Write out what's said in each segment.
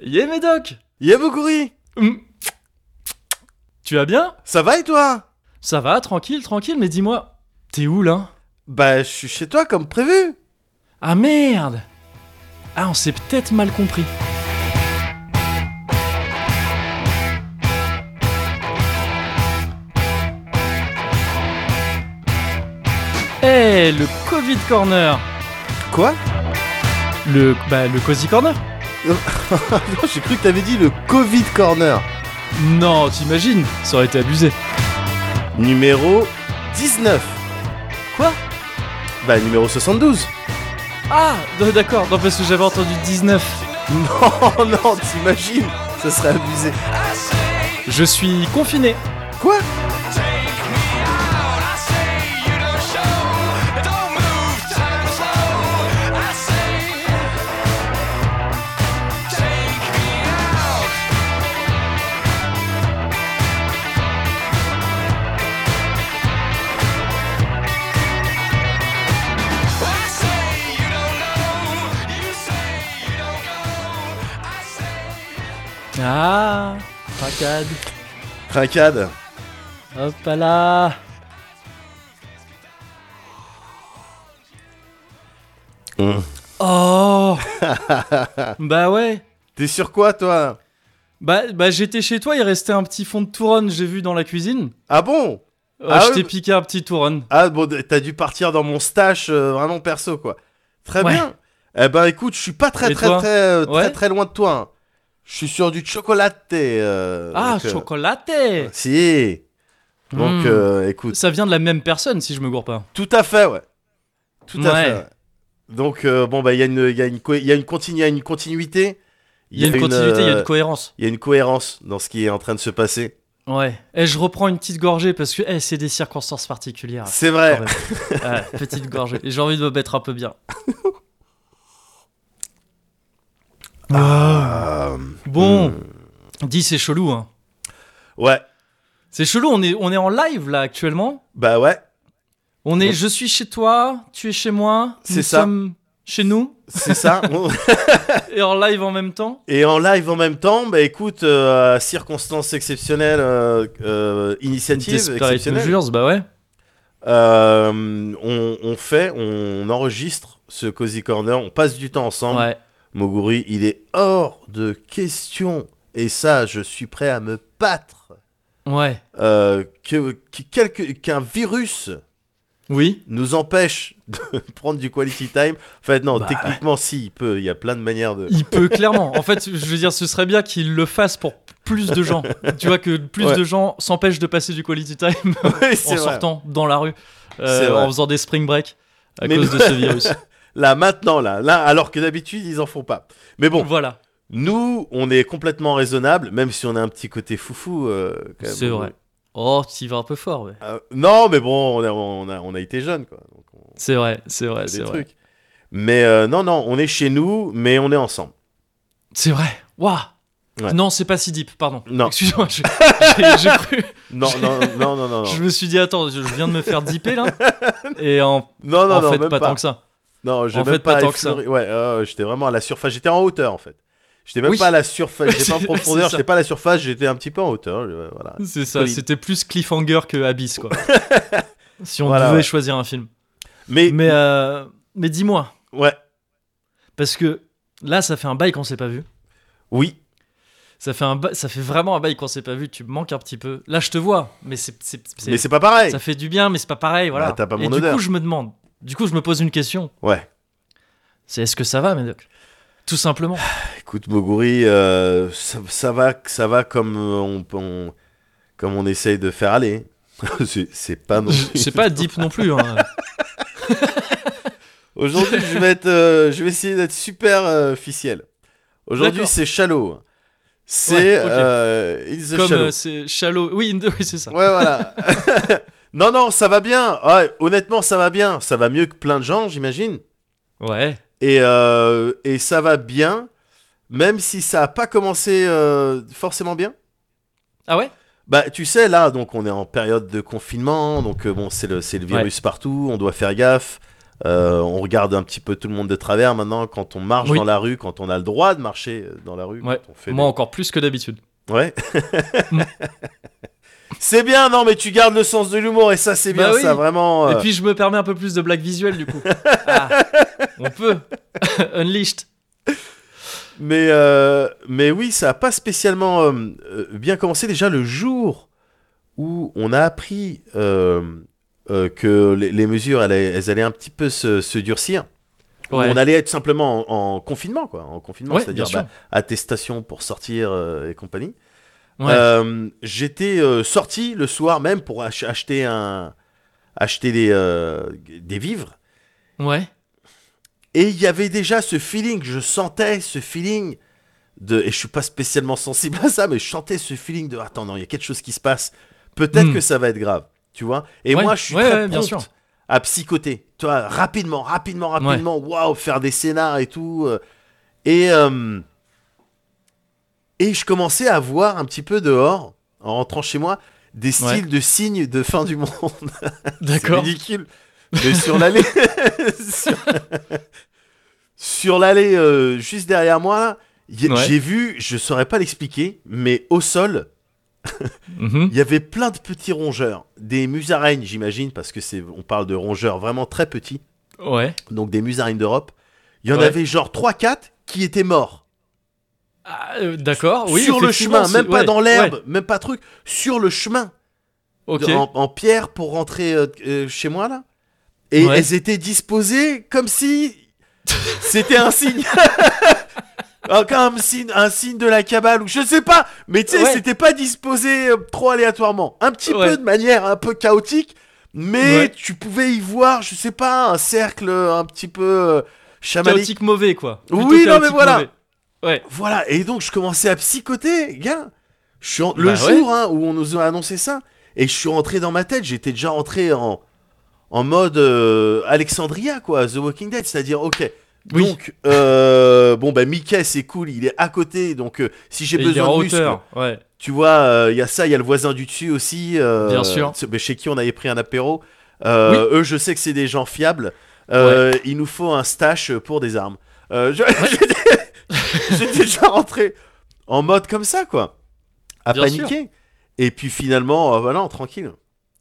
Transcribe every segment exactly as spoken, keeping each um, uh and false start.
Yé Médoc. Yé Moguri. Hum. Tu vas bien? Ça va et toi? Ça va, tranquille, tranquille, mais dis-moi, t'es où là? Bah, je suis chez toi comme prévu. Ah merde! Ah, on s'est peut-être mal compris. Eh, hey, le Covid Corner! Quoi? Le, bah, le Cozy Corner? Non, j'ai cru que t'avais dit le Covid Corner. Non, t'imagines, ça aurait été abusé. Numéro dix-neuf. Quoi? Bah, numéro soixante-douze. Ah, d'accord, non, parce que j'avais entendu dix-neuf. Non, non, t'imagines, ça serait abusé. Je suis confiné. Quoi? Ah, cracade. Cracade. Hop là. Mmh. Oh. Bah ouais. T'es sur quoi, toi? Bah, bah j'étais chez toi, il restait un petit fond de Touronne, j'ai vu dans la cuisine. Ah bon? Euh, ah je ouais, t'ai bah... piqué un petit Touronne. Ah bon, t'as dû partir dans mon stash euh, vraiment perso, quoi. Très ouais. bien. Eh ben écoute, je suis pas très Et très toi très euh, très, ouais très très loin de toi. Hein. Je suis sur du chocolaté. Euh, ah, donc, euh... chocolaté. Si. Donc mmh. euh, écoute. Ça vient de la même personne, si je me gourre pas. Tout à fait, ouais. Tout à ouais. fait. Ouais. Donc euh, bon bah il y a une il y a une il y a une continu y a une continuité. Il y a une continuité, il euh, y a une cohérence. Il y a une cohérence dans ce qui est en train de se passer. Ouais. Et je reprends une petite gorgée parce que hey, c'est des circonstances particulières. C'est vrai. ouais, petite gorgée. Et j'ai envie de me mettre un peu bien. Ah, bon, hmm. dis c'est chelou hein. Ouais. C'est chelou, on est on est en live là actuellement. Bah ouais. On est, je suis chez toi, tu es chez moi. C'est nous ça. Sommes chez nous. C'est ça. Et en live en même temps. Et en live en même temps, bah écoute, euh, circonstances exceptionnelles, euh, euh, initiatives exceptionnelles. Measures, bah ouais. Euh, on, on fait, on enregistre ce Cozy Corner, on passe du temps ensemble. Ouais. Moguri, il est hors de question, et ça, je suis prêt à me battre. Ouais. Euh, que, que quelque, qu'un virus oui. nous empêche de prendre du quality time. En fait, non, bah, techniquement, si, il peut. Il y a plein de manières de... Il peut, clairement. En fait, je veux dire, ce serait bien qu'il le fasse pour plus de gens. Tu vois, que plus ouais. de gens s'empêchent de passer du quality time oui, en vrai. sortant dans la rue, euh, en faisant des spring break à Mais cause de ce virus. Là, maintenant, là, là, alors que d'habitude, ils en font pas. Mais bon. Voilà. Nous, on est complètement raisonnable, même si on a un petit côté foufou. Euh, quand même, c'est on... vrai. Oh, tu y vas un peu fort. Ouais. Euh, non, mais bon, on a, on a, on a été jeunes, quoi. Donc on... C'est vrai, c'est vrai, c'est vrai. Trucs. Mais euh, non, non, on est chez nous, mais on est ensemble. C'est vrai. Waouh. Ouais. Non, c'est pas si deep, pardon. Non. Excuse-moi, j'ai, j'ai, j'ai cru. Non, non, non, non, non. Je me suis dit, attends, je viens de me faire dipper là. Et en, non, non, en non, fait, même pas, pas tant que ça. Non, j'ai en même fait, pas, pas tant effleuré... que ça. Ouais, euh, j'étais vraiment à la surface. J'étais en hauteur en fait. J'étais même oui. pas à la surface, j'étais pas en profondeur, j'étais pas à la surface, j'étais un petit peu en hauteur. Voilà. C'est ça, Colline. C'était plus cliffhanger que Abyss, quoi. Si on voilà, devait ouais. choisir un film. Mais, mais, euh, mais dis-moi. Ouais. Parce que là, ça fait un bail qu'on s'est pas vu. Oui. Ça fait, un ba... ça fait vraiment un bail qu'on s'est pas vu, tu me manques un petit peu. Là, je te vois, mais c'est, c'est, c'est... Mais c'est pas pareil. Ça fait du bien, mais c'est pas pareil, voilà. Bah, t'as pas mon Et odeur. du coup, je me demande, du coup, je me pose une question. Ouais. C'est est-ce que ça va, Médoc ? Tout simplement. Écoute, Moguri, euh, ça, ça va, ça va comme on, on, comme on essaye de faire aller. c'est, c'est pas non plus. C'est pas deep non plus. Hein. Aujourd'hui, je vais être, euh, je vais essayer d'être super euh, officiel. Aujourd'hui, D'accord. c'est shallow. C'est ouais, okay. euh, it's comme shallow. Euh, c'est shallow. Oui, oui, c'est ça. Ouais, voilà. non, non, ça va bien. Ouais, honnêtement, ça va bien. Ça va mieux que plein de gens, j'imagine. Ouais. Et, euh, et ça va bien, même si ça n'a pas commencé euh, forcément bien. Ah ouais ? Bah, tu sais, là, donc on est en période de confinement, donc euh, bon, c'est le, c'est le virus ouais. partout, on doit faire gaffe. Euh, on regarde un petit peu tout le monde de travers maintenant quand on marche Oui. dans la rue, quand on a le droit de marcher dans la rue. Ouais. On fait Moi des- encore plus que d'habitude. Ouais. C'est bien, non, mais tu gardes le sens de l'humour et ça, c'est bien, Bah oui. ça, vraiment. euh, Et puis je me permets un peu plus de blagues visuelles du coup. Ah, on peut. Unleashed. Mais, euh, mais oui, ça a pas spécialement euh, euh, bien commencé. Déjà, le jour où on a appris euh, euh, que les, les mesures, elles, elles allaient un petit peu se, se durcir. Ouais. On allait être simplement en, en confinement, quoi. En confinement, Ouais, c'est-à-dire bien sûr. bah, attestation pour sortir euh, et compagnie. Ouais. Euh, j'étais euh, sorti le soir même pour ach- acheter un acheter des euh, des vivres Ouais. et il y avait déjà ce feeling, je sentais ce feeling de et je suis pas spécialement sensible à ça mais je sentais ce feeling de attends non, il y a quelque chose qui se passe, peut-être Mm. que ça va être grave, tu vois. Et Ouais, moi je suis ouais, très ouais, bien prompt sûr. à psychoter, toi rapidement, rapidement, rapidement, waouh, faire des scénars et tout euh, et euh, Et je commençais à voir un petit peu dehors, en rentrant chez moi, des styles Ouais. de signes de fin du monde. C'est D'accord. ridicule. Mais sur l'allée, sur, sur l'allée euh, juste derrière moi, là, y a- Ouais. j'ai vu, je saurais pas l'expliquer, mais au sol, Mhm. il y avait plein de petits rongeurs, des musaraignes, j'imagine, parce que c'est, on parle de rongeurs vraiment très petits, Ouais. donc des musaraignes d'Europe. Il y en Ouais. avait genre trois quatre qui étaient morts. Ah, euh, d'accord. Oui. Sur le effectivement, chemin, c'est- même pas ouais, dans l'herbe, ouais. même pas truc, sur le chemin. Ok. de- en, en pierre pour rentrer euh, euh, chez moi là. Et Ouais. elles étaient disposées comme si c'était un signe. Ah, comme signe, un signe de la cabale ou je sais pas. Mais tu sais, Ouais. c'était pas disposé euh, trop aléatoirement. Un petit Ouais. peu de manière un peu chaotique. Mais Ouais. tu pouvais y voir, je sais pas, un cercle un petit peu euh, chamanique. Chaotique mauvais quoi. Plutôt Oui, non, mais chaotique voilà. mauvais. Ouais. Voilà, et donc je commençais à psychoter, gars. Je suis en- le Bah jour hein, où on nous a annoncé ça, et je suis rentré dans ma tête, j'étais déjà rentré en, en mode euh, Alexandria, quoi, The Walking Dead, c'est-à-dire, ok, Oui. donc, euh, bon, bah Mickey, c'est cool, il est à côté, donc euh, si j'ai Et il est besoin en de muscles, hauteur. Ouais. tu vois, il y a ça, il y a le voisin du dessus aussi, euh, Bien sûr. c'est- bah, chez qui on avait pris un apéro. Euh, Eux, je sais que c'est des gens fiables. Euh, Il nous faut un stash pour des armes. Euh, je- j'étais- J'étais déjà rentré en mode comme ça, quoi, à Bien paniquer. Et puis finalement, euh, voilà, tranquille.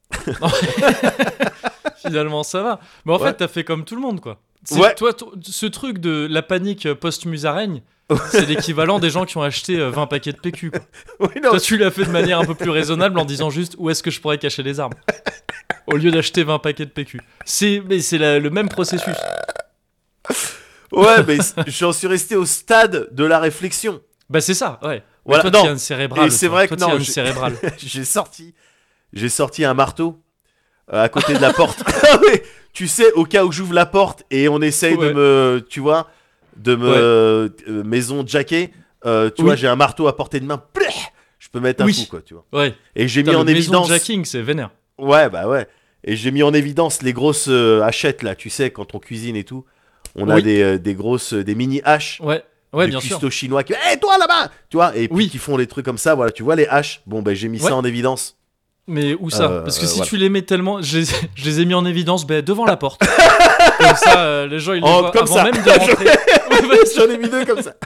Finalement, ça va. Mais en Ouais. fait, t'as fait comme tout le monde, quoi. C'est- Ouais. Toi, t- ce truc de la panique post-musaraigne, c'est l'équivalent des gens qui ont acheté euh, vingt paquets de P Q, quoi. Oui, non, Toi, tu l'as fait de manière un peu plus raisonnable en disant juste où est-ce que je pourrais cacher les armes au lieu d'acheter vingt paquets de P Q. C'est, mais c'est la- le même processus. ouais, mais j'en suis resté au stade de la réflexion. Bah, c'est ça, ouais. Voilà, Mais toi, non. t'as une cérébrale. Et c'est toi. vrai Toi, que t'as non, une j'ai- cérébrale. j'ai sorti, j'ai sorti un marteau euh, à côté de la porte. Ah oui, tu sais, au cas où j'ouvre la porte et on essaye Ouais. de me, tu vois, de me Ouais. euh, maison jacker. euh, tu Oui. vois, j'ai un marteau à portée de main. Pleh, je peux mettre un Oui. coup, quoi, tu vois. Ouais. Et j'ai mis Putain, en le maison évidence. jacking, c'est vénère. Ouais, bah ouais. Et j'ai mis en évidence les grosses euh, hachettes là, tu sais, quand on cuisine et tout. On a Oui. des, euh, des grosses, euh, des mini haches. Ouais, ouais, des bien sûr. custos chinois qui. Hé, toi là-bas! Tu vois, et puis Oui. qui font les trucs comme ça, voilà, tu vois les haches. Bon, ben j'ai mis Ouais. ça en évidence. Mais où ça Euh, Parce que euh, si voilà. tu les mets tellement. Je les, je les ai mis en évidence bah, devant la porte. Comme ça, euh, les gens ils les Oh, voient comme avant ça. même de rentrer. Ouais, ouais, J'en ai mis deux comme ça.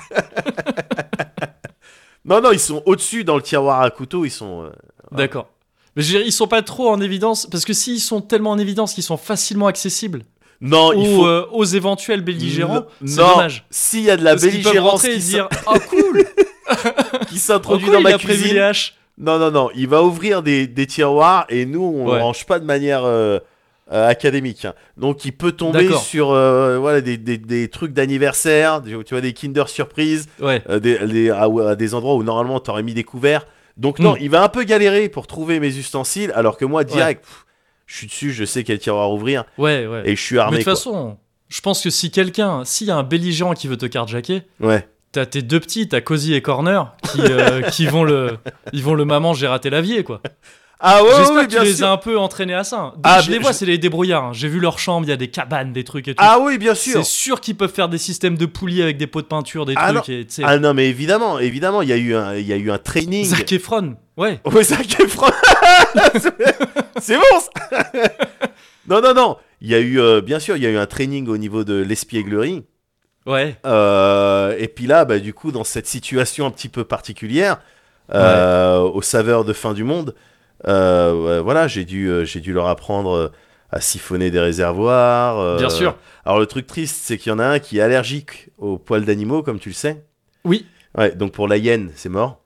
non, non, ils sont au-dessus dans le tiroir à couteau, ils sont. euh, D'accord. Mais je veux dire, ils sont pas trop en évidence. Parce que s'ils sont tellement en évidence qu'ils sont facilement accessibles Non, il aux, faut. euh, aux éventuels belligérants, Non, c'est non, dommage. S'il y a de la Parce qu'ils peuvent belligérance rentrer et qui, dire Ah cool s'in- qui s'introduit Oh, cool, dans il ma a prévu cuisine. les haches. Non, non, non, il va ouvrir des, des tiroirs et nous, on Ouais. range pas de manière euh, euh, académique. hein. Donc, il peut tomber D'accord. sur euh, voilà, des, des, des trucs d'anniversaire, des- tu vois, des Kinder Surprise, Ouais. euh, des, des- à, à des endroits où normalement t'aurais mis des couverts. Donc, non, Mm. il va un peu galérer pour trouver mes ustensiles, alors que moi, direct, pff, je suis dessus, je sais quel tiroir ouvrir Ouais, ouais. et je suis Mais armé. de toute façon, je pense que si quelqu'un, s'il y a un belligérant qui veut te carjacker, quoi. Ouais. t'as tes deux petits, t'as Cozy et Corner, qui, euh, qui vont le, ils vont le maman, j'ai raté l'avier, quoi. Ah ouais, J'espère ouais, que tu bien les sûr. as un peu entraînés à ça. Donc, Ah, je les mais vois, je- c'est les débrouillards. hein. J'ai vu leur chambre, il y a des cabanes, des trucs et tout. Ah oui, bien sûr. c'est sûr qu'ils peuvent faire des systèmes de poulies avec des pots de peinture, des Ah trucs. Et, tu sais, Ah non, mais évidemment, évidemment, il y a eu un, il y a eu un training. Zac Efron, ouais. Ouais, Zac Efron. C'est bon ça. Non, non, non. il y a eu, euh, bien sûr, il y a eu un training au niveau de l'espièglerie. Ouais. Euh, et puis là, bah, du coup, dans cette situation un petit peu particulière, euh, ouais. aux saveurs de fin du monde, euh, voilà, j'ai dû, euh, j'ai dû leur apprendre à siphonner des réservoirs. Euh, bien sûr. Alors le truc triste, c'est qu'il y en a un qui est allergique aux poils d'animaux, comme tu le sais. Oui. Ouais, donc pour la hyène, c'est mort.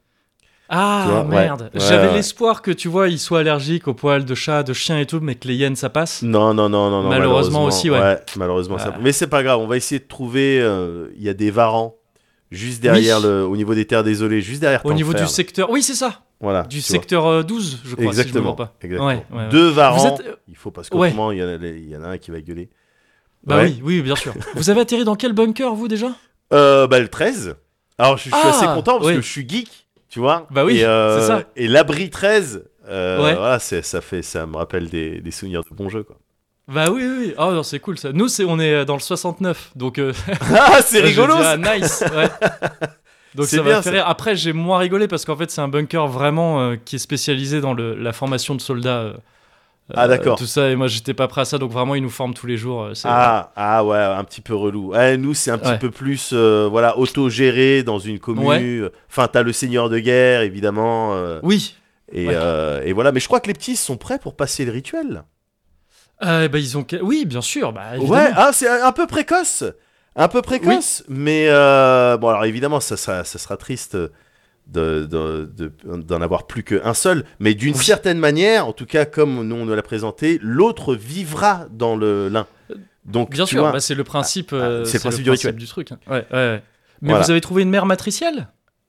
Ah merde, ouais. J'avais ouais, l'espoir ouais. que tu vois, il soit allergique aux poils de chat, de chien et tout, mais que les hyènes ça passe. Non, non, non, non. Malheureusement, malheureusement aussi, ouais. ouais malheureusement, ah. ça. Mais c'est pas grave, on va essayer de trouver. Il euh, y a des varans juste derrière, oui. le, au niveau des terres désolées, juste derrière. Au niveau frère, du là. secteur, oui, c'est ça. Voilà. Du secteur euh, douze, je crois. Exactement. Si je me pas. Exactement. Ouais, ouais, ouais. Deux varans. Êtes... Il faut parce qu'autrement, il ouais. y, y en a un qui va gueuler. Bah ouais. oui, oui, bien sûr. Vous avez atterri dans quel bunker, vous déjà euh, Bah le treize. Alors je, je suis ah, assez content parce ouais. que je suis geek. Tu vois bah oui, et, euh, c'est ça. Et l'abri treize, euh, ouais. voilà, c'est, ça, fait, ça me rappelle des, des souvenirs de bons jeux, quoi. Bah oui, oui, oui. Oh non, c'est cool ça. Nous, c'est, on est dans le soixante-neuf, donc. Euh... ah, c'est rigolo ah, nice, ouais. Donc c'est ça bien, m'a fait rire. Après, j'ai moins rigolé parce qu'en fait, c'est un bunker vraiment euh, qui est spécialisé dans le, la formation de soldats. Euh, ah d'accord. Euh, tout ça, et moi j'étais pas prêt à ça, donc vraiment ils nous forment tous les jours. Euh, c'est... Ah, ah ouais, un petit peu relou. Ouais, nous c'est un petit ouais. peu plus euh, voilà, auto-géré dans une commune. Ouais. Enfin, t'as le seigneur de guerre évidemment. Euh, oui. Et, ouais. euh, et voilà, mais je crois que les petits sont prêts pour passer le rituel. Euh, bah, ils ont... Oui, bien sûr. Bah, ouais, ah, c'est un peu précoce. Un peu précoce, oui. mais euh, bon alors évidemment ça, ça, ça sera triste. De, de, de, d'en avoir plus qu'un seul, mais d'une oui. certaine manière, en tout cas comme nous on nous l'a présenté, l'autre vivra dans le l'un. Donc bien tu sûr, vois, bah, c'est le principe, ah, euh, c'est, c'est le principe, le du, principe rituel. du truc. Hein. Ouais, ouais, ouais. Mais voilà. Vous avez trouvé une mère matricielle ?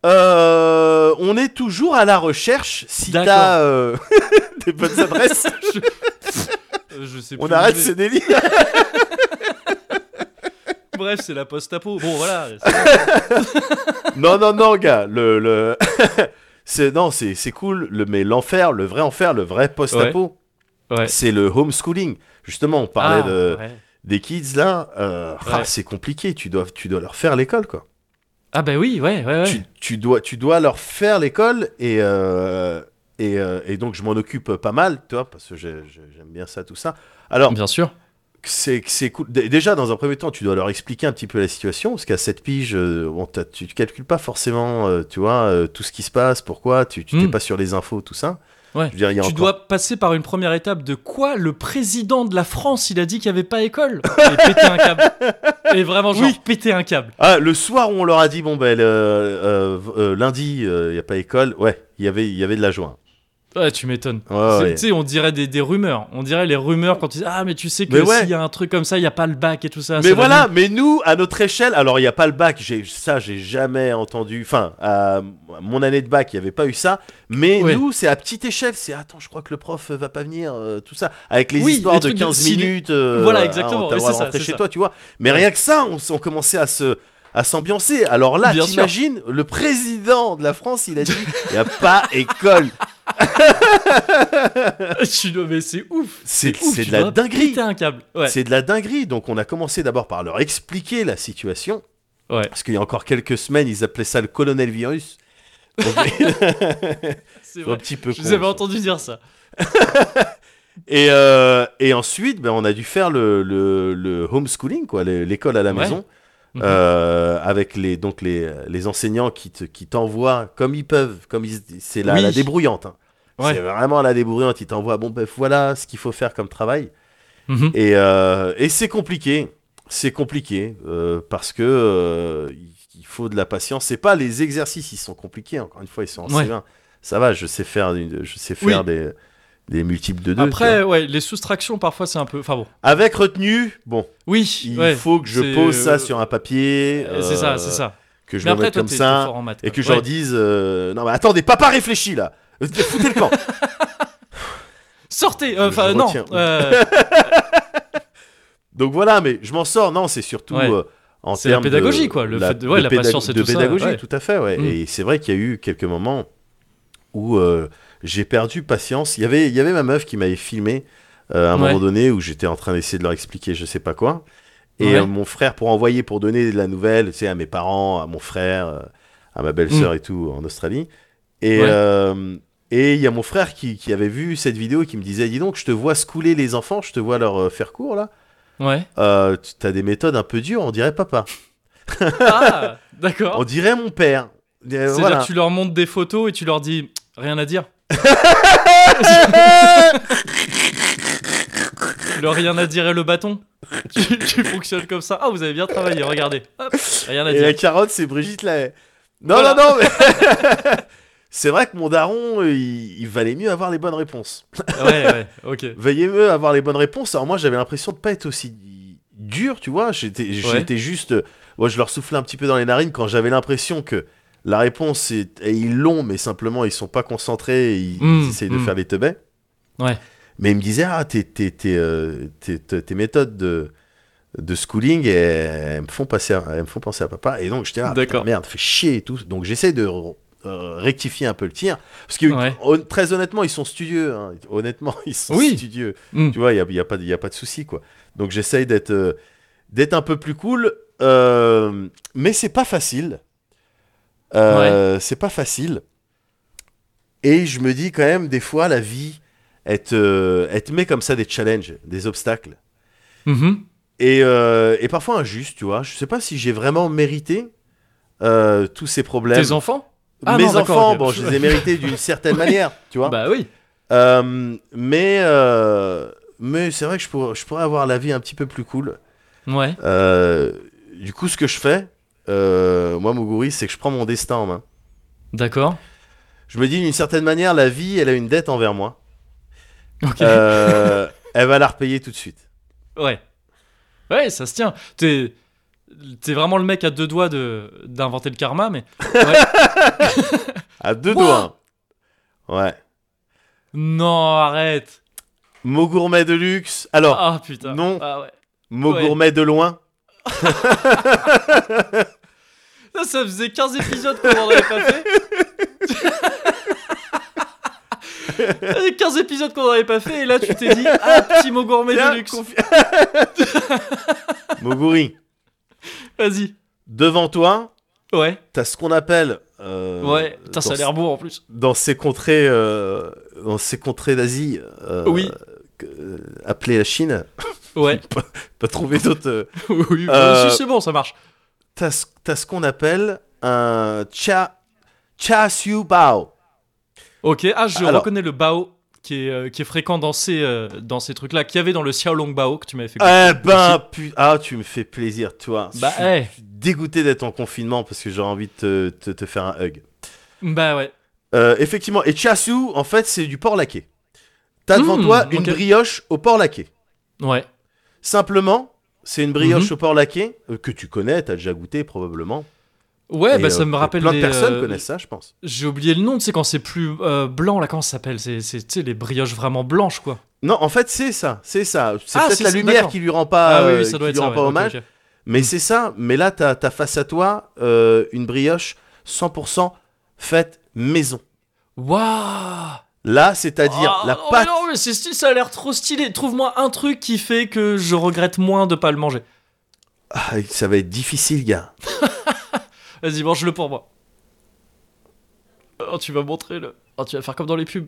euh, On est toujours à la recherche. Si D'accord. t'as euh, des bonnes adresses, je... je sais plus. On arrête ces délires. Bref, c'est la post-apo. Bon, voilà. non, non, non, gars. Le, le... c'est, non, c'est, c'est cool. Le, mais l'enfer, le vrai enfer, le vrai post-apo, ouais. Ouais. c'est le homeschooling. Justement, on parlait ah, de, ouais. des kids, là. Euh, ouais. ah, c'est compliqué. Tu dois, tu dois leur faire l'école, quoi. Ah, bah oui, ouais, ouais, ouais. Tu, tu, dois, tu dois leur faire l'école et, euh, et, euh, et donc je m'en occupe pas mal, tu vois, parce que j'ai, j'aime bien ça, tout ça. Alors, bien sûr. C'est, c'est cool. Déjà, dans un premier temps, tu dois leur expliquer un petit peu la situation, parce qu'à cette pige, euh, bon, tu ne calcules pas forcément, euh, tu vois, euh, tout ce qui se passe, pourquoi, tu n'es mm. pas sur les infos, tout ça. Ouais. Je veux dire, il y a tu encore... dois passer par une première étape de quoi le président de la France, il a dit qu'il n'y avait pas école. Et péter un câble. Et vraiment, genre, oui. péter un câble. Ah, le soir où on leur a dit, bon, ben, le, euh, euh, lundi, il euh, n'y a pas école, ouais, y il y avait de la joie. Ouais, tu m'étonnes. Ouais, ouais. Tu sais, on dirait des, des rumeurs. On dirait les rumeurs quand tu dis ah mais tu sais que s'il ouais. y a un truc comme ça, il y a pas le bac et tout ça. Mais voilà, mais nous à notre échelle, alors il y a pas le bac. J'ai ça, j'ai jamais entendu. Enfin, à mon année de bac, il y avait pas eu ça. Mais ouais. nous, c'est à petite échelle. C'est attends, je crois que le prof va pas venir. Euh, tout ça avec les oui, histoires les de quinze de... minutes. Euh, voilà, exactement. T'as le droit de rentrer chez ça. toi, tu vois. Mais ouais. rien que ça, on, on commençait à se à s'ambiancer. Alors là, Bien t'imagines, sûr. le président de la France, il a dit il y a pas école. mais c'est ouf, c'est, c'est, c'est de la dinguerie. Un câble. Ouais. C'est de la dinguerie. Donc on a commencé d'abord par leur expliquer la situation. Ouais. Parce qu'il y a encore quelques semaines, ils appelaient ça le colonel virus. Donc, c'est vrai. Un petit peu. Je vous avais entendu dire ça. et, euh, et ensuite, ben, on a dû faire le, le, le homeschooling, quoi, l'école à la ouais. maison. Mmh. Euh, avec les donc les, les enseignants qui, te, qui t'envoient comme ils peuvent, comme ils, c'est la, oui. la débrouillante. Hein. Ouais. C'est vraiment la débrouillante. Ils t'envoient bon ben voilà ce qu'il faut faire comme travail. Mmh. Et, euh, et c'est compliqué, c'est compliqué euh, parce que euh, il faut de la patience. C'est pas les exercices, ils sont compliqués. Encore une fois, ils sont en ouais. C un. Ça va, je sais faire, je sais faire oui. des des multiples de deux. Après, ouais, les soustractions, parfois, c'est un peu... Enfin bon. Avec retenue, bon. Oui. Il ouais, faut que je c'est... pose ça sur un papier. Euh, c'est ça, c'est ça. Que je mais me après, mette toi, comme ça. En maths, et que je ouais. leur dise... Euh, non, mais attendez, papa réfléchit, là. Foutez le camp. Sortez. Enfin, euh, non. Euh... Donc voilà, mais je m'en sors. Non, c'est surtout... Ouais. Euh, en c'est la pédagogie, de, quoi. Le la, fait de, ouais, de la pédag- patience et de tout ça. De pédagogie, ouais. tout à fait, ouais. Mm. Et c'est vrai qu'il y a eu quelques moments où euh, j'ai perdu patience. Il y avait, il y avait ma meuf qui m'avait filmé euh, à un ouais. moment donné où j'étais en train d'essayer de leur expliquer je sais pas quoi. Et ouais. euh, mon frère, pour envoyer, pour donner de la nouvelle, tu sais, à mes parents, à mon frère, euh, à ma belle-sœur mm. et tout, en Australie. Et, ouais. euh, Et il y a mon frère qui, qui avait vu cette vidéo et qui me disait, dis donc, je te vois schooler les enfants, je te vois leur euh, faire cours là. Ouais. Euh, tu as des méthodes un peu dures, on dirait papa. Ah, d'accord. On dirait mon père. C'est-à-dire voilà. que tu leur montres des photos et tu leur dis rien à dire. Le rien à dire et le bâton. tu, tu fonctionnes comme ça. Ah, vous avez bien travaillé, regardez. Hop, rien à et dire. la carotte, c'est Brigitte là. Non, Voilà. non, non, mais. C'est vrai que mon daron, il, il valait mieux avoir les bonnes réponses. Ouais, ouais, ok. Valait mieux avoir les bonnes réponses. Alors moi, j'avais l'impression de pas être aussi dur, tu vois. J'étais, Ouais. j'étais juste. Moi, je leur soufflais un petit peu dans les narines quand j'avais l'impression que la réponse est. Et ils l'ont, mais simplement, ils sont pas concentrés. Et ils, Mmh, ils essayent de mmh. faire les teubés. Ouais. Mais ils me disaient, ah, tes, tes, tes, euh, tes, tes, tes méthodes de, de schooling, elles, elles me font passer à, elles me font penser à papa. Et donc, j'étais là, D'accord. putain, merde, fais chier et tout. Donc, j'essaie de euh, rectifier un peu le tir. Parce que, Ouais. hon- très honnêtement, ils sont studieux. Hein. Honnêtement, ils sont Oui. studieux. Mm. Tu vois, il n'y a, y a, pas de- y a pas de souci, quoi. Donc, j'essaye d'être, euh, d'être un peu plus cool. Euh, mais c'est pas facile. Euh, C'est pas facile. Et je me dis quand même, des fois, la vie, elle te, elle te met comme ça des challenges, des obstacles. Mhm. Et, euh, et parfois injustes, tu vois. Je sais pas si j'ai vraiment mérité euh, tous ces problèmes. Tes enfants? Ah Mes non, d'accord, enfants, ok. bon, je les ai mérités d'une certaine manière, tu vois. Bah oui. Euh, mais euh, mais c'est vrai que je pourrais, je pourrais avoir la vie un petit peu plus cool. Ouais. Euh, du coup, ce que je fais, euh, moi, Moguri, c'est que je prends mon destin en main. D'accord. Je me dis, d'une certaine manière, la vie, elle a une dette envers moi. Ok. Euh, elle va la repayer tout de suite. Ouais. Ouais, ça se tient. T'es, t'es vraiment le mec à deux doigts de d'inventer le karma, mais. Ouais. À deux Wow. doigts. Ouais. Non, arrête. Mot gourmet de luxe. Alors, Ah putain. non. Ah ouais. mot ouais. gourmet de loin. Ça, ça faisait quinze épisodes qu'on n'en avait pas fait. Ça faisait quinze épisodes qu'on n'en avait pas fait, et là tu t'es dit, ah, petit mot gourmet Tiens, de luxe. confi- Moguri, Vas-y. devant toi, Ouais. t'as ce qu'on appelle. euh, Ouais. Putain, ça dans a l'air beau en plus. Dans ces contrées, euh, dans ces contrées d'Asie, euh, Oui. que- euh, appelées la Chine, Ouais. pas trouver d'autres. euh, Oui, Euh, si, c'est bon, ça marche. T'as ce t'as ce qu'on appelle un cha cha siu bao. Ok, ah, je Alors- reconnais le bao qui est, euh, qui est fréquent dans ces, euh, dans ces trucs-là, qu'il y avait dans le Xiaolong bao que tu m'avais fait Eh goûter ben, aussi. pu- ah, tu me fais plaisir, toi. Bah, je, suis, hey. je suis dégoûté d'être en confinement parce que j'aurais envie de te, te, te faire un hug. Bah ouais. Euh, effectivement, et chasu, en fait, c'est du porc laqué. T'as devant Mmh, toi une ok. brioche au porc laqué. Ouais. Simplement, c'est une brioche Mhm. au porc laqué euh, que tu connais, t'as déjà goûté probablement. Ouais, Et, bah ça euh, me rappelle plein les, de personnes euh, connaissent ça, je pense. J'ai oublié le nom, tu sais, quand c'est plus euh, blanc, là, comment ça s'appelle? C'est, c'est, tu sais, les brioches vraiment blanches, quoi. Non, en fait, c'est ça, c'est ça. C'est Ah, peut-être c'est la ça, lumière d'accord. qui lui rend pas, Ah oui, euh, oui, ça qui doit lui être ça, rend ouais. pas Ok, hommage. ok. Mais c'est ça. Mais là, t'as t'as face à toi euh, une brioche cent pour cent faite maison. Waouh! Là, c'est-à-dire Ah, la non, pâte. mais non, mais c'est stylé, ça a l'air trop stylé. Trouve-moi un truc qui fait que je regrette moins de pas le manger. Ah, ça va être difficile, gars. Vas-y, mange-le pour moi. Oh, tu vas montrer le. Oh, tu vas faire comme dans les pubs.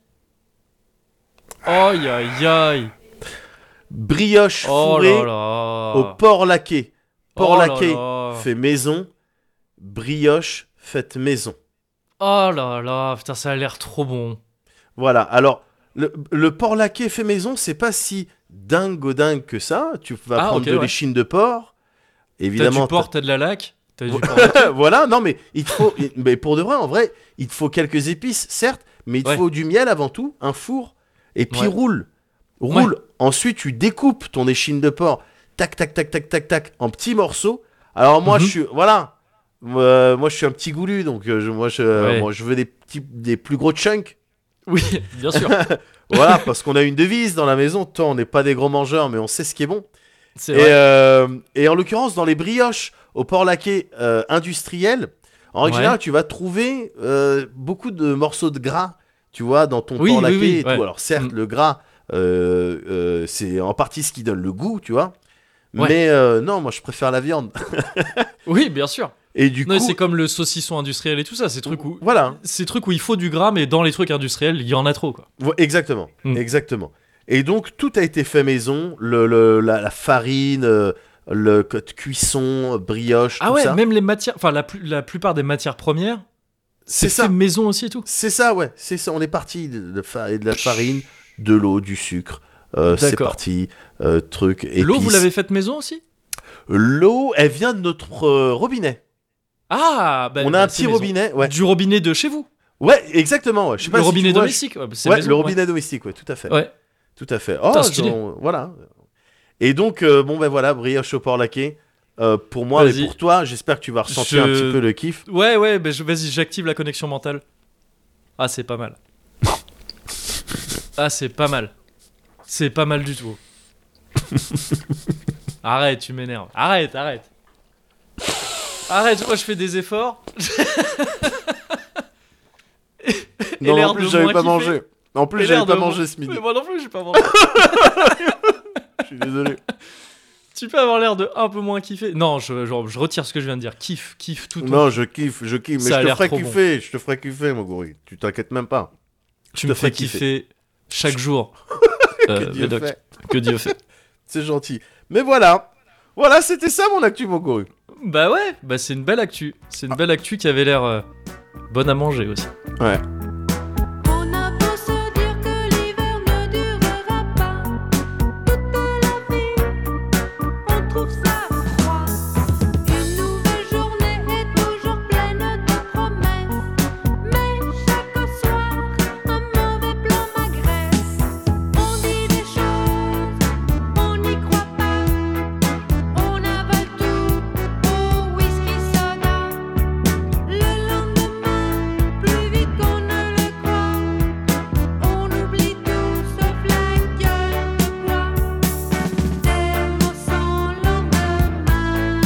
Aïe, aïe, aïe. Brioche Oh fourrée là là. au porc laqué. Porc Oh là laqué là. fait maison. Brioche faite maison. Oh là là, putain, ça a l'air trop bon. Voilà. Alors, le, le porc laqué fait maison, c'est pas si dingue dingue que ça. Tu vas Ah, prendre ok, de ouais. l'échine de porc. T'as Évidemment. du porc, t'as de la laque. T'as du porc. t'as- voilà. Non, mais il te faut. il- mais pour de vrai, en vrai, il te faut quelques épices, certes, mais il te Ouais. faut du miel avant tout, un four, et puis Ouais. roule, roule. Ensuite, tu découpes ton échine de porc, tac, tac, tac, tac, tac, tac, en petits morceaux. Alors moi, Mhm. je suis, voilà. Euh, moi, je suis un petit goulu, donc euh, je, moi, je, Ouais. moi, je veux des petits, des plus gros chunks. Oui, bien sûr. Voilà, parce qu'on a une devise dans la maison. Toi, on n'est pas des gros mangeurs, mais on sait ce qui est bon. C'est Et, vrai. euh, et en l'occurrence, dans les brioches au porc laqué euh, industriel, en règle Ouais. générale, tu vas trouver euh, beaucoup de morceaux de gras, tu vois, dans ton Oui, porc oui, laqué oui, et ouais. tout. Alors certes, Mm. le gras, euh, euh, c'est en partie ce qui donne le goût, tu vois. Ouais. Mais euh, non, moi, je préfère la viande. Oui, bien sûr. Et du non, coup, c'est comme le saucisson industriel et tout ça, ces trucs où voilà, ces trucs où il faut du gras, mais dans les trucs industriels, il y en a trop, quoi. Exactement, Mm. exactement. Et donc tout a été fait maison, le, le- la, la farine, euh, le code cuisson, brioche, Ah tout ouais, ça. même les matières, enfin la, plus- la plupart des matières premières, C'est c'est ça. fait maison aussi et tout. C'est ça, ouais. C'est ça. On est parti de, de, fa- de la farine, de l'eau, du sucre. Euh, c'est D'accord. parti. Euh, truc. L'eau, épices. vous l'avez faite maison aussi? L'eau, elle vient de notre euh, robinet. Ah, bah, On a bah, un c'est petit maison. robinet, ouais. Du robinet de chez vous. Ouais, exactement. Ouais. Je sais pas Le si robinet tu vois, domestique. Ouais, bah, c'est Ouais, maison, le robinet domestique, ouais, tout à fait. Ouais. Ouais. Tout à fait. Oh, Putain, stylé. j'en- voilà. Et donc, euh, bon, ben voilà, brioche au porc laqué. Euh, pour moi, mais Vas-y. pour toi, j'espère que tu vas ressentir Je- un petit peu le kiff. Ouais, ouais, bah, je- vas-y, j'active la connexion mentale. Ah, c'est pas mal. Ah, c'est pas mal. C'est pas mal du tout. Arrête, tu m'énerves. Arrête, arrête. Arrête, moi je fais des efforts. Et Non, l'air en plus, de j'avais moins pas kiffer. mangé. En plus, Et j'avais l'air pas de mangé moins- ce midi. Mais moi non plus, j'ai pas mangé. Je suis désolé. Tu peux avoir l'air de un peu moins kiffer. Non, je, genre, je retire ce que je viens de dire. Kiffe, kiffe tout. ton- Non, je kiffe, je kiffe. Mais Ça a je te l'air ferai trop kiffer, je te ferai kiffer, Moguri. Tu t'inquiètes même pas. Tu je me te ferai fais kiffer chaque jour. Euh, Que Dieu Médoc. fait. Que Dieu fait. C'est gentil. Mais voilà. Voilà, c'était ça mon actu, Moguri. Bah ouais, bah c'est une belle actu. C'est une belle actu qui avait l'air euh, bonne à manger aussi. Ouais. On a beau se dire que l'hiver ne durera pas toute la vie, on trouve ça froid. Une nouvelle journée est toujours pleine de promesses, mais chaque soir un mauvais plan m'agresse. On dit des choses, on n'y croit pas, on avale tout au whisky soda. Le lendemain, plus vite qu'on ne le croit, on oublie tout sauf la gueule de bois. Des mots sans lendemain,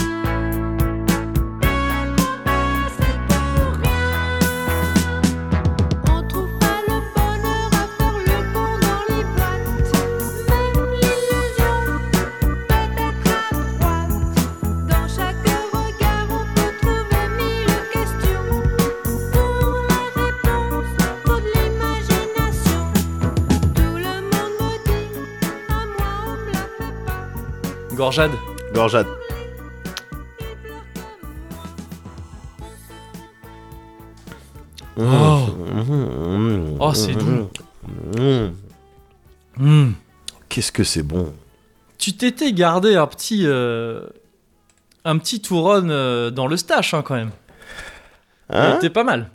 des promesses et pour rien. On trouve pas le bonheur à faire le con dans les boîtes, mais l'illusion peut être à droite. Dans chaque regard, on peut trouver mille questions. Pour la réponse, faut de l'imagination. Tout le monde me dit, à moi on me la fait pas. Gorjade. Gorjade. Oh. Mmh, Oh, c'est mmh, doux. mmh. Hmm. Qu'est-ce que c'est bon. Tu t'étais gardé un petit. euh, un petit touron euh, dans le stash, hein, quand même. Hein C'était pas mal.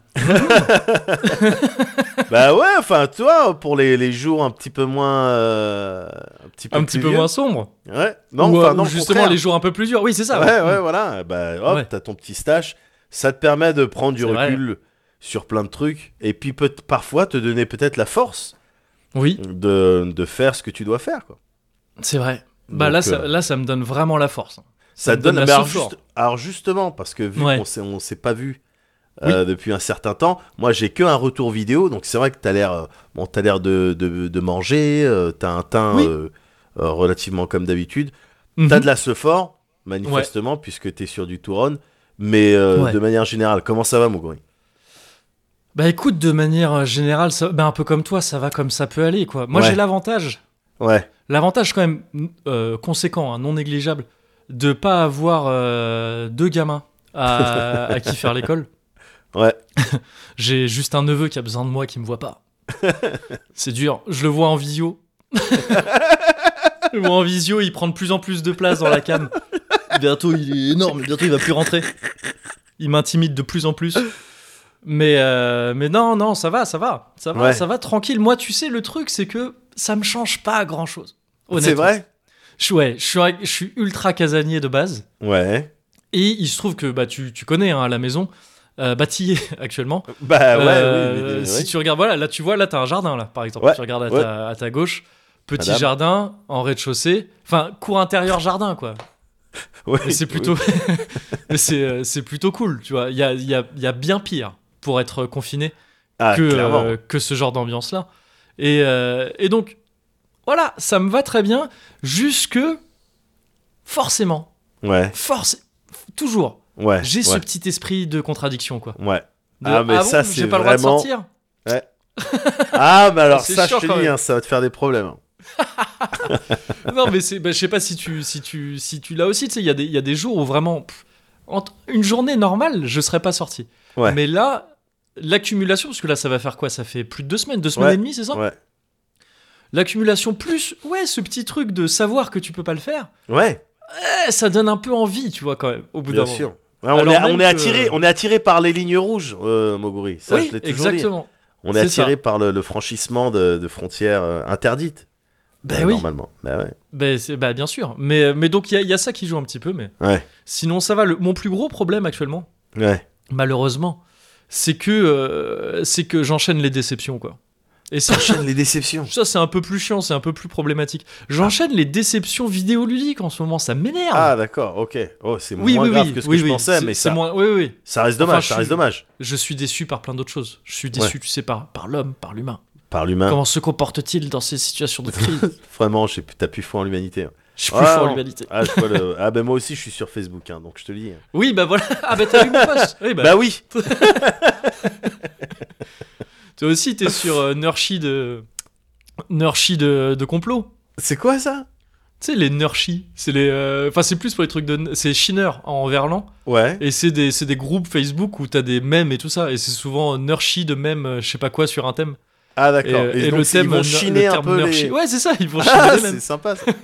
Bah ouais, enfin, toi, pour les, les jours un petit peu moins. euh, un petit peu, Un petit peu pluvieux. moins sombre. Ouais. Non, ou, enfin, euh, non, ou au justement contraire. les jours un peu plus durs. Oui, c'est ça. Ouais, ouais, voilà. Bah, hop, Ouais. t'as ton petit stash. Ça te permet de prendre du C'est vrai. recul sur plein de trucs. Et puis, peut parfois, te donner peut-être la force Oui, de, de faire ce que tu dois faire, quoi. c'est vrai. Bah Donc, là, ça, euh, là, ça me donne vraiment la force. Ça me te donne. la mais alors, souffle. juste- alors, justement, parce que vu Ouais. qu'on s'est, on s'est pas vu euh, depuis un certain temps, moi, j'ai que un retour vidéo. Donc, c'est vrai que t'as l'air, euh, bon, t'as l'air de, de, de manger. euh, t'as un teint Oui. euh, euh, relativement comme d'habitude. Mhm. T'as de la sephore, manifestement, puisque t'es sur du Touron. Mais euh, Ouais. de manière générale, comment ça va, Moguri? Bah écoute, de manière générale, ça, bah, un peu comme toi, ça va comme ça peut aller, quoi. Moi, Ouais. j'ai l'avantage, Ouais. l'avantage quand même euh, conséquent, hein, non négligeable, de pas avoir euh, deux gamins à, à qui faire l'école. Ouais. J'ai juste un neveu qui a besoin de moi, qui me voit pas. C'est dur. Je le vois en visio. Je le vois en visio, il prend de plus en plus de place dans la cam. Bientôt, il est énorme. Bientôt, il va plus rentrer. Il m'intimide de plus en plus. Mais, euh, mais non, non, ça va, ça va. Ça va, Ouais. ça va tranquille. Moi, tu sais, le truc, c'est que ça me change pas grand-chose. C'est Honnêtement. vrai? Je, ouais, je suis, je suis ultra casanier de base. Ouais. Et il se trouve que bah, tu, tu connais hein, à la maison. Euh, bah, t'y es actuellement. Bah ouais, Euh, oui, oui, oui, si oui. tu regardes, voilà, là tu vois, là t'as un jardin là, par exemple. Ouais, Tu regardes à, ouais. ta, à ta gauche, petit Madame. jardin en rez-de-chaussée, enfin cour intérieur jardin quoi. Oui, Et c'est oui. plutôt, Mais c'est euh, c'est plutôt cool, tu vois. Il y a, il y a, il y a bien pire pour être confiné Ah, que clairement. euh, que ce genre d'ambiance là. Et euh, et donc voilà, ça me va très bien jusque forcément, Ouais. force, toujours Ouais. J'ai ouais. ce petit esprit de contradiction, quoi. Ouais. De, Ah, mais bon, ça, j'ai c'est pas vraiment... le droit de sortir. Ah, mais alors C'est ça, chiant, je te quand dis, même. hein, ça va te faire des problèmes. Non, mais c'est, bah, je sais pas si tu, si tu, si tu l'as aussi. Tu sais, il y a des, il y a des jours où vraiment, pff, entre une journée normale, je serais pas sorti. Ouais. Mais là, l'accumulation, parce que là, ça va faire quoi? Ça fait plus de deux semaines, deux semaines Ouais. et demie, c'est ça? Ouais. L'accumulation plus, ouais, ce petit truc de savoir que tu peux pas le faire, Ouais, eh, ça donne un peu envie, tu vois, quand même, au bout d'un bien moment. sûr. Ouais, on, Alors est, même on, est que- attiré, on est attiré par les lignes rouges, euh, Moguri. Ça, Oui, je l'ai toujours dit. exactement. On est, C'est attiré ça. par le, le franchissement de, de frontières euh, interdites. Ben euh, oui. Normalement. Bah ouais. Ben, c'est, bah, bien sûr. Mais, mais donc, il y, a- il y a ça qui joue un petit peu, mais Ouais. sinon, ça va. Le, mon plus gros problème actuellement, Ouais. malheureusement, c'est que, euh, c'est que j'enchaîne les déceptions, quoi. Et ça, Enchaîne les déceptions. ça, c'est un peu plus chiant, c'est un peu plus problématique. J'enchaîne les déceptions vidéoludiques en ce moment, ça m'énerve. Ah, d'accord, ok. Oh, c'est oui, moins oui, grave oui, que ce oui, que je oui, pensais, c'est- mais c'est ça, moins... Oui, oui, oui. ça reste Enfin, dommage. je ça suis- reste dommage. Je suis déçu par plein d'autres choses. Je suis déçu, tu sais, par, par l'homme, par l'humain. Par l'humain. Comment se comporte-t-il dans ces situations de crise? Vraiment, je sais plus, t'as plus foi en l'humanité. hein. Je suis plus Ah, fort en non. l'humanité. Ah, je vois le... ah, ben moi aussi, je suis sur Facebook, hein, donc je te le dis. Oui, bah voilà. Ah, bah t'as vu mon post. Oui, bah, Bah oui. toi aussi, t'es sur euh, Nurshi de... Nurshi de, de complot. C'est quoi ça? Tu sais, les Nurshi, c'est les... euh, Enfin, c'est plus pour les trucs de... C'est Shiner en verlan. Ouais. Et c'est des, c'est des groupes Facebook où t'as des mèmes et tout ça. Et c'est souvent Nurshi de mèmes, euh, je sais pas quoi, sur un thème. Ah, Et, d'accord. euh, Et, et donc, le c'est- ils thème, vont le chiner un terme peu Nurshi. les... Ouais, c'est ça, ils vont chiner Ah, les mêmes. c'est sympa ça.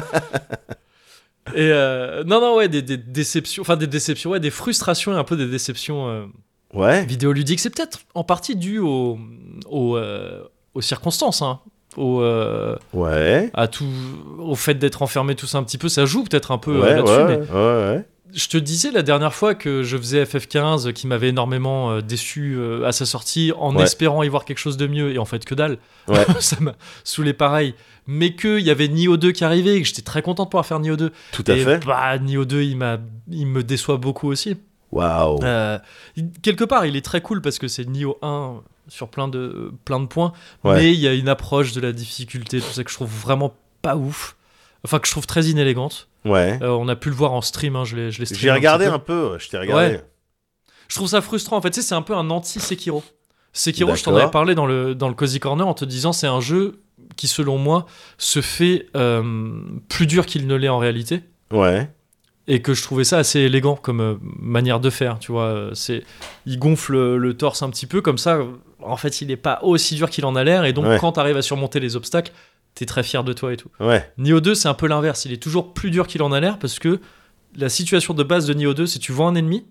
Et euh, non, non, ouais, des, des déceptions, enfin des déceptions, ouais, des frustrations et un peu des déceptions euh, Ouais. vidéoludiques. C'est peut-être en partie dû au, au, euh, aux circonstances, hein, au, euh, Ouais. à tout, au fait d'être enfermé, tout ça un petit peu. Ça joue peut-être un peu euh, Ouais, là-dessus, ouais, mais ouais, ouais. je te disais la dernière fois que je faisais F F quinze, qui m'avait énormément euh, déçu euh, à sa sortie, en Ouais. espérant y voir quelque chose de mieux, et en fait que dalle. Ouais. Ça m'a saoulé pareil. Mais qu'il y avait Nioh deux qui arrivait, et que j'étais très content de pouvoir faire Nioh deux. Tout à et fait. bah, Nioh deux, il, m'a, il me déçoit beaucoup aussi. Waouh. Euh, il- quelque part, il est très cool parce que c'est Nioh un sur plein de, plein de points, Ouais. mais il y a une approche de la difficulté, tout ça que je trouve vraiment pas ouf. Enfin, que je trouve très inélégante. Ouais. Euh, on a pu le voir en stream, hein, je l'ai, je l'ai streamé J'ai regardé petit peu. un peu, ouais, je t'ai regardé. Ouais. Je trouve ça frustrant. En fait, tu sais, c'est un peu un anti-Sekiro. Sekiro, je t'en D'accord. avais parlé dans le, dans le Cozy Corner en te disant c'est un jeu qui, selon moi, se fait euh, plus dur qu'il ne l'est en réalité. Ouais. Et que je trouvais ça assez élégant comme euh, manière de faire, tu vois. euh, C'est, il gonfle le, le torse un petit peu, comme ça, euh, en fait, il n'est pas aussi dur qu'il en a l'air. Et donc, Ouais. quand tu arrives à surmonter les obstacles, t'es très fier de toi et tout. Ouais. Nioh deux, c'est un peu l'inverse. Il est toujours plus dur qu'il en a l'air parce que la situation de base de Nioh deux, c'est tu vois un ennemi,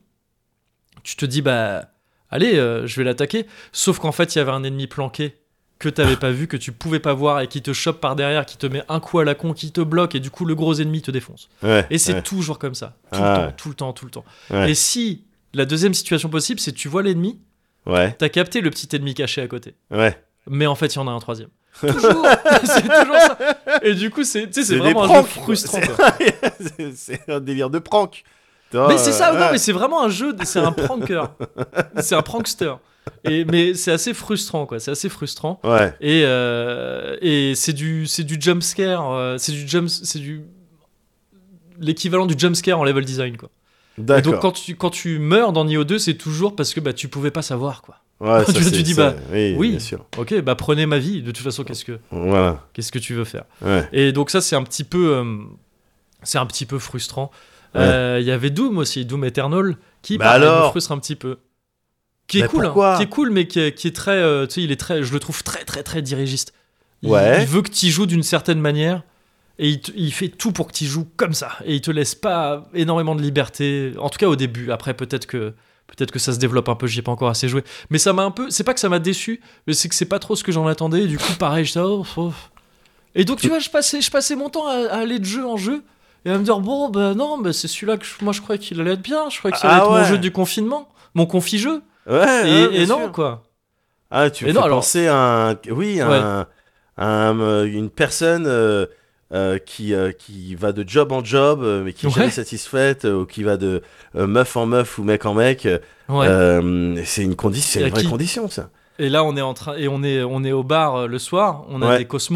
tu te dis, bah, allez, euh, je vais l'attaquer. Sauf qu'en fait, il y avait un ennemi planqué que t'avais pas vu, que tu pouvais pas voir et qui te chope par derrière, qui te met un coup à la con, qui te bloque et du coup, le gros ennemi te défonce. Ouais. Et c'est ouais. toujours comme ça. Tout Ah le ouais. temps, tout le temps, tout le temps. Ouais. Et si la deuxième situation possible, c'est tu vois l'ennemi, Ouais. t'as capté le petit ennemi caché à côté. Ouais. Mais en fait, il y en a un troisième. Toujours C'est toujours ça. Et du coup, c'est, tu sais, c'est C'est vraiment des un jeu pranks, frustrant. quoi. quoi. C'est c'est un délire de prank. Tu vois, Mais c'est ça, euh, non, ouais. mais c'est vraiment un jeu, c'est un pranker. C'est un prankster. Et, mais c'est assez frustrant, quoi. C'est assez frustrant. Ouais. Et, euh, et c'est du, c'est du jump scare. euh, c'est du jump, c'est du l'équivalent du jump scare en level design, quoi. Et donc D'accord. quand tu quand tu meurs dans Nioh deux, c'est toujours parce que bah tu pouvais pas savoir, quoi. Ouais, ça, tu- tu c'est- dis, ça- bah, oui, oui. bien sûr. Ok, bah prenez ma vie. De toute façon, qu'est-ce que Voilà. qu'est-ce que tu veux faire? Ouais. Et donc ça, c'est un petit peu, euh, c'est un petit peu frustrant. Il Ouais. euh, y avait Doom aussi, Doom Eternal, qui Bah pareil, me alors frustre un petit peu. Qui est Mais cool, hein, pourquoi qui est cool, mais qui est, qui est très, euh, tu sais, il est très, je le trouve très, très, très dirigiste. Il, Ouais. il veut que tu joues d'une certaine manière. Et il, te- il fait tout pour que tu joues comme ça. Et il te laisse pas énormément de liberté. En tout cas au début. Après peut-être que peut-être que ça se développe un peu. J'y ai pas encore assez joué. Mais ça m'a un peu. C'est pas que ça m'a déçu, mais c'est que c'est pas trop ce que j'en attendais. Et du coup pareil, j'étais oh, oh. Et donc tu vois, je passais, je passais mon temps à, à aller de jeu en jeu et à me dire bon bah non, bah, c'est celui-là que je- moi je croyais qu'il allait être bien. Je croyais que ça allait Ah être ouais. mon jeu du confinement, mon confi-jeu. Ouais, Et, ouais, bien et non sûr. quoi. Ah, tu me Et fais non, alors- penser à un, oui, à Ouais. un- à un, euh, une personne euh, euh, qui, euh, qui va de job en job, euh, mais qui n'est Ouais. jamais satisfaite, euh, ou qui va de euh, meuf en meuf ou mec en mec. euh, Ouais. euh, c'est une condition, c'est Et à une vraie qui- condition, ça. Et là on est en train et on est on est au bar euh, le soir. On a Ouais. des Cosmos.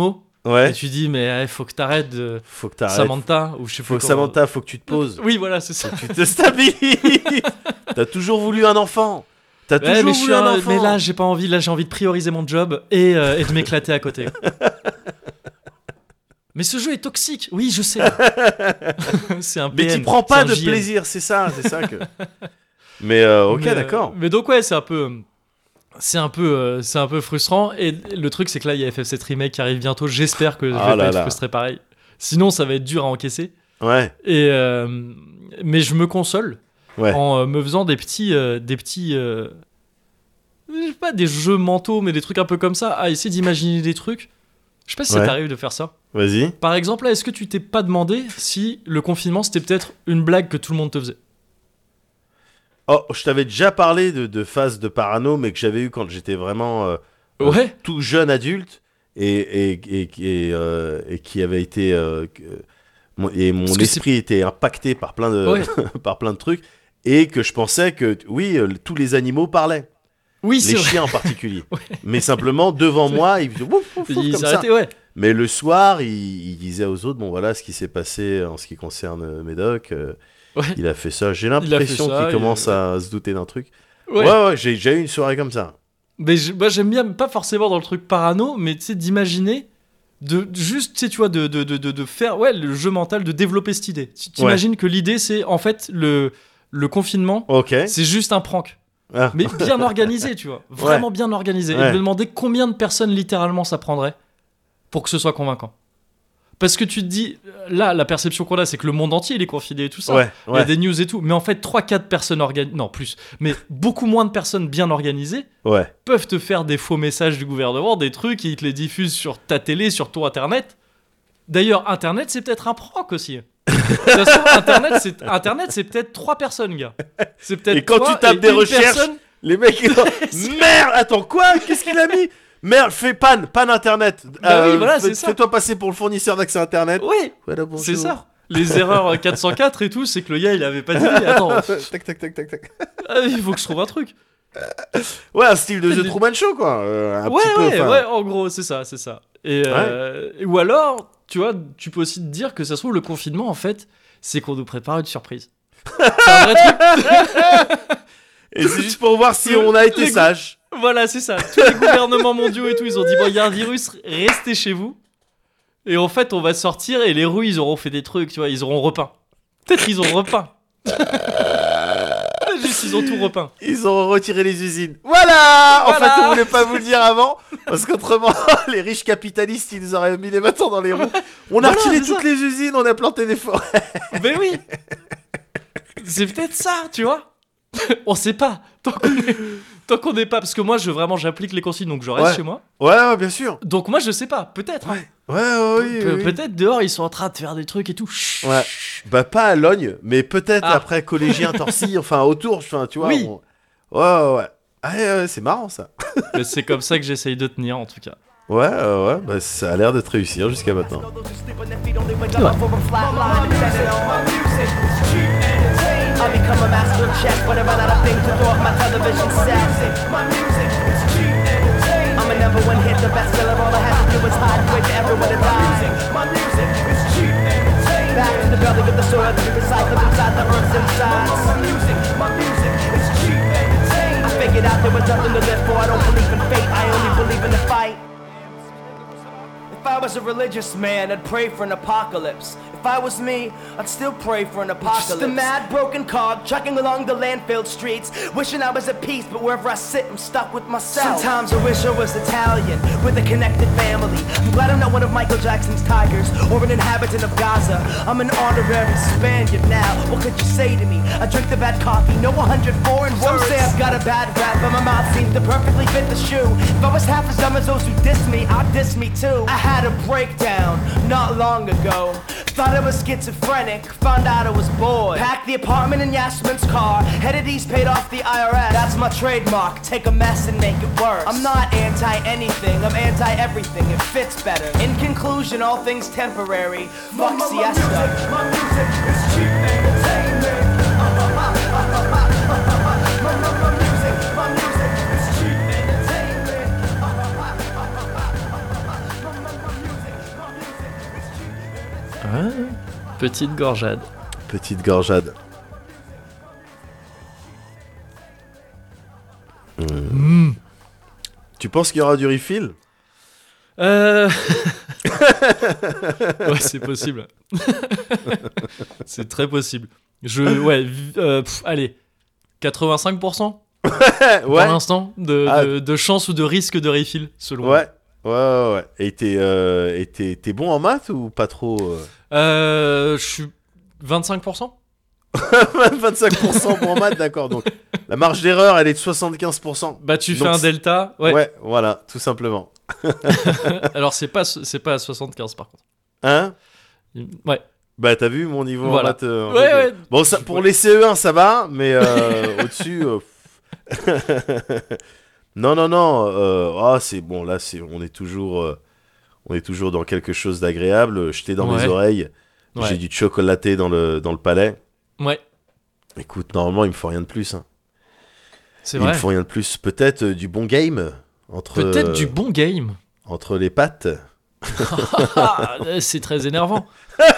Ouais. Et tu dis, mais il faut que t'arrêtes de. Faut que t'arrêtes. Samantha, ou je sais Faut pas que comment- Samantha, faut que tu te poses. Oui, voilà, c'est ça. Faut que tu te stabilises. T'as toujours voulu un enfant. T'as Ouais, toujours mais, je voulu suis un un- enfant. mais là, j'ai pas envie. Là, j'ai envie de prioriser mon job et, euh, et de m'éclater à côté. Mais ce jeu est toxique. Oui, je sais. C'est un P N. Mais tu prends c'est pas un de J N. plaisir, c'est ça, c'est ça que. Mais euh, ok, Mais, euh, d'accord. Mais donc ouais, c'est un peu, c'est un peu, euh, c'est un peu frustrant. Et le truc, c'est que là, il y a F F sept remake qui arrive bientôt. J'espère que je vais Ah pas là être là. frustré pareil. Sinon, ça va être dur à encaisser. Ouais, Et euh, mais je me console ouais. en euh, me faisant des petits, euh, des petits, euh, je sais pas des jeux mentaux, mais des trucs un peu comme ça, à essayer d'imaginer des trucs. Je sais pas si ça Ouais. t'arrive de faire ça. Vas-y. Par exemple, là, est-ce que tu t'es pas demandé si le confinement c'était peut-être une blague que tout le monde te faisait? Oh, je t'avais déjà parlé de, de phases de parano, mais que j'avais eu quand j'étais vraiment euh, euh, Ouais. tout jeune adulte et, et, et, et, euh, et qui avait été. euh, que- mon- et mon Parce que esprit était impacté par plein, de, Ouais. par plein de trucs. Et que je pensais que, oui, euh, tous les animaux parlaient. Oui, c'est Les vrai. chiens en particulier. Mais simplement, devant moi, ils faisaient wouf, wouf, wouf, Ils comme ça. arrêtaient, ouais. Mais le soir, il, il disait aux autres, bon voilà ce qui s'est passé en ce qui concerne euh, Médoc. euh, Ouais. Il a fait ça. J'ai Il a l'impression fait ça, qu'il il- commence à se douter d'un truc. Ouais. Ouais, ouais, j'ai déjà eu une soirée comme ça. Mais je- moi j'aime bien, pas forcément dans le truc parano, mais tu sais, d'imaginer, de juste, tu sais, tu vois, de, de, de, de, de faire, ouais, le jeu mental, de développer cette idée. Tu t'imagines que l'idée, c'est en fait le, le confinement, Ok. c'est juste un prank. Ah. Mais bien organisé, tu vois. Vraiment bien organisé. Et Ouais. de me demander combien de personnes littéralement ça prendrait pour que ce soit convaincant. Parce que tu te dis, là, la perception qu'on a, c'est que le monde entier il est confiné et tout ça. Ouais, Il y a ouais. des news et tout. Mais en fait, trois quatre personnes organisées, non, plus, mais beaucoup moins de personnes bien organisées Ouais. peuvent te faire des faux messages du gouvernement, des trucs, et ils te les diffusent sur ta télé, sur ton internet. D'ailleurs, internet, c'est peut-être un prank aussi. De toute façon, internet, c'est, internet, c'est peut-être trois personnes, gars. C'est peut-être Et quand toi tu tapes et des une recherches, personne. Les mecs, ils ont- merde, attends, quoi? Qu'est-ce qu'il a mis? Merde, fais panne, panne internet. Euh, Bah oui, voilà, fais- c'est ça. Fais-toi passer pour le fournisseur d'accès internet. Oui, Voilà, bonjour. c'est ça. Les erreurs quatre cent quatre et tout, c'est que le gars, il avait pas dit. Attends, tac, tac, tac, tac, tac. ah, il faut que je trouve un truc. Ouais, un style de Des- The Truman Show, quoi. Euh, un Ouais, petit peu, ouais, enfin. ouais, en gros, c'est ça, c'est ça. Et, euh, ou alors, tu vois, tu peux aussi te dire que ça se trouve, le confinement, en fait, c'est qu'on nous prépare une surprise. C'est un vrai truc. Et c'est juste pour voir si Le- on a été les- sage. Voilà, c'est ça. Tous les gouvernements mondiaux et tout, ils ont dit, bon, il y a un virus, restez chez vous. Et en fait, on va sortir et les rues, ils auront fait des trucs, tu vois, ils auront repeint. Peut-être qu'ils ont repeint. Juste, ils ont tout repeint. Ils ont retiré les usines. Voilà. En Voilà. fait, on voulait pas vous le dire avant, parce qu'autrement, les riches capitalistes, ils nous auraient mis les bâtons dans les roues. On a Voilà, retiré c'est toutes ça. les usines, on a planté des forêts. Mais oui. C'est peut-être ça, tu vois. On sait pas. Tant qu'on est... Tant qu'on n'est pas... Parce que moi, je, vraiment, j'applique les consignes, donc je reste Ouais. chez moi. Ouais, ouais, bien sûr. Donc moi, je sais pas. Peut-être. hein. Ouais, ouais, oui, Pe- oui. Peut-être dehors, ils sont en train de faire des trucs et tout. Chut. Ouais. Bah, pas à Logne, mais peut-être Ah. après collégien Torcy, enfin autour, enfin, tu vois. Oui. on- Ouais, ouais, ouais. Ah, ouais, ouais, c'est marrant ça. Mais c'est comme ça que j'essaye de tenir, en tout cas. Ouais, ouais, ouais, bah, ça a l'air de te réussir jusqu'à maintenant. I'll become a master of chess, but I run out of things to throw off my television set. My music is cheap entertainment. I'm a number one hit, the bestseller. All I have to do is hide, wait for everyone to die. My music is cheap entertainment. Back to the belly of the soil to be recycled inside the earth's insides. My music, my music is cheap entertainment. I figured out there was nothing to live for. I don't believe in fate, I only believe in the fight. If I was a religious man, I'd pray for an apocalypse. If I was me, I'd still pray for an apocalypse. Just a mad broken cog, chugging along the landfilled streets, wishing I was at peace, but wherever I sit, I'm stuck with myself. Sometimes I wish I was Italian, with a connected family. I'm glad I'm not one of Michael Jackson's tigers, or an inhabitant of Gaza. I'm an honorary Spaniard now. What could you say to me? I drink the bad coffee, know one hundred foreign words. Some say I've got a bad rap, but my mouth seems to perfectly fit the shoe. If I was half as dumb as those who diss me, I'd diss me too. I had a breakdown not long ago. Thought I was schizophrenic, found out I was bored. Packed the apartment in Yasmin's car, headed east, paid off the I R S. That's my trademark, take a mess and make it worse. I'm not anti-anything, I'm anti-everything, it fits better. In conclusion, all things temporary, fuck siesta. My music is cheap entertainment. My music, my music is cheap entertainment. My music, my Petite gorgeade. Petite gorgeade. Mmh. Mm. Tu penses qu'il y aura du refill? Euh... ouais, c'est possible. C'est très possible. Je, ouais, euh, pff, allez, quatre-vingt-cinq pour cent ouais. pour l'instant de, Ah. de, de chance ou de risque de refill, selon Ouais. Ouais, ouais, ouais. Et t'es, euh, et t'es, t'es bon en maths ou pas trop euh... Euh, je suis vingt-cinq pour cent. vingt-cinq pour cent pour en maths, d'accord. Donc la marge d'erreur, elle est de soixante-quinze pour cent. Bah, tu Donc, fais un delta. Ouais. Ouais, voilà, tout simplement. Alors, c'est pas, c'est pas à soixante-quinze par contre. Hein? Ouais. Bah, t'as vu mon niveau Voilà. en maths euh, en Ouais, fait, ouais. euh, Bon, ça, pour les C E un, ça va, mais euh, au-dessus. euh, non, non, non. Euh, ah, c'est bon, là, c'est, on est toujours. Euh, on est toujours dans quelque chose d'agréable. Jeté dans Ouais. mes oreilles. Ouais. J'ai du chocolaté dans le, dans le palais. Ouais. Écoute, normalement, il me faut rien de plus. Hein. C'est Il vrai. me faut rien de plus. Peut-être euh, du bon game. Entre, Peut-être euh, du bon game. Entre les pattes. Ah, c'est très énervant.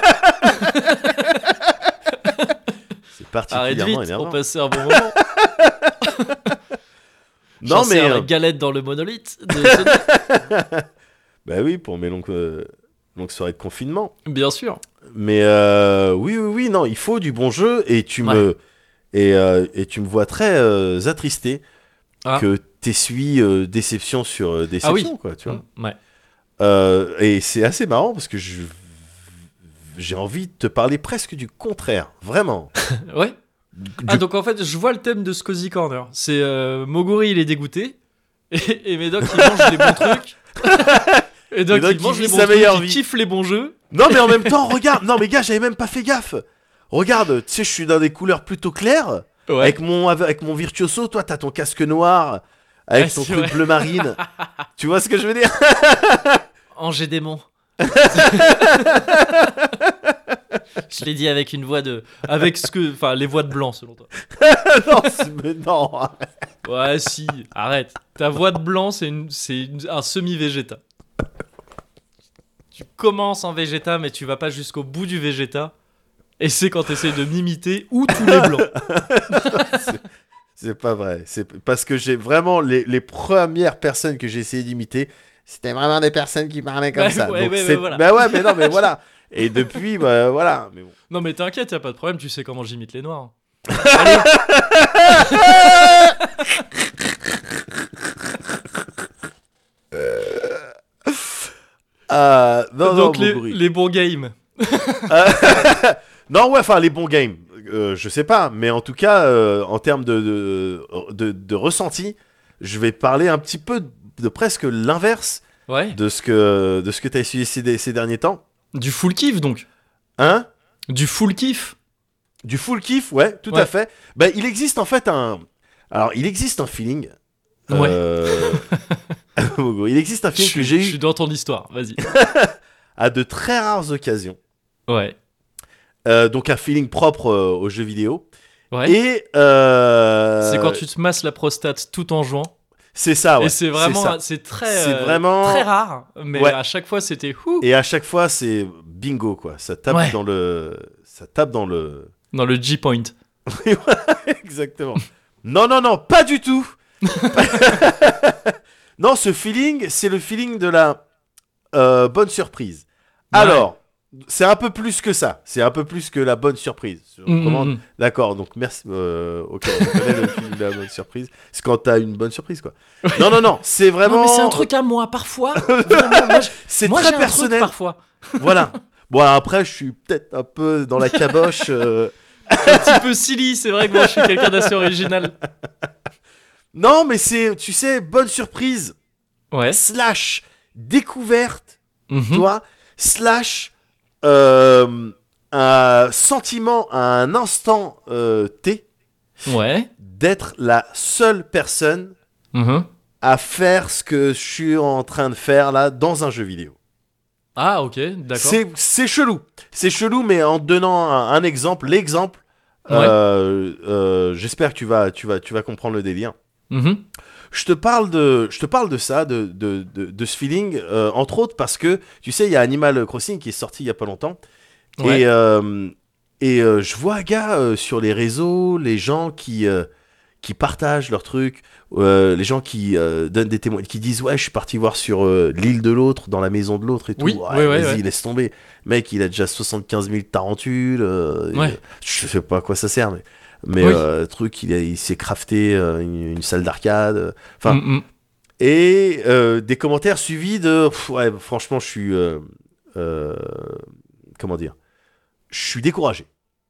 C'est Arrête particulièrement vite, énervant. on passait un bon moment. Non, J'en mais. sers la euh, galette dans le monolithe. de Sony. Bah oui, pour mes longues, euh, longues soirées de confinement. Bien sûr. Mais euh, oui, oui, oui, non, il faut du bon jeu et tu Ouais. me et, euh, et tu me vois très euh, attristé Ah. que t'essuies euh, déception sur euh, déception, Ah oui. quoi, tu vois. Mm, ouais. Euh, et c'est assez marrant parce que je j'ai envie de te parler presque du contraire, vraiment. Ouais. Du- Ah, donc en fait, je vois le thème de ce Cozy Corner. C'est euh, Moguri, il est dégoûté. Et, et Médoc, il mange les bons trucs. Et donc, Médoc, il mange il les vit bons sa trucs, meilleure il vie. kiffe les bons jeux. Non, mais en même temps, regarde, non, mais gars, j'avais même pas fait gaffe. Regarde, tu sais, je suis dans des couleurs plutôt claires. Ouais. Avec mon avec mon virtuoso, toi, t'as ton casque noir avec Ah, ton c'est truc vrai. bleu marine. Tu vois ce que je veux dire? Angers démon. Je l'ai dit avec une voix de. Avec ce que. Enfin, les voix de blanc, selon toi. Non, c'est- mais non. Ouais, si, arrête. Ta voix de blanc, c'est une, c'est une- un semi-végéta. Tu commences en végéta, mais tu vas pas jusqu'au bout du végéta. Et c'est quand tu essayes de m'imiter ou tous les blancs. C'est pas vrai. C'est parce que j'ai vraiment les, les premières personnes que j'ai essayé d'imiter, c'était vraiment des personnes qui parlaient comme Ouais, ça. ouais, Donc ouais, c'est- ouais, voilà. Bah ouais, mais non, mais voilà. Et depuis, bah voilà. Mais bon. Non, mais t'inquiète, y a pas de problème, tu sais comment j'imite les noirs. Ah, non, Donc, non, les, Moguri. les bons games. Non, ouais, enfin les bons games. Euh, je sais pas, mais en tout cas, euh, en termes de de, de de ressenti, je vais parler un petit peu de presque l'inverse Ouais. de ce que de ce que t'as essuyé ces, ces derniers temps. Du full kiff, donc. Hein? Du full kiff. Du full kiff, ouais, tout Ouais. à fait. Bah, il existe en fait un. Alors, il existe un feeling. Ouais. euh, Il existe un Je feeling suis, que j'ai je eu suis dans ton histoire, vas-y. à de très rares occasions. Ouais. Euh, donc, un feeling propre euh, aux jeux vidéo. Ouais. Et. euh, C'est quand tu te masses la prostate tout en jouant. C'est ça, ouais. Et c'est vraiment, ça. c'est très, C'est euh, vraiment- très rare. Mais Ouais. à chaque fois, c'était ouh, Et à chaque fois, c'est bingo, quoi. Ça tape Ouais. dans le. Ça tape dans le. dans le G-point. Exactement. Non, non, non, pas du tout. Non, ce feeling, c'est le feeling de la euh, bonne surprise. Ouais. Alors, c'est un peu plus que ça. C'est un peu plus que la bonne surprise. Mm, Comment- mm, mm. D'accord, donc merci. Euh, ok, je connais le feeling de la bonne surprise. C'est quand t'as une bonne surprise, quoi. Non, non, non, c'est vraiment. Non, mais c'est un truc à moi, parfois. Vraiment, moi, je- C'est moi, très j'ai un personnel. truc parfois. Voilà. Bon, après, je suis peut-être un peu dans la caboche. euh, Un petit peu silly, c'est vrai que moi, je suis quelqu'un d'assez original. Non, mais c'est, tu sais, bonne surprise, Ouais. slash découverte, Mhm. tu vois, slash euh, un sentiment à un instant euh, T Ouais. d'être la seule personne Mhm. à faire ce que je suis en train de faire là dans un jeu vidéo. Ah, ok, d'accord. C'est, c'est chelou. C'est chelou, mais en te donnant un, un exemple, l'exemple, Ouais. euh, euh, j'espère que tu vas, tu, vas, tu vas comprendre le délire. Mhm. Je te parle de, je te parle de ça, de, de, de, de ce feeling, euh, entre autres parce que, tu sais, il y a Animal Crossing qui est sorti il y a pas longtemps, Ouais. Et, euh, et euh, je vois, gars, euh, sur les réseaux, les gens qui, euh, qui partagent leurs trucs, euh, les gens qui euh, donnent des témoignages, qui disent, ouais, je suis parti voir sur euh, l'île de l'autre, dans la maison de l'autre et tout. Oui, ouais, ouais, ouais, vas-y, ouais. laisse tomber. Mec, il a déjà soixante-quinze mille tarentules. Euh, Ouais. et, je sais pas à quoi ça sert, mais, mais Oui. euh, truc, il, a- il s'est crafté euh, une, une salle d'arcade. Enfin, Mm, mm. et euh, des commentaires suivis de, pff, ouais, franchement, je suis, euh, euh, comment dire, je suis découragé.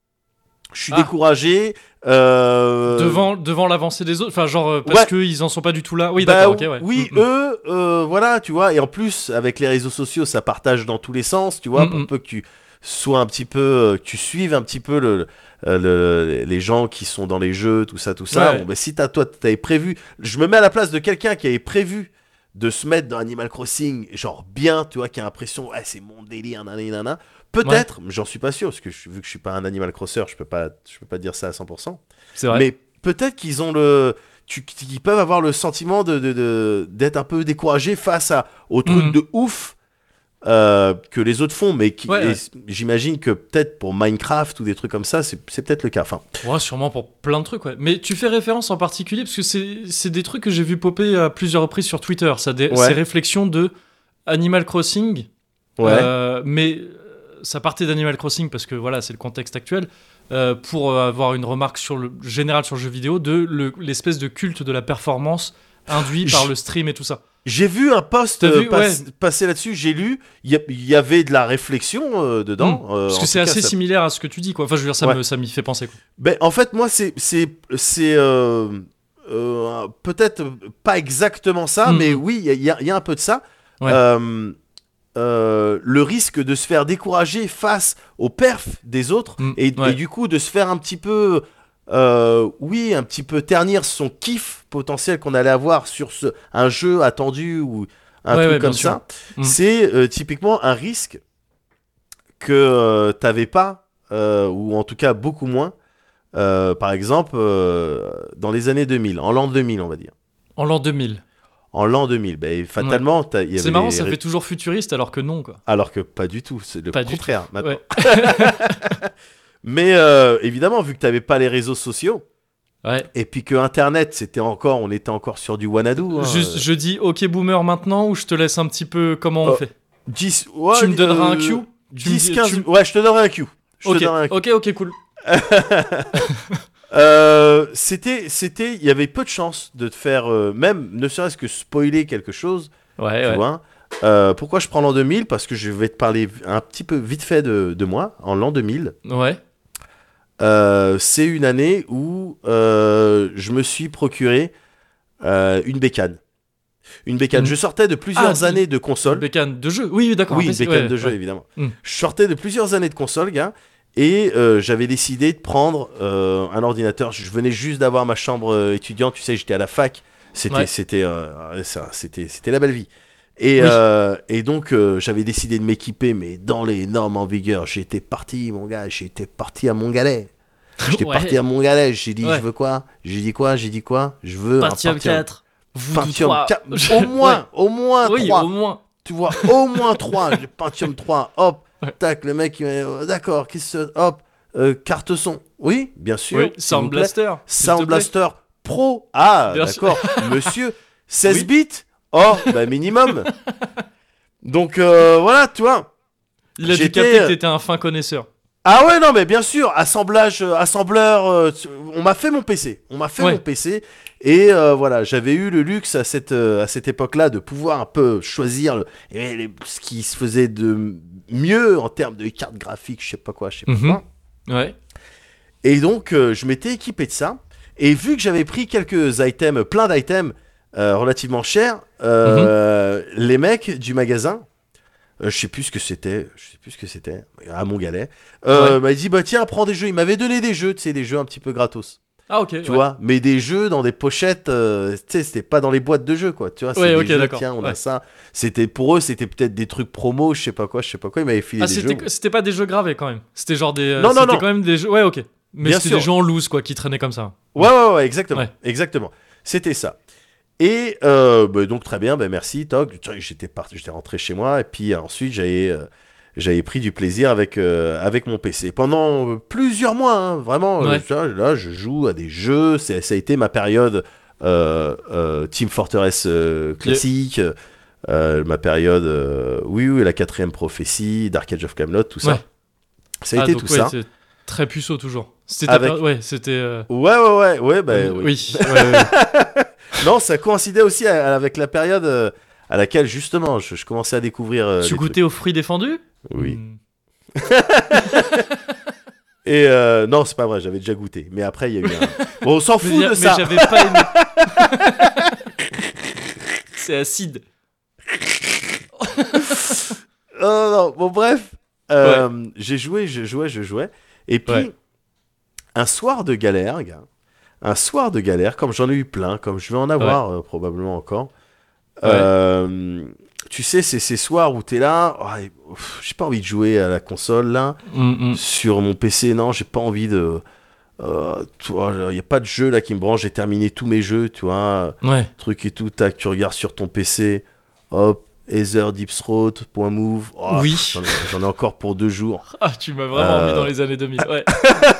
Je suis Ah. découragé. Euh... Devant, devant l'avancée des autres, enfin genre euh, parce Ouais. qu'ils en sont pas du tout là. Oui, Bah, d'accord, ok, ouais. Oui, Mm, mm. eux, euh, voilà, tu vois. Et en plus, avec les réseaux sociaux, ça partage dans tous les sens, tu vois, Mm, pour mm. peu que tu sois un petit peu, euh, que tu suives un petit peu le, euh, le- les gens qui sont dans les jeux, tout ça, tout ça. Ouais. Bon, bah, si t'as, toi, t'avais prévu, je me mets à la place de quelqu'un qui avait prévu de se mettre dans Animal Crossing, genre bien, tu vois, qui a l'impression, ouais, c'est mon délire, nanana. Peut-être, mais j'en suis pas sûr, parce que je- vu que je suis pas un Animal Crosser, je peux pas, je peux pas dire ça à cent pour cent. C'est vrai. Mais peut-être qu'ils ont le, tu, qu'ils peuvent avoir le sentiment de, de, de- d'être un peu découragés face à aux trucs Mhm. de ouf euh, que les autres font, mais qui, Ouais, et ouais. j'imagine que peut-être pour Minecraft ou des trucs comme ça, c'est, c'est peut-être le cas. Enfin, Ouais, sûrement pour plein de trucs, ouais. Mais tu fais référence en particulier parce que c'est, c'est des trucs que j'ai vu popper à plusieurs reprises sur Twitter. Ça dé- Ouais. Ces réflexions de Animal Crossing. ouais, Euh, mais euh, ça partait d'Animal Crossing parce que voilà, c'est le contexte actuel. Euh, pour euh, avoir une remarque sur le général sur le jeu vidéo de le- l'espèce de culte de la performance induit par Je- le stream et tout ça. j'ai vu un post T'as euh, vu, pas- ouais. passer là-dessus, j'ai lu, il y, a- il y avait de la réflexion euh, dedans. Mm. euh, Parce en que c'est tout cas, assez ça- similaire à ce que tu dis, quoi. Enfin, je veux dire, ça Ouais. me, ça m'y fait penser, quoi. Ben, en fait, moi, c'est, c'est, c'est euh, euh, peut-être pas exactement ça, Mhm. mais oui, il y, a- il y a- il y a un peu de ça. Ouais. Euh, euh, le risque de se faire décourager face aux perfs des autres Mm, et, ouais. et du coup de se faire un petit peu, euh, oui, un petit peu ternir son kiff potentiel qu'on allait avoir sur ce, un jeu attendu ou un Ouais, truc ouais, bien comme sûr. ça. Mm. C'est euh, typiquement un risque que euh, t'avais pas, euh, ou en tout cas beaucoup moins. Euh, par exemple, euh, dans les années deux mille, en l'an deux mille, on va dire. En l'an deux mille. En l'an deux mille, ben, fatalement, t'as- il y C'est avait marrant, les ça ré- fait toujours futuriste alors que non, quoi. alors que pas du tout, c'est le Pas du contraire maintenant. Ouais. Mais euh, évidemment, vu que t'avais pas les réseaux sociaux, Ouais. et puis que Internet, c'était encore, on était encore sur du Wanadu. Hein, Juste, euh, je dis OK boomer maintenant ou je te laisse un petit peu comment on Oh, fait. dix, ouais, Tu me donneras euh, un cue Tu me dix, dis- quinze, tu- ouais, je te donnerai un cue. Je te Ok, donnerai un cue. ok, ok, cool. Euh, c'était, c'était, il y avait peu de chances de te faire, euh, même ne serait-ce que spoiler quelque chose, Ouais, tu ouais. vois. Euh, pourquoi je prends l'an deux mille? Parce que je vais te parler un petit peu vite fait de, de moi. En l'an deux mille, Ouais. euh, c'est une année où euh, je me suis procuré euh, une bécane. Une bécane. Mm. Je sortais de plusieurs Ah, années de console. Bécane de jeu. Oui, oui, d'accord. Oui, une P C, bécane ouais, de jeu, ouais. évidemment. Mm. Je sortais de plusieurs années de console, gars, et euh, j'avais décidé de prendre euh, un ordinateur. Je venais juste d'avoir ma chambre euh, étudiante, tu sais, j'étais à la fac. C'était, Ouais. c'était, euh, ça, c'était, c'était la belle vie. Et, Oui. euh, et donc, euh, j'avais décidé de m'équiper, mais dans les normes en vigueur. J'étais parti, mon gars, j'étais parti à Montgalet. J'étais Ouais. parti à Montgalet. J'ai dit, Ouais. je veux quoi? J'ai dit quoi? J'ai dit quoi? Je veux un Pentium Pentium. quatre. Voodoo Pentium trois. quatre. Au moins, au moins Oui, trois. au moins. Tu vois, au moins trois. J'ai Pentium trois, hop, Ouais. tac, le mec, il m'a dit, oh, d'accord, qu'est-ce que hop, euh, carte son. Oui, bien sûr. Oui, s'il vous Sound plaît. Blaster. s'il te Sound plaît. Blaster Pro. Ah, Bien d'accord, monsieur. seize Oui. bits. Oh, bah minimum. Donc, euh, voilà, tu vois. Il a dû J'étais, capter que euh, t'étais un fin connaisseur. Ah ouais, non, mais bien sûr, assemblage, euh, assembleur, euh, tu- on m'a fait mon P C. On m'a fait Ouais. mon P C. Et euh, voilà, j'avais eu le luxe à cette, euh, à cette époque-là de pouvoir un peu choisir le- et les- ce qui se faisait de mieux en termes de cartes graphiques, je sais pas quoi, je sais pas Mhm. quoi. Ouais. Et donc, euh, je m'étais équipé de ça. Et vu que j'avais pris quelques items, plein d'items euh, relativement chers, euh, les mecs du magasin, euh, je sais plus ce que c'était, je sais plus ce que c'était, à Montgalet, euh, Ouais. m'a dit bah tiens, prends des jeux. Il m'avait donné des jeux, tu sais, des jeux un petit peu gratos, Ah, ok. tu ouais. vois, mais des jeux dans des pochettes, euh, tu sais, c'était pas dans les boîtes de jeux, quoi, tu vois. C'est Ouais, des ok, jeux, d'accord. tiens, on a Ouais. ça. C'était pour eux, c'était peut-être des trucs promo, je sais pas quoi, je sais pas quoi. Il m'avait filé Ah, des c'était, jeux. c'était pas des jeux gravés quand même. C'était genre des. euh, Non, non, c'était non. quand même des jeux. Ouais, ok. Mais Bien c'était sûr. des jeux en loose, quoi, qui traînaient comme ça. Ouais, ouais, ouais, exactement. Ouais. Exactement. C'était ça. Et euh, bah, donc, très bien, bah, merci, toc. J'étais parti, j'étais rentré chez moi. Et puis ensuite, j'avais, euh, j'avais pris du plaisir avec, euh, avec mon P C. Pendant plusieurs mois, hein, vraiment, Ouais. euh, là, je joue à des jeux. C'est, ça a été ma période euh, euh, Team Fortress euh, classique, euh, ma période, euh, oui, oui, la quatrième prophétie, Dark Age of Camelot, tout ça. Ouais. Ça a Ah, été donc, tout ouais, ça. c'est très puceau toujours. C'était ta Avec- péri- ouais, c'était. euh, Ouais, ouais, ouais, ouais, bah, euh, oui. oui. ouais, ouais, ouais. Non, ça coïncidait aussi à- avec la période euh, à laquelle, justement, je, je commençais à découvrir. euh, Tu les goûtais aux fruits défendus? trucs. Oui. Hmm. Et euh, non, c'est pas vrai, j'avais déjà goûté. Mais après, il y a eu un. Bon, on s'en Mais, fout de mais ça. j'avais pas aimé. C'est acide. Non, non, non. Bon, bref. Euh, J'ai joué, je jouais, je jouais. Et puis, Ouais. un soir de galère, gars. Un soir de galère, comme j'en ai eu plein, comme je vais en avoir euh, probablement encore. Ouais. Euh, tu sais, c'est ces soirs où t'es là. Oh, et, ouf, j'ai pas envie de jouer à la console, là. Mm, mm. Sur mon P C, non, j'ai pas envie de. Euh, tu vois, il y a pas de jeu là qui me branche. J'ai terminé tous mes jeux, tu vois. Ouais. Truc et tout, tac, tu regardes sur ton P C. Hop, Ether, Deep Throat, point move. Oh, Oui. J'en ai, j'en ai encore pour deux jours. Ah, tu m'as vraiment Euh. envie dans les années deux mille. Ouais.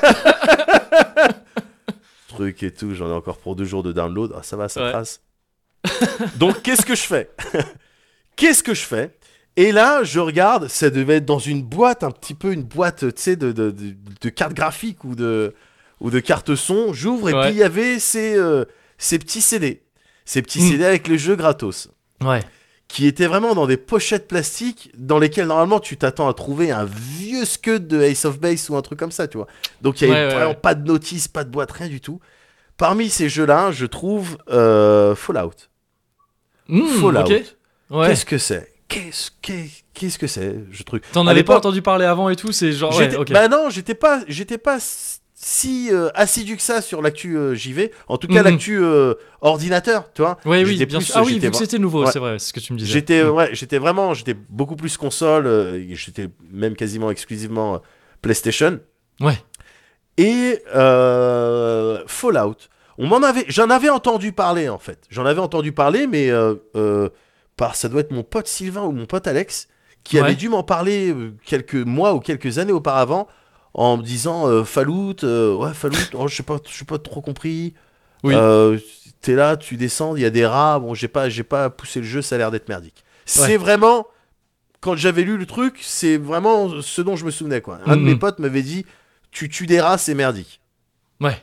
Truc et tout, j'en ai encore pour deux jours de download. Ah, ça va, ça Ouais. trace. Donc, qu'est-ce que je fais Qu'est-ce que je fais Et là, je regarde, ça devait être dans une boîte, un petit peu une boîte, tu sais, de, de, de, de cartes graphiques ou de, ou de cartes son. J'ouvre et Ouais. puis il y avait ces, euh, ces petits C D. Ces petits Mm. C D avec les jeux gratos. Ouais. Qui étaient vraiment dans des pochettes plastiques dans lesquelles normalement tu t'attends à trouver un vieux scud de Ace of Base ou un truc comme ça, tu vois. Donc il y avait Ouais, ouais, vraiment ouais. pas de notice, pas de boîte, rien du tout. Parmi ces jeux-là, je trouve euh, Fallout. Mm, Fallout. ok. Ouais. Qu'est-ce que c'est Qu'est-ce qu'est- qu'est-ce que c'est je truc. T'en À avais pas l'époque, entendu parler avant et tout, c'est genre. Ouais, j'étais- ok. Bah non, j'étais pas, j'étais pas si euh, assidu que ça sur l'actu euh, J V. En tout cas, Mhm. l'actu euh, ordinateur, tu vois. Ouais, oui, J'étais bien plus- sûr. Ah oui, j'étais vu que vra- c'était nouveau, Ouais. c'est vrai, c'est ce que tu me disais. J'étais, Mm. ouais, j'étais vraiment, j'étais beaucoup plus console. euh, j'étais même quasiment exclusivement euh, PlayStation. Ouais. Et euh, Fallout. On m'en avait, j'en avais entendu parler en fait. J'en avais entendu parler, mais euh, euh, par, ça doit être mon pote Sylvain ou mon pote Alex qui Ouais. avait dû m'en parler euh, quelques mois ou quelques années auparavant en me disant euh, Fallout, euh, ouais Fallout, oh, je sais pas, je sais pas trop compris. Oui. Euh, t'es là, tu descends, il y a des rats. Bon, j'ai pas, j'ai pas poussé le jeu, ça a l'air d'être merdique. C'est Ouais. vraiment quand j'avais lu le truc, c'est vraiment ce dont je me souvenais quoi. Un de Mhm. mes potes m'avait dit, tu tues des rats, c'est merdique. Ouais.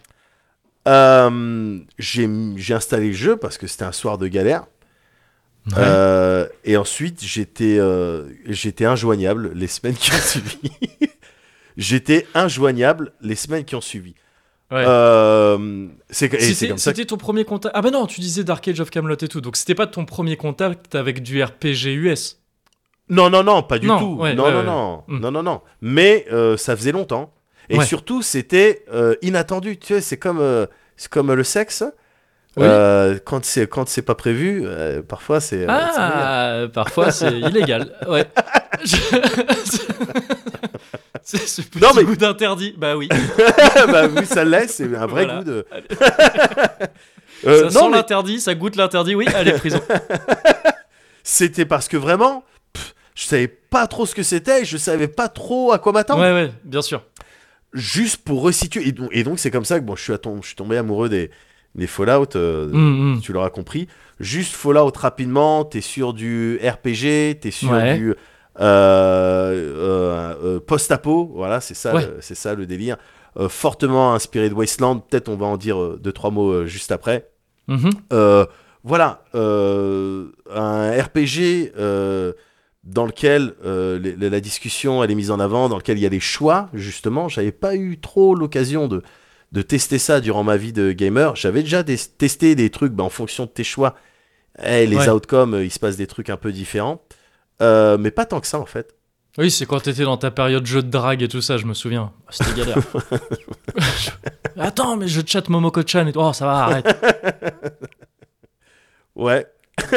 Euh, j'ai, j'ai installé le jeu parce que c'était un soir de galère. Ouais. Euh, et ensuite, j'étais, euh, j'étais injoignable les semaines qui ont suivi. J'étais injoignable les semaines qui ont suivi. Ouais. Euh, c'est, et c'est C'était comme ça que- c'était ton premier contact. Ah bah non, tu disais Dark Age of Camelot et tout, donc c'était pas ton premier contact avec du R P G U S. Non, non, non, pas du Non, tout. ouais, non, ouais, non, ouais. non, Mm. non, non, non. Mais euh, ça faisait longtemps. Et Ouais. surtout, c'était euh, inattendu. Tu sais, c'est comme, euh, c'est comme le sexe. Oui. Euh, quand c'est quand c'est pas prévu, euh, parfois c'est. euh, c'est meilleur. Ah, parfois c'est illégal. Ouais. Je- c'est ce petit Non, mais- goût d'interdit. Bah oui. Bah oui, ça l'est. C'est un vrai Voilà. goût de. Allez. Euh, ça non, sent mais l'interdit, ça goûte l'interdit. Oui, allez, prison. c'était parce que vraiment, pff, je savais pas trop ce que c'était. Et je savais pas trop à quoi m'attendre. Ouais, ouais, bien sûr. Juste pour resituer. Et donc, et donc c'est comme ça que bon, je suis, à tom- je suis tombé amoureux des, des Fallout. euh, Mm, mm. Tu l'auras compris. Juste Fallout rapidement, t'es sur du R P G, t'es sur Ouais. du euh, euh, euh, post-apo, voilà, c'est ça, Ouais. le- c'est ça le délire. Euh, fortement inspiré de Wasteland, peut-être on va en dire euh, deux trois mots euh, juste après. Mhm. Euh, voilà, euh, un R P G euh, dans lequel euh, les- la discussion elle est mise en avant, dans lequel il y a les choix justement. J'avais pas eu trop l'occasion de de tester ça durant ma vie de gamer. J'avais déjà des- testé des trucs bah, en fonction de tes choix. Eh, les Ouais. outcomes, euh, il se passe des trucs un peu différents. Euh, mais pas tant que ça en fait. Oui, c'est quand t'étais dans ta période jeu de drague et tout ça, je me souviens. Ah, c'était galère. Attends, mais je chatte Momoko-chan et tout. Oh, ça va, arrête. Ouais.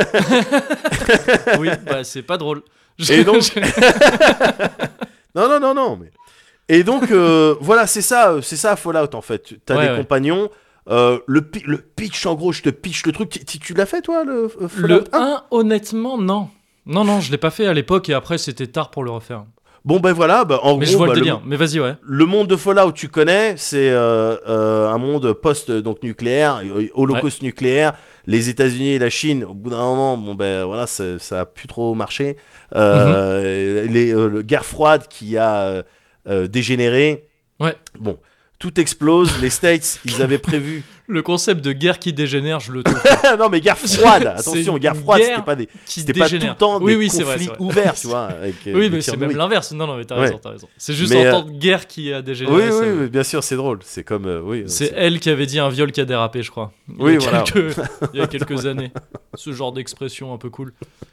Oui, bah c'est pas drôle. Je- Et donc- je- Non, non, non, non. Mais... Et donc, euh, voilà, c'est ça, euh, c'est ça Fallout en fait. T'as Ouais, des ouais. compagnons. euh, le, pi- le pitch, en gros, je te pitch le truc. Tu, tu- tu l'as fait toi, le euh, Fallout Le un, honnêtement, non. Non, non, je l'ai pas fait à l'époque et après c'était tard pour le refaire. Bon ben voilà, bah, en Mais gros, je vois bah, le le, délire. Mais vas-y, ouais. le monde de Fallout, tu connais, c'est euh, euh, un monde post donc nucléaire, euh, holocauste nucléaire. Les États-Unis et la Chine, au bout d'un moment, bon ben voilà, ça, ça a plus trop marché. Euh, mm-hmm. les, euh, le guerre froide qui a euh, euh, dégénéré. Ouais. Bon, tout explose. Les States, ils avaient prévu. Le concept de guerre qui dégénère, je le trouve. Non, mais guerre froide. Attention, guerre froide, c'était pas des, c'était pas tout le temps oui, des oui, conflits c'est vrai, c'est vrai. ouverts, tu vois. Avec, euh, oui, mais c'est même l'inverse. Non, non, mais t'as ouais. raison, t'as raison. C'est juste mais, en euh... tant que guerre qui a dégénéré. Oui, oui, oui, bien sûr, c'est drôle. C'est comme, euh, oui. C'est, c'est elle qui avait dit un viol qui a dérapé, je crois. Il oui, y a voilà. Quelques, il y a quelques années. Ce genre d'expression un peu cool.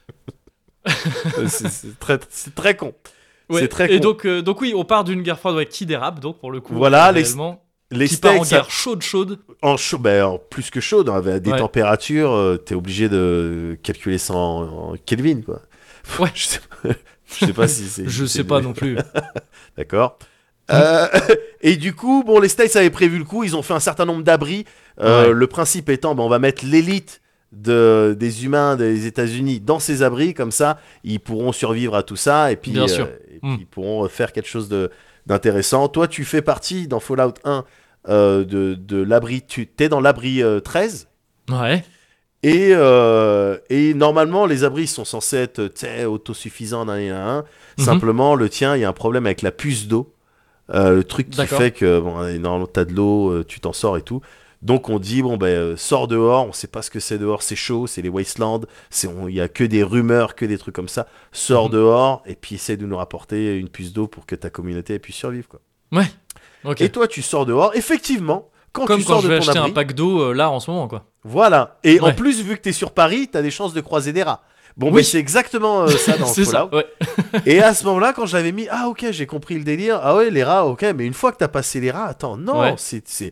c'est, c'est très, c'est très con. Ouais. C'est très Et con. donc, euh, donc oui, on part d'une guerre froide ouais, qui dérape, donc pour le coup. Voilà, les, les qui part en guerre chaude, chaude. En chaud, ben, en plus que chaude, avec des ouais. températures, euh, t'es obligé de calculer ça en, en Kelvin, quoi. Ouais. je, sais pas, je sais pas si c'est. Je c'est sais pas de... non plus. D'accord. Euh, et du coup, bon, les States avaient prévu le coup, ils ont fait un certain nombre d'abris. Euh, ouais. Le principe étant, ben, on va mettre l'élite de, des humains des États-Unis dans ces abris, comme ça, ils pourront survivre à tout ça, et puis, Bien sûr. Euh, et puis mm. ils pourront faire quelque chose de, d'intéressant. Toi, tu fais partie dans Fallout un euh, de, de l'abri, tu es dans l'abri euh, treize. Ouais. Et, euh, et normalement, les abris sont censés être autosuffisants d'un et un. Mm-hmm. Simplement, le tien, il y a un problème avec la puce d'eau. Euh, le truc qui D'accord. fait que bon, normalement t'as de l'eau, euh, tu t'en sors et tout. Donc on dit bon ben euh, sors dehors, on sait pas ce que c'est dehors, c'est chaud, c'est les wastelands, c'est il y a que des rumeurs, que des trucs comme ça. Sors mmh. dehors et puis essaie de nous rapporter une puce d'eau pour que ta communauté puisse survivre quoi. Ouais. Ok. Et toi tu sors dehors, effectivement. Quand Comme tu quand sors je de vais ton acheter abri, un pack d'eau euh, là en ce moment quoi. Voilà. Et ouais. en plus vu que t'es sur Paris, t'as des chances de croiser des rats. Bon, oui. ben c'est exactement euh, ça dans c'est Fallout. Ça, ouais. Et à ce moment-là, quand j'avais mis, ah ok, j'ai compris le délire. Ah ouais, les rats, ok, mais une fois que t'as passé les rats, attends, non, ouais. c'est, c'est,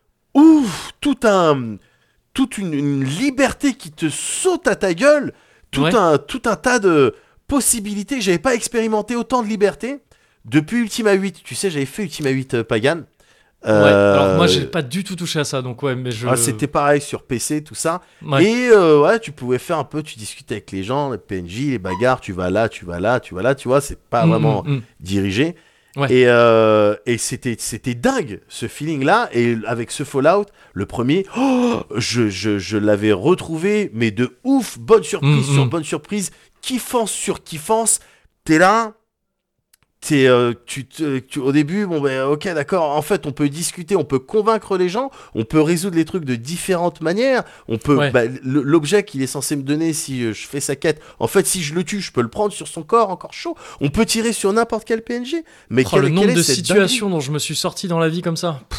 ouf, tout un, toute une, une liberté qui te saute à ta gueule, tout ouais. un, tout un tas de possibilités. J'avais pas expérimenté autant de liberté depuis Ultima huit. Tu sais, j'avais fait Ultima huit euh, Pagan. Euh... Ouais, alors moi j'ai pas du tout touché à ça donc ouais mais je ah, c'était pareil sur P C tout ça ouais. et euh, ouais tu pouvais faire un peu, tu discutais avec les gens, les P N J, les bagarres, tu vas là tu vas là tu vas là tu vois, c'est pas mmh, vraiment mmh. dirigé ouais. et, euh, et c'était, c'était dingue ce feeling là. Et avec ce Fallout le premier, oh, je, je, je l'avais retrouvé mais de ouf, bonne surprise mmh, sur mmh. bonne surprise, kiffance sur kiffance. T'es là, T'es, euh, tu, tu, au début, bon ben ok d'accord, en fait on peut discuter, on peut convaincre les gens, on peut résoudre les trucs de différentes manières, on peut, ouais. bah, l'objet qu'il est censé me donner si je fais sa quête, en fait si je le tue, je peux le prendre sur son corps encore chaud, on peut tirer sur n'importe quel P N G, mais oh, quel, le nombre quel de situations dont je me suis sorti dans la vie comme ça.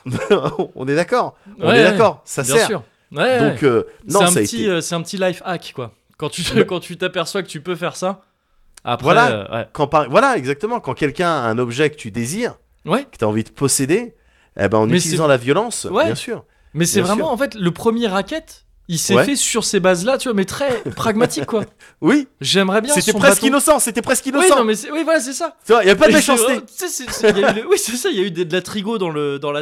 On est d'accord, on ouais, est d'accord, ça bien sert. Sûr. Ouais, donc euh, non, c'est un ça petit, a été... euh, c'est un petit life hack quoi. Quand tu, bah... quand tu t'aperçois que tu peux faire ça. Après, voilà, euh, ouais. quand par... voilà, exactement. Quand quelqu'un a un objet que tu désires, ouais. que tu as envie de posséder, eh ben, en mais utilisant c'est... la violence, ouais. bien sûr. Mais c'est bien vraiment, sûr. en fait, le premier racket, il s'est ouais. fait sur ces bases-là, tu vois, mais très pragmatique, quoi. Oui. J'aimerais bien C'était son presque bateau. innocent, c'était presque innocent. Oui, non, mais c'est... oui, voilà, c'est ça. Tu vois, il n'y a pas de méchanceté. C'est... C'est... C'est... Le... Oui, c'est ça, il y a eu de la trigo dans, le... dans la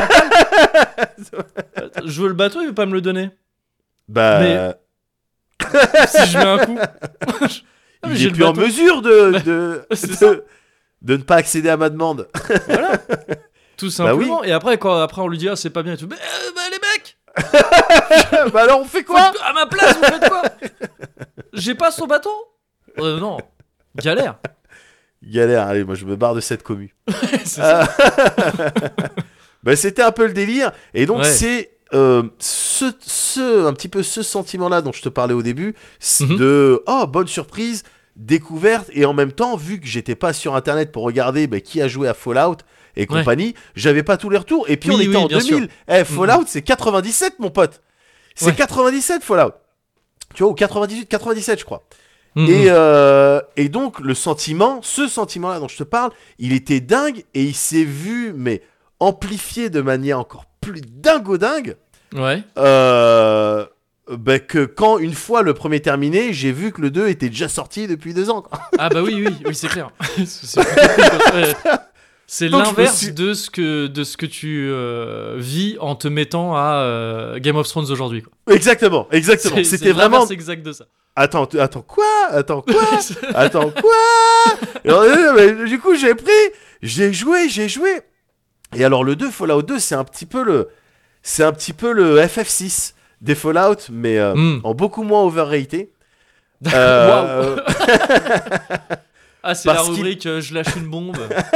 je veux le bateau, il veut pas me le donner. Bah... Mais... si je mets un coup... Ah, il est plus en mesure de, de, de, de ne pas accéder à ma demande. Voilà. Tout simplement. Bah oui. Et après, quand après on lui dit ah, c'est pas bien et tout. Mais euh, bah, les mecs bah alors on fait quoi? À ma place, vous faites quoi? J'ai pas son bateau? euh, Non. Galère. Galère. Allez, moi je me barre de cette commu. C'est ça. Bah, c'était un peu le délire. Et donc ouais. c'est... Euh, ce, ce, un petit peu ce sentiment-là dont je te parlais au début, mm-hmm. de oh bonne surprise, découverte, et en même temps vu que j'étais pas sur internet pour regarder bah, qui a joué à Fallout et compagnie, ouais. j'avais pas tous les retours. Et puis oui, on était oui, en deux mille. Eh, Fallout mm-hmm. c'est quatre-vingt-dix-sept mon pote, c'est ouais. quatre-vingt-dix-sept Fallout. Tu vois, ou quatre-vingt-dix-huit, quatre-vingt-dix-sept je crois. Mm-hmm. Et, euh, et donc le sentiment, ce sentiment-là dont je te parle, il était dingue et il s'est vu mais amplifié de manière encore plus dingo dingue. Ouais. Euh, bah que quand une fois le premier terminé, j'ai vu que le deux était déjà sorti depuis deux ans. Quoi. Ah bah oui oui oui c'est clair. c'est cool, c'est l'inverse suis... de ce que de ce que tu euh, vis en te mettant à euh, Game of Thrones aujourd'hui. Quoi. Exactement exactement. C'est, C'était c'est vraiment exact de ça. attends, attends, quoi Attends, quoi Attends, quoi Et alors, euh, mais, Du coup, j'ai pris, j'ai joué, j'ai joué. Et alors, le deux, Fallout deux, c'est un petit peu le, c'est un petit peu le F F six des Fallout, mais euh, Mm. en beaucoup moins overrated. Waouh. Ah, c'est la parce qu'il- rubrique euh, je lâche une bombe.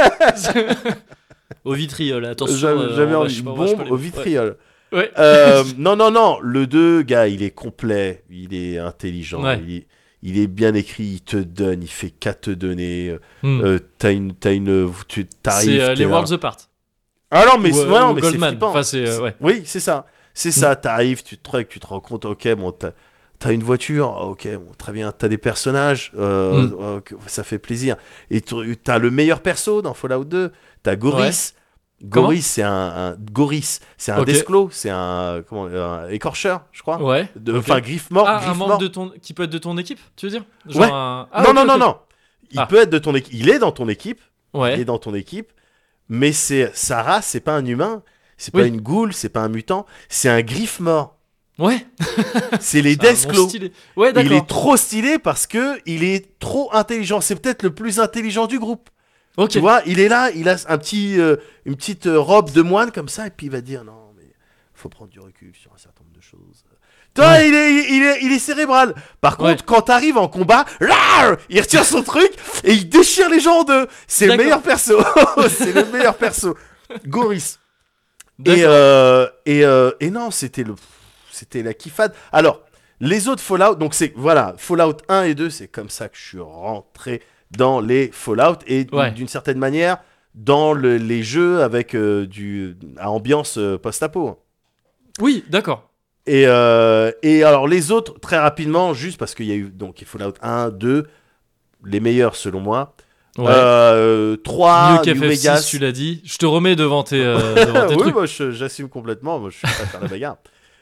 Au vitriol, attention. J'avais euh, j'avais on envie lâche une pas- on lâche pas bombe les au bombes. vitriol. Ouais. Ouais. Euh, non, non, non. Le deux, gars, il est complet. Il est intelligent. Ouais. Il, est, il est bien écrit. Il te donne. Il fait qu'à te donner. Hmm. Euh, t'as une, t'as une, tu t'arrives. C'est euh, t'es les là. Worlds Apart. Ah non, mais Ou, c'est, euh, ouais, non, ou mais c'est Goldman. flippant. Enfin, c'est, euh, ouais. Oui, c'est ça. C'est ça. T'arrives, tu te trucs, tu te rends compte. Ok, bon, t'as, t'as une voiture. Ok, bon, très bien. T'as des personnages. Euh, Mm. ok, ça fait plaisir. Et tu- t'as le meilleur perso dans Fallout deux. T'as Goris. Comment Goris, c'est un, un Goris, c'est un Ok. Deathclaw, c'est un comment, un écorcheur, je crois. Ouais. De- ok. Enfin, griffe mort, Ah, un griffe membre mort. de ton... qui peut être de ton équipe, tu veux dire Genre Ouais. un- Ah, non, ok, non, non, ok. non. Il Ah. peut être de ton équipe. Il est dans ton équipe. Il Ouais. est dans ton équipe. Mais c'est sa race, c'est pas un humain. C'est Oui. pas une goule, c'est pas un mutant. C'est un griffe mort. Ouais. C'est les C'est un nom Deathclaw. stylé. Ouais, Il d'accord. est trop stylé parce que il est trop intelligent. C'est peut-être le plus intelligent du groupe. Ok. Tu vois, il est là, il a un petit, euh, une petite euh, robe de moine comme ça, et puis il va dire non, mais faut prendre du recul sur un certain nombre de choses. Toi, Ouais. il, est, il, est, il est cérébral. Par Ouais. contre, quand t'arrives en combat, rar, il retire son truc et il déchire les gens en deux. C'est le D'accord. meilleur perso. C'est le meilleur perso. Goris. Et, D'accord. euh, et, euh, et non, c'était le, c'était la kiffade. Alors, les autres Fallout, donc c'est voilà, Fallout un et deux, c'est comme ça que je suis rentré dans les Fallout et Ouais. d'une certaine manière dans le- les jeux avec euh, du à ambiance euh, post-apo. Oui, d'accord. Et, euh, et alors les autres, très rapidement, juste parce qu'il y a eu donc Fallout un, deux, les meilleurs selon moi. Ouais. Euh, trois, Mieux qu'F New F six, Vegas. tu l'as dit. Je te remets devant tes, euh, devant tes oui, trucs. moi je- j'assume complètement, moi je suis prêt à faire la bagarre.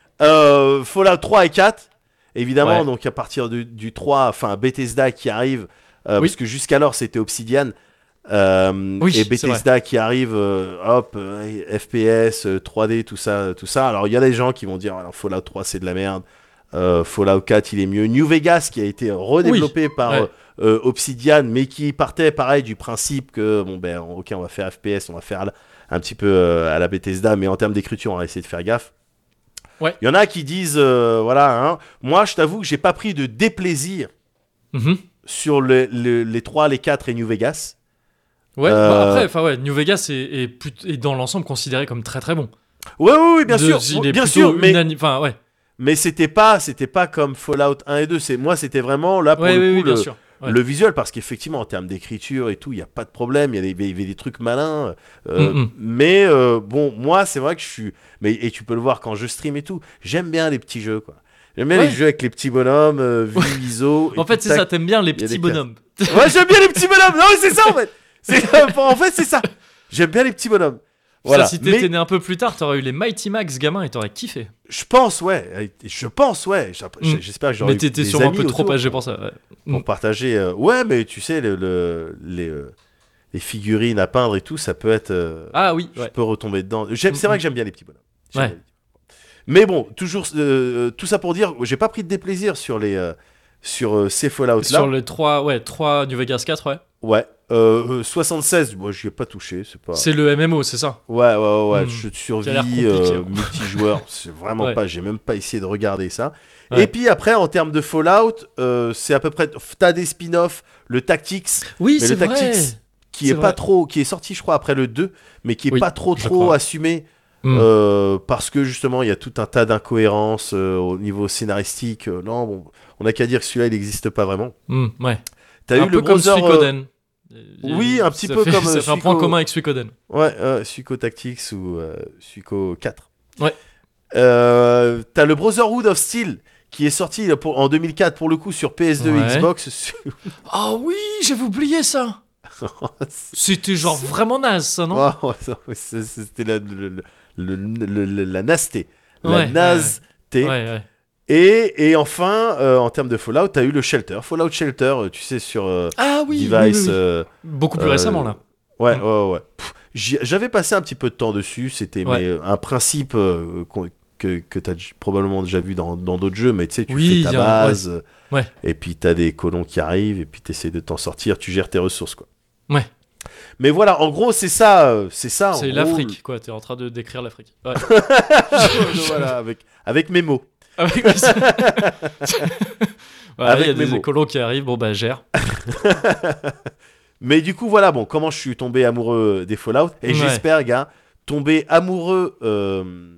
Euh, Fallout trois et quatre, évidemment, Ouais. donc à partir du, du trois, enfin Bethesda qui arrive, euh, Oui. parce que jusqu'alors c'était Obsidian. Euh, Oui, et c'est Bethesda qui arrive, euh, hop, euh, F P S, euh, trois D, tout ça, tout ça. Alors il y a des gens qui vont dire, alors Fallout trois c'est de la merde, euh, Fallout quatre il est mieux. New Vegas qui a été redéveloppé par ouais. euh, euh, Obsidian, mais qui partait pareil du principe que bon ben ok on va faire F P S, on va faire un petit peu euh, à la Bethesda, mais en termes d'écriture on va essayer de faire gaffe. Ouais. Il y en a qui disent euh, voilà, hein, moi je t'avoue que j'ai pas pris de déplaisir Mhm. sur le- le- les trois, les quatre et New Vegas. Ouais, Euh, bah après, enfin ouais, New Vegas est, est, plut- est dans l'ensemble considéré comme très très bon. Ouais, ouais, ouais, bien De- sûr, il est bien plutôt sûr, mais, unani- Enfin, ouais. mais c'était pas, c'était pas comme Fallout un et deux. C'est, moi, c'était vraiment là pour Ouais, le oui, coup oui, bien le, sûr. Ouais. le visuel, parce qu'effectivement, en termes d'écriture et tout, il y a pas de problème. Il y a des, il y avait des trucs malins, euh, Mm, mm. mais euh, bon, moi, c'est vrai que je suis, mais et tu peux le voir quand je stream et tout. J'aime bien les petits jeux, quoi. J'aime bien Ouais. les jeux avec les petits bonhommes, euh, vue I S O. et En fait, puis c'est tac. ça, t'aimes bien les il y a petits des bonhommes. Ouais, j'aime bien les petits bonhommes. Non, mais c'est ça en fait. C'est, en fait, c'est ça. J'aime bien les petits bonhommes. Voilà. Voilà. Si t'étais Mais né un peu plus tard, t'aurais eu les Mighty Max gamin et t'aurais kiffé. je pense, ouais. Je pense, ouais. J'app- Mm. J'espère que j'aurai Mais t'étais des sûrement un amis peu trop autour âgé pour ça. Ouais. pour Mm. partager. euh, Ouais, mais tu sais, le, le- les, euh, les figurines à peindre et tout, ça peut être. euh, Ah oui, Je ouais. peux retomber dedans. J'aime- C'est Mm, vrai mm. que j'aime bien les petits bonhommes. J'aime Ouais. bien les petits bonhommes. Mais bon, toujours euh, tout ça pour dire, j'ai pas pris de déplaisir sur les euh, sur euh, ces Fallout là. Sur les trois, ouais, trois New Vegas quatre, ouais. Ouais. Euh, euh, soixante-seize, moi j'y ai pas touché, c'est pas. C'est le M M O, c'est ça. Ouais, ouais, ouais, ouais, Mm. jeu de Ça a l'air survie, compliqué, euh, hein. multijoueur, c'est vraiment Ouais. pas, j'ai même pas essayé de regarder ça. Ouais. Et puis après, en termes de Fallout, euh, c'est à peu près, t'as des spin-offs, le Tactics, Oui, mais c'est le vrai. Tactics qui C'est est pas vrai. trop, qui est sorti je crois après le deux, mais qui est Oui, pas trop je trop crois. assumé, Mm. euh, parce que justement il y a tout un tas d'incohérences euh, au niveau scénaristique. Euh, non, bon, on a qu'à dire que celui-là il n'existe pas vraiment. Mm, ouais. T'as un eu peu le comme browser, euh, Suikoden. oui, un petit Ça peu fait- comme, Ça euh, fait un point Suiko- commun avec Suikoden. ouais, euh, Suiko Tactics ou euh, Suiko quatre. Ouais. Euh, t'as le Brotherhood of Steel qui est sorti là, pour, en deux mille quatre pour le coup sur P S deux et Ouais. Xbox. Ah oui, j'avais oublié ça. C'était genre vraiment naze, ça, non? Ah, ouais, ça, ouais, c'est- c'était la, le- le- le- le- le- la nasté. La Ouais, nazeté. Ouais, ouais. Et, et enfin, euh, en termes de Fallout, t'as eu le Shelter. Fallout Shelter, euh, tu sais, sur euh, Ah oui, oui, device. oui, oui. euh, Beaucoup plus euh, récemment, là. Ouais, Mm. ouais, ouais. Pff, j'y- J'avais passé un petit peu de temps dessus. C'était Ouais. mais, euh, un principe euh, qu'on- que, que tu as probablement déjà vu dans, dans d'autres jeux, mais tu sais, tu Oui, fais ta y a- base, ouais. Ouais. et puis tu as des colons qui arrivent, et puis tu essaies de t'en sortir, tu gères tes ressources, quoi. Ouais. Mais voilà, en gros, c'est ça, euh, c'est ça. en C'est gros, l'Afrique, quoi. T'es en train de décrire l'Afrique. Ouais. voilà, avec, avec mes mots. Ah oui, oui, c'est- Voilà, Avec il y a mes des mots. colons qui arrivent, bon bah gère. Mais du coup, voilà, bon, comment je suis tombé amoureux des Fallout, et Ouais. j'espère, gars, tomber amoureux euh,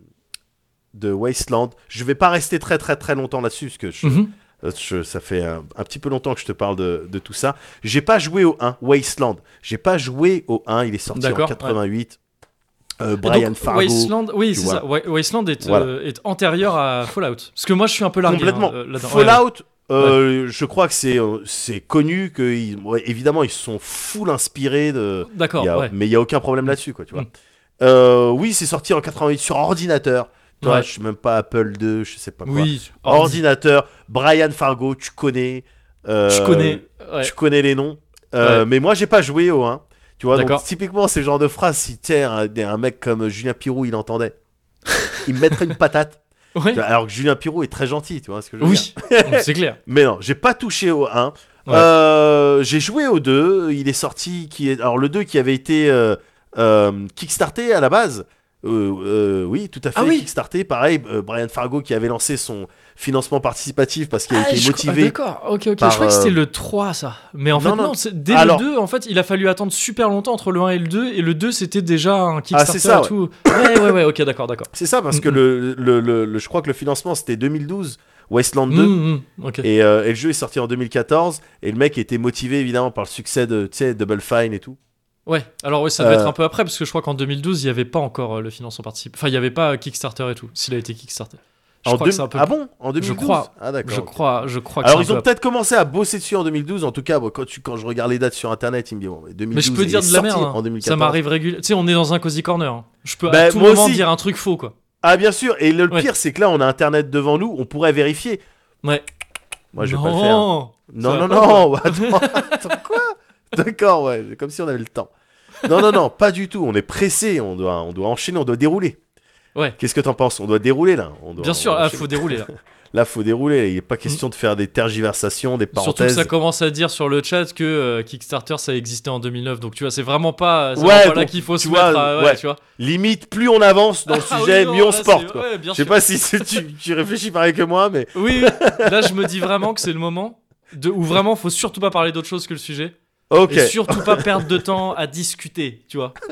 de Wasteland. Je vais pas rester très très très longtemps là-dessus, parce que je, Mhm. euh, je- ça fait un, un petit peu longtemps que je te parle de, de tout ça. J'ai pas joué au un, Wasteland. J'ai pas joué au un, il est sorti en D'accord, quatre-vingt-huit. Euh, Et Brian donc, Fargo. Wasteland, oui, tu c'est vois. ça. Wa- Wasteland est, Voilà. euh, est antérieur à Fallout. Parce que moi, je suis un peu largué. Complètement. hein, euh, là-dedans. Ouais, Fallout, euh, je crois que c'est euh, c'est connu que ils- ouais, évidemment ils se sont full inspirés de. ouais. D'accord, il y a- ouais. Mais il y a aucun problème là-dessus, quoi, tu vois. Mm. Euh, oui, c'est sorti en quatre-vingt-huit sur ordinateur. Tu vois, Ouais. je suis même pas Apple deux, je sais pas quoi. Oui, Ordinateur, Brian Fargo, tu connais. euh, je connais. Ouais. Tu connais les noms. Euh, Ouais. Mais moi, j'ai pas joué au un. Tu vois, donc D'accord. typiquement, c'est le genre de phrase, si tiens, un, un mec comme Julien Pirou, il entendait, il me mettrait une patate. Ouais. Tu vois, alors que Julien Pirou est très gentil, tu vois ce que je veux dire. Oui, c'est clair. Mais non, j'ai pas touché au un. Ouais. Euh, j'ai joué au deux. Il est sorti. Qui est... Alors, le deux qui avait été euh, euh, kickstarté à la base. Euh, euh, oui, tout à fait. Ah oui. Kickstarté. Pareil, euh, Brian Fargo qui avait lancé son financement participatif parce qu'il a Ah, été je- motivé. ah, d'accord, ok, ok. par, je crois que c'était euh, le trois, ça. Mais en fait, Non, non, non. c'est- dès Alors- le deux, en fait, il a fallu attendre super longtemps entre le un et le deux. Et le deux, c'était déjà un Kickstarter c'est ça, et ouais. tout. Ouais, ouais, ouais, ok, d'accord, d'accord. C'est ça, parce que Mm, le, le, le, le- je crois que le financement c'était deux mille douze, Wasteland deux. Mm, mm, ok. Et, euh, et le jeu est sorti en deux mille quatorze. Et le mec était motivé évidemment par le succès de, tu sais, Double Fine et tout. Ouais, alors ouais, ça devait Euh, être un peu après, parce que je crois qu'en deux mille douze, il n'y avait pas encore euh, le financement participatif. Enfin, il n'y avait pas Kickstarter et tout, s'il a été Kickstarter. Je En crois deux- que c'est un peu. Ah bon, en deux mille douze. Je crois. Ah d'accord. Je ok. crois, je crois que Alors c'est ils un ont peu peut-être commencé à bosser dessus en deux mille douze. En tout cas, bon, quand, tu, quand je regarde les dates sur internet, il me dit bon, mais deux mille douze. Mais je peux il dire est de la sorti merde. hein. en deux mille quatorze. Ça m'arrive régulièrement. Tu sais, on est dans un cozy corner. hein. Je peux Bah, à tout moi moment aussi. dire un truc faux, quoi. Ah bien sûr. Et le Ouais. pire, c'est que là, on a internet devant nous, on pourrait vérifier. Ouais. Moi, je vais non. pas le faire. Ça Non, va non, pas, non. Attends, attends, quoi? D'accord, ouais. Comme si on avait le temps. Non, non, non, pas du tout. On est pressé. On doit, on doit enchaîner. On doit dérouler. Ouais. Qu'est-ce que t'en penses? On doit dérouler là. On doit, Bien on sûr, doit là, enchaîner. faut dérouler. Là. Là, faut dérouler. Il n'est pas question de faire des tergiversations, des Surtout que parenthèses. ça commence à dire sur le chat que euh, Kickstarter ça existait en deux mille neuf. Donc tu vois, c'est vraiment pas, c'est Ouais, vraiment pas là donc, qu'il faut tu se vois, mettre à. Ouais, ouais. tu vois. Limite, plus on avance dans le Ah sujet, oui, non, mieux on là, se porte. c'est- quoi. ouais, bien Je sais sûr. pas si c'est- tu, tu réfléchis pareil que moi, mais. Oui, oui. Là, je me dis vraiment que c'est le moment de, où vraiment faut surtout pas parler d'autre chose que le sujet. Ok. Et surtout pas perdre de temps à discuter, tu vois.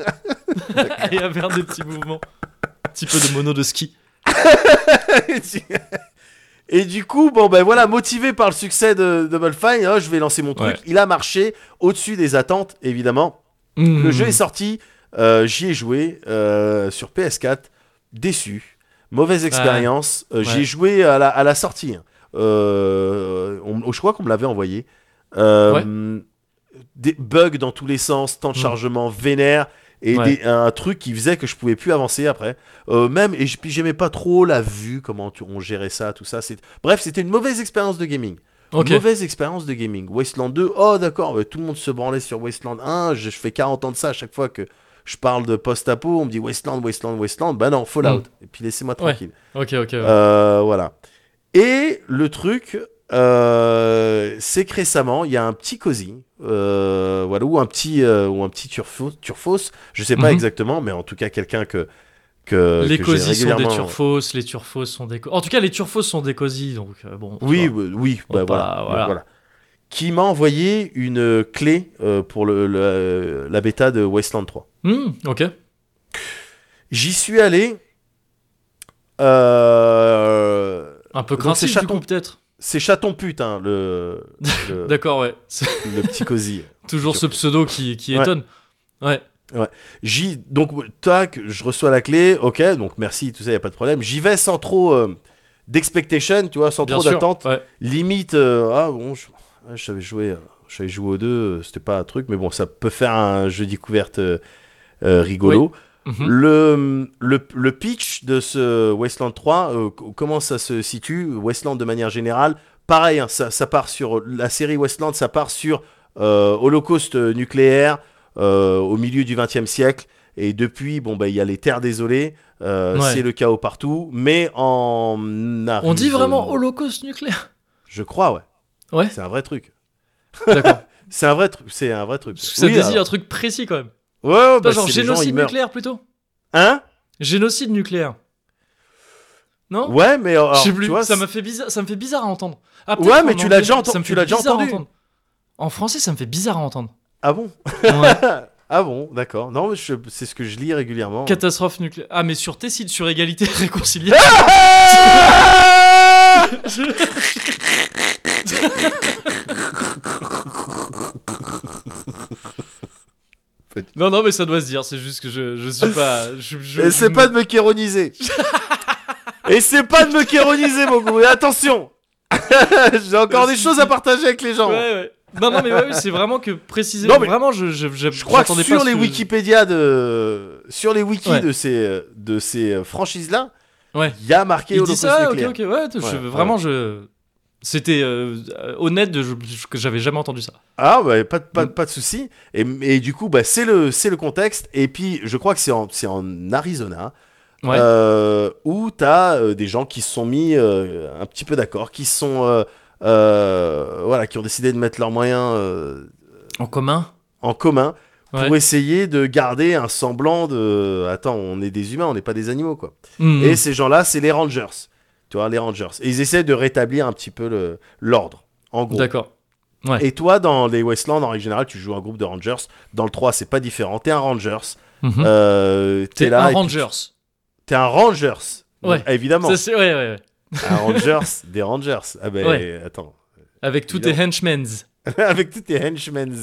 Et à faire des petits mouvements. Un petit peu de mono de ski. Et du coup, bon ben voilà, motivé par le succès de Double Fine, hein, je vais lancer mon truc. Ouais. Il a marché au-dessus des attentes, évidemment. Mmh. Le jeu est sorti, euh, j'y ai joué euh, sur P S quatre. Déçu, mauvaise expérience. Euh, J'y ai Ouais. joué à la, à la sortie. hein. Euh, on- je crois qu'on me l'avait envoyé. Euh, Des bugs dans tous les sens, temps de Mm. chargement vénère. Et Ouais. des- un truc qui faisait que je pouvais plus avancer après. Euh, même, et j- puis j'aimais pas trop la vue, comment tu- on gérait ça, tout ça. c'est- Bref, c'était une mauvaise expérience de gaming. Ok. Mauvaise expérience de gaming. Wasteland deux, oh d'accord, mais tout le monde se branlait sur Wasteland un. Je, je fais quarante ans de ça à chaque fois que je parle de post-apo. On me dit Wasteland, Wasteland, Wasteland. Bah non, Fallout. Et puis laissez-moi Mm. Ouais. tranquille. Ok, ok. ouais. Euh, voilà. Et le truc, euh, c'est que récemment, il y a un petit cosy, euh, voilà, ou un petit, euh, ou un petit turfos, turfos, je sais pas Mhm. exactement, mais en tout cas quelqu'un que que les que j'ai cosy sont des régulièrement- turfos, les turfos sont des. co- En tout cas, les turfos sont des cosy, donc euh, bon. tu Oui, vois. oui, oui, On bah, va voilà, pas- donc voilà. voilà. Qui m'a envoyé une clé euh, pour le, le- la bêta de Wasteland trois. Hmm, ok. J'y suis allé. Euh, Un peu Donc, craintif, c'est du coup, chaton. peut-être. c'est chaton pute, hein, le, le, D'accord, ouais. C'est le petit cosy. toujours ce pseudo qui, qui Ouais. étonne. Ouais. J'y donc tac, je reçois la clé, ok, donc merci, tout ça, y a pas de problème. J'y vais sans trop euh, d'expectation, tu vois, sans Bien trop sûr. d'attente. Ouais. Limite, euh, ah bon, je, ouais, je savais jouer, euh, je savais jouer aux deux, euh, c'était pas un truc, mais bon, ça peut faire un jeu découverte euh, euh, rigolo. Mhm. Le, le, le pitch de ce Wasteland trois, euh, c- comment ça se situe? Wasteland de manière générale, pareil, hein, ça, ça part sur la série Wasteland, ça part sur euh, holocauste nucléaire euh, au milieu du vingtième siècle. Et depuis, bon, bah, il y a les terres désolées. Euh, Ouais. C'est le chaos partout. Mais en Arizona. On dit vraiment holocauste nucléaire. Je crois, ouais. Ouais, C'est un vrai truc. d'accord. C'est un vrai truc. C'est un vrai truc. Parce que ça Oui, désigne alors- un truc précis quand même. Ouais, ouais, Pas bah, genre c'est les gens, ils génocide meurent. nucléaire plutôt. Hein? Génocide nucléaire. Non. Ouais, mais alors, Je sais plus. tu vois, ça c'est- me fait bizarre. Ça me fait bizarre à entendre. Ah, Ouais, peut-être mais en tu l'as déjà anglais, enten- ça me tu fait l'as déjà bizarre à entendu. entendre. En français, ça me fait bizarre à entendre. Ah bon? Ouais. Ah bon, d'accord. Non, mais je- c'est ce que je lis régulièrement. Catastrophe nucléaire. Ah, mais sur tes sites sur égalité et réconciliation. Ah Je- Non, non, mais ça doit se dire. C'est juste que je, je suis pas. Je, je- Et c'est je- pas de me kéroniser. Et c'est pas de me kéroniser, mon goût. Et attention, j'ai encore des choses à partager avec les gens. Ouais, ouais. Non, non, mais ouais, ouais, c'est vraiment que précisément. Non, mais vraiment, je, je, je, Je crois que j'entendais sur pas les ce- Wikipédia de, sur les wikis Ouais. de ces, de ces franchises-là, Ouais. il y a marqué Il dit holocauste ça, ok, nucléaire. ok, ouais. je- Ouais, vraiment, je. C'était euh, honnête de, je- que j'avais jamais entendu ça. Ah bah pas de, pas, Mm. pas de souci. Et, et du coup bah c'est le c'est le contexte. Et puis je crois que c'est en c'est en Arizona Ouais. euh, où t'as euh, des gens qui se sont mis euh, un petit peu d'accord, qui sont euh, euh, voilà, qui ont décidé de mettre leurs moyens euh, En commun. en commun pour Ouais. essayer de garder un semblant de attends, on est des humains, on n'est pas des animaux quoi. Mhm. Et ces gens-là, c'est les Rangers. Tu vois, les Rangers. Et ils essaient de rétablir un petit peu le l'ordre. En gros. D'accord. Ouais. Et toi, dans les Wasteland, en règle générale, tu joues un groupe de Rangers. Dans le trois, c'est pas différent. T'es un Rangers. Mhm. Euh, t'es T'es là. un et puis- Rangers. T'es un Rangers. Ouais. Donc, évidemment. Ça, c'est- ouais, ouais, ouais. Un Rangers, des Rangers. Ah ben, Ouais. attends. Avec tous tes Évidemment. henchmen. Avec tous tes henchmen.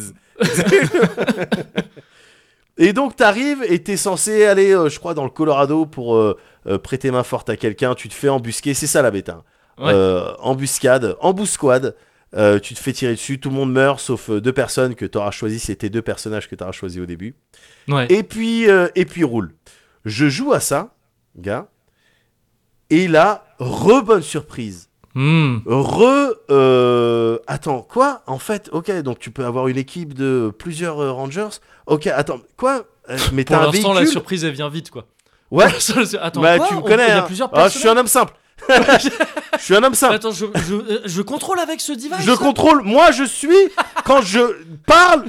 Et donc, t'arrives et t'es censé aller, euh, je crois, dans le Colorado pour euh, euh, prêter main forte à quelqu'un. Tu te fais embusquer. C'est ça la bêta. Ouais. Euh, embuscade, embusquade. Euh, tu te fais tirer dessus, tout le monde meurt sauf euh, deux personnes que tu auras choisi, c'était deux personnages que tu auras choisi au début. Ouais. Et puis, euh, et puis roule. Je joue à ça, gars. Et là, re bonne surprise. Hmm. Re. euh, Attends, quoi? En fait, ok, donc tu peux avoir une équipe de plusieurs euh, Rangers. Ok, attends, quoi? Euh, Mais Pour t'as un l'instant, véhicule? la surprise, elle vient vite, quoi. Ouais. Pour l'instant, c'est- Attends, Bah, quoi tu me On- connais. Il y a hein. plusieurs Ah, je suis un personnages. homme simple. Je suis un homme simple. Attends, je, je, euh, je contrôle avec ce device. Je là contrôle, moi je suis quand je parle.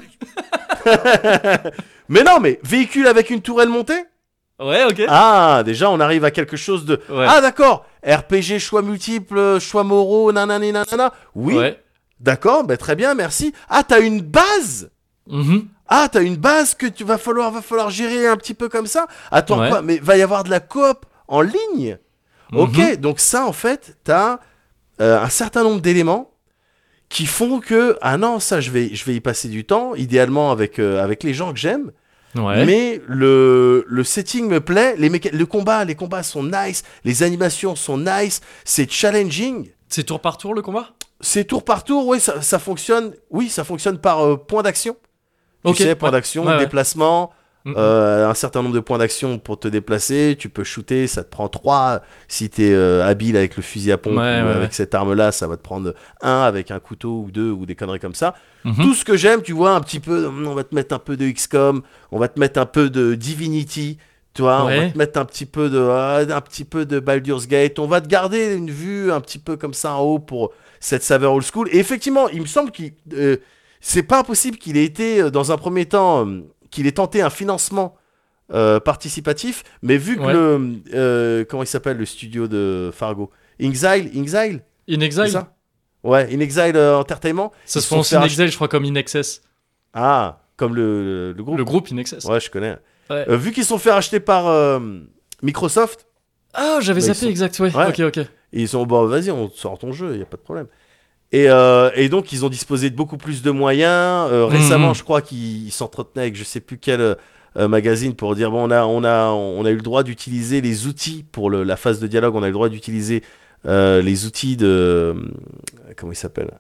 Mais non, mais véhicule avec une tourelle montée. Ouais, ok. Ah, déjà on arrive à quelque chose de. Ouais. Ah d'accord. R P G choix multiples, choix moraux, nanani nanana. Oui. Ouais. D'accord, bah, très bien, merci. Ah, t'as une base. Mhm. Ah, t'as une base que tu vas falloir va falloir gérer un petit peu comme ça. Attends Ouais. quoi? Mais va y avoir de la coop en ligne. Ok, Mhm. donc ça en fait, t'as euh, un certain nombre d'éléments qui font que ah non, ça je vais je vais y passer du temps, idéalement avec euh, avec les gens que j'aime. Ouais. Mais le le setting me plaît, les méca- le combat, les combats sont nice, les animations sont nice, c'est challenging. C'est tour par tour le combat. C'est tour par tour, oui, ça, ça fonctionne. Oui, ça fonctionne par euh, point d'action. Tu Ok, sais, point ouais. d'action, Ouais, ouais. déplacement, Mhm. euh, un certain nombre de points d'action pour te déplacer. Tu peux shooter, ça te prend trois. Si t'es euh, habile avec le fusil à pompe Ouais, ou ouais, avec ouais. cette arme-là, ça va te prendre un avec un couteau ou deux ou des conneries comme ça. Mhm. Tout ce que j'aime, tu vois, un petit peu, on va te mettre un peu de X COM, on va te mettre un peu de Divinity. Tu vois, on Ouais. va te mettre un petit peu de, ah, un petit peu de Baldur's Gate. On va te garder une vue un petit peu comme ça en haut pour cette saveur old school. Et effectivement, il me semble qu'il, euh, c'est pas impossible qu'il ait été euh, dans un premier temps, euh, qu'il ait tenté un financement euh, participatif, mais vu que Ouais. le, euh, comment il s'appelle le studio de Fargo, Inxile, Inxile, In c'est Exile. ça Ouais, In Exile euh, Entertainment. Ça Ils se sont prononce fait In ach- Exile, je crois, comme In Excess. Ah, comme le, le, le groupe. Le groupe In Excess. Ouais, je connais. Ouais. Euh, vu qu'ils sont fait racheter par euh, Microsoft. Ah, j'avais Bah, zappé, ils sont- exact, ouais. Ouais. Ok, ok. Et ils sont bon, vas-y, on te sort ton jeu, il y a pas de problème. Et, euh, et donc ils ont disposé de beaucoup plus de moyens. Euh, récemment, Mhm. je crois qu'ils ils s'entretenaient avec je sais plus quel euh, magazine pour dire bon, on a, on a, on a eu le droit d'utiliser les outils pour le- la phase de dialogue. On a eu le droit d'utiliser euh, les outils de euh, comment il s'appelle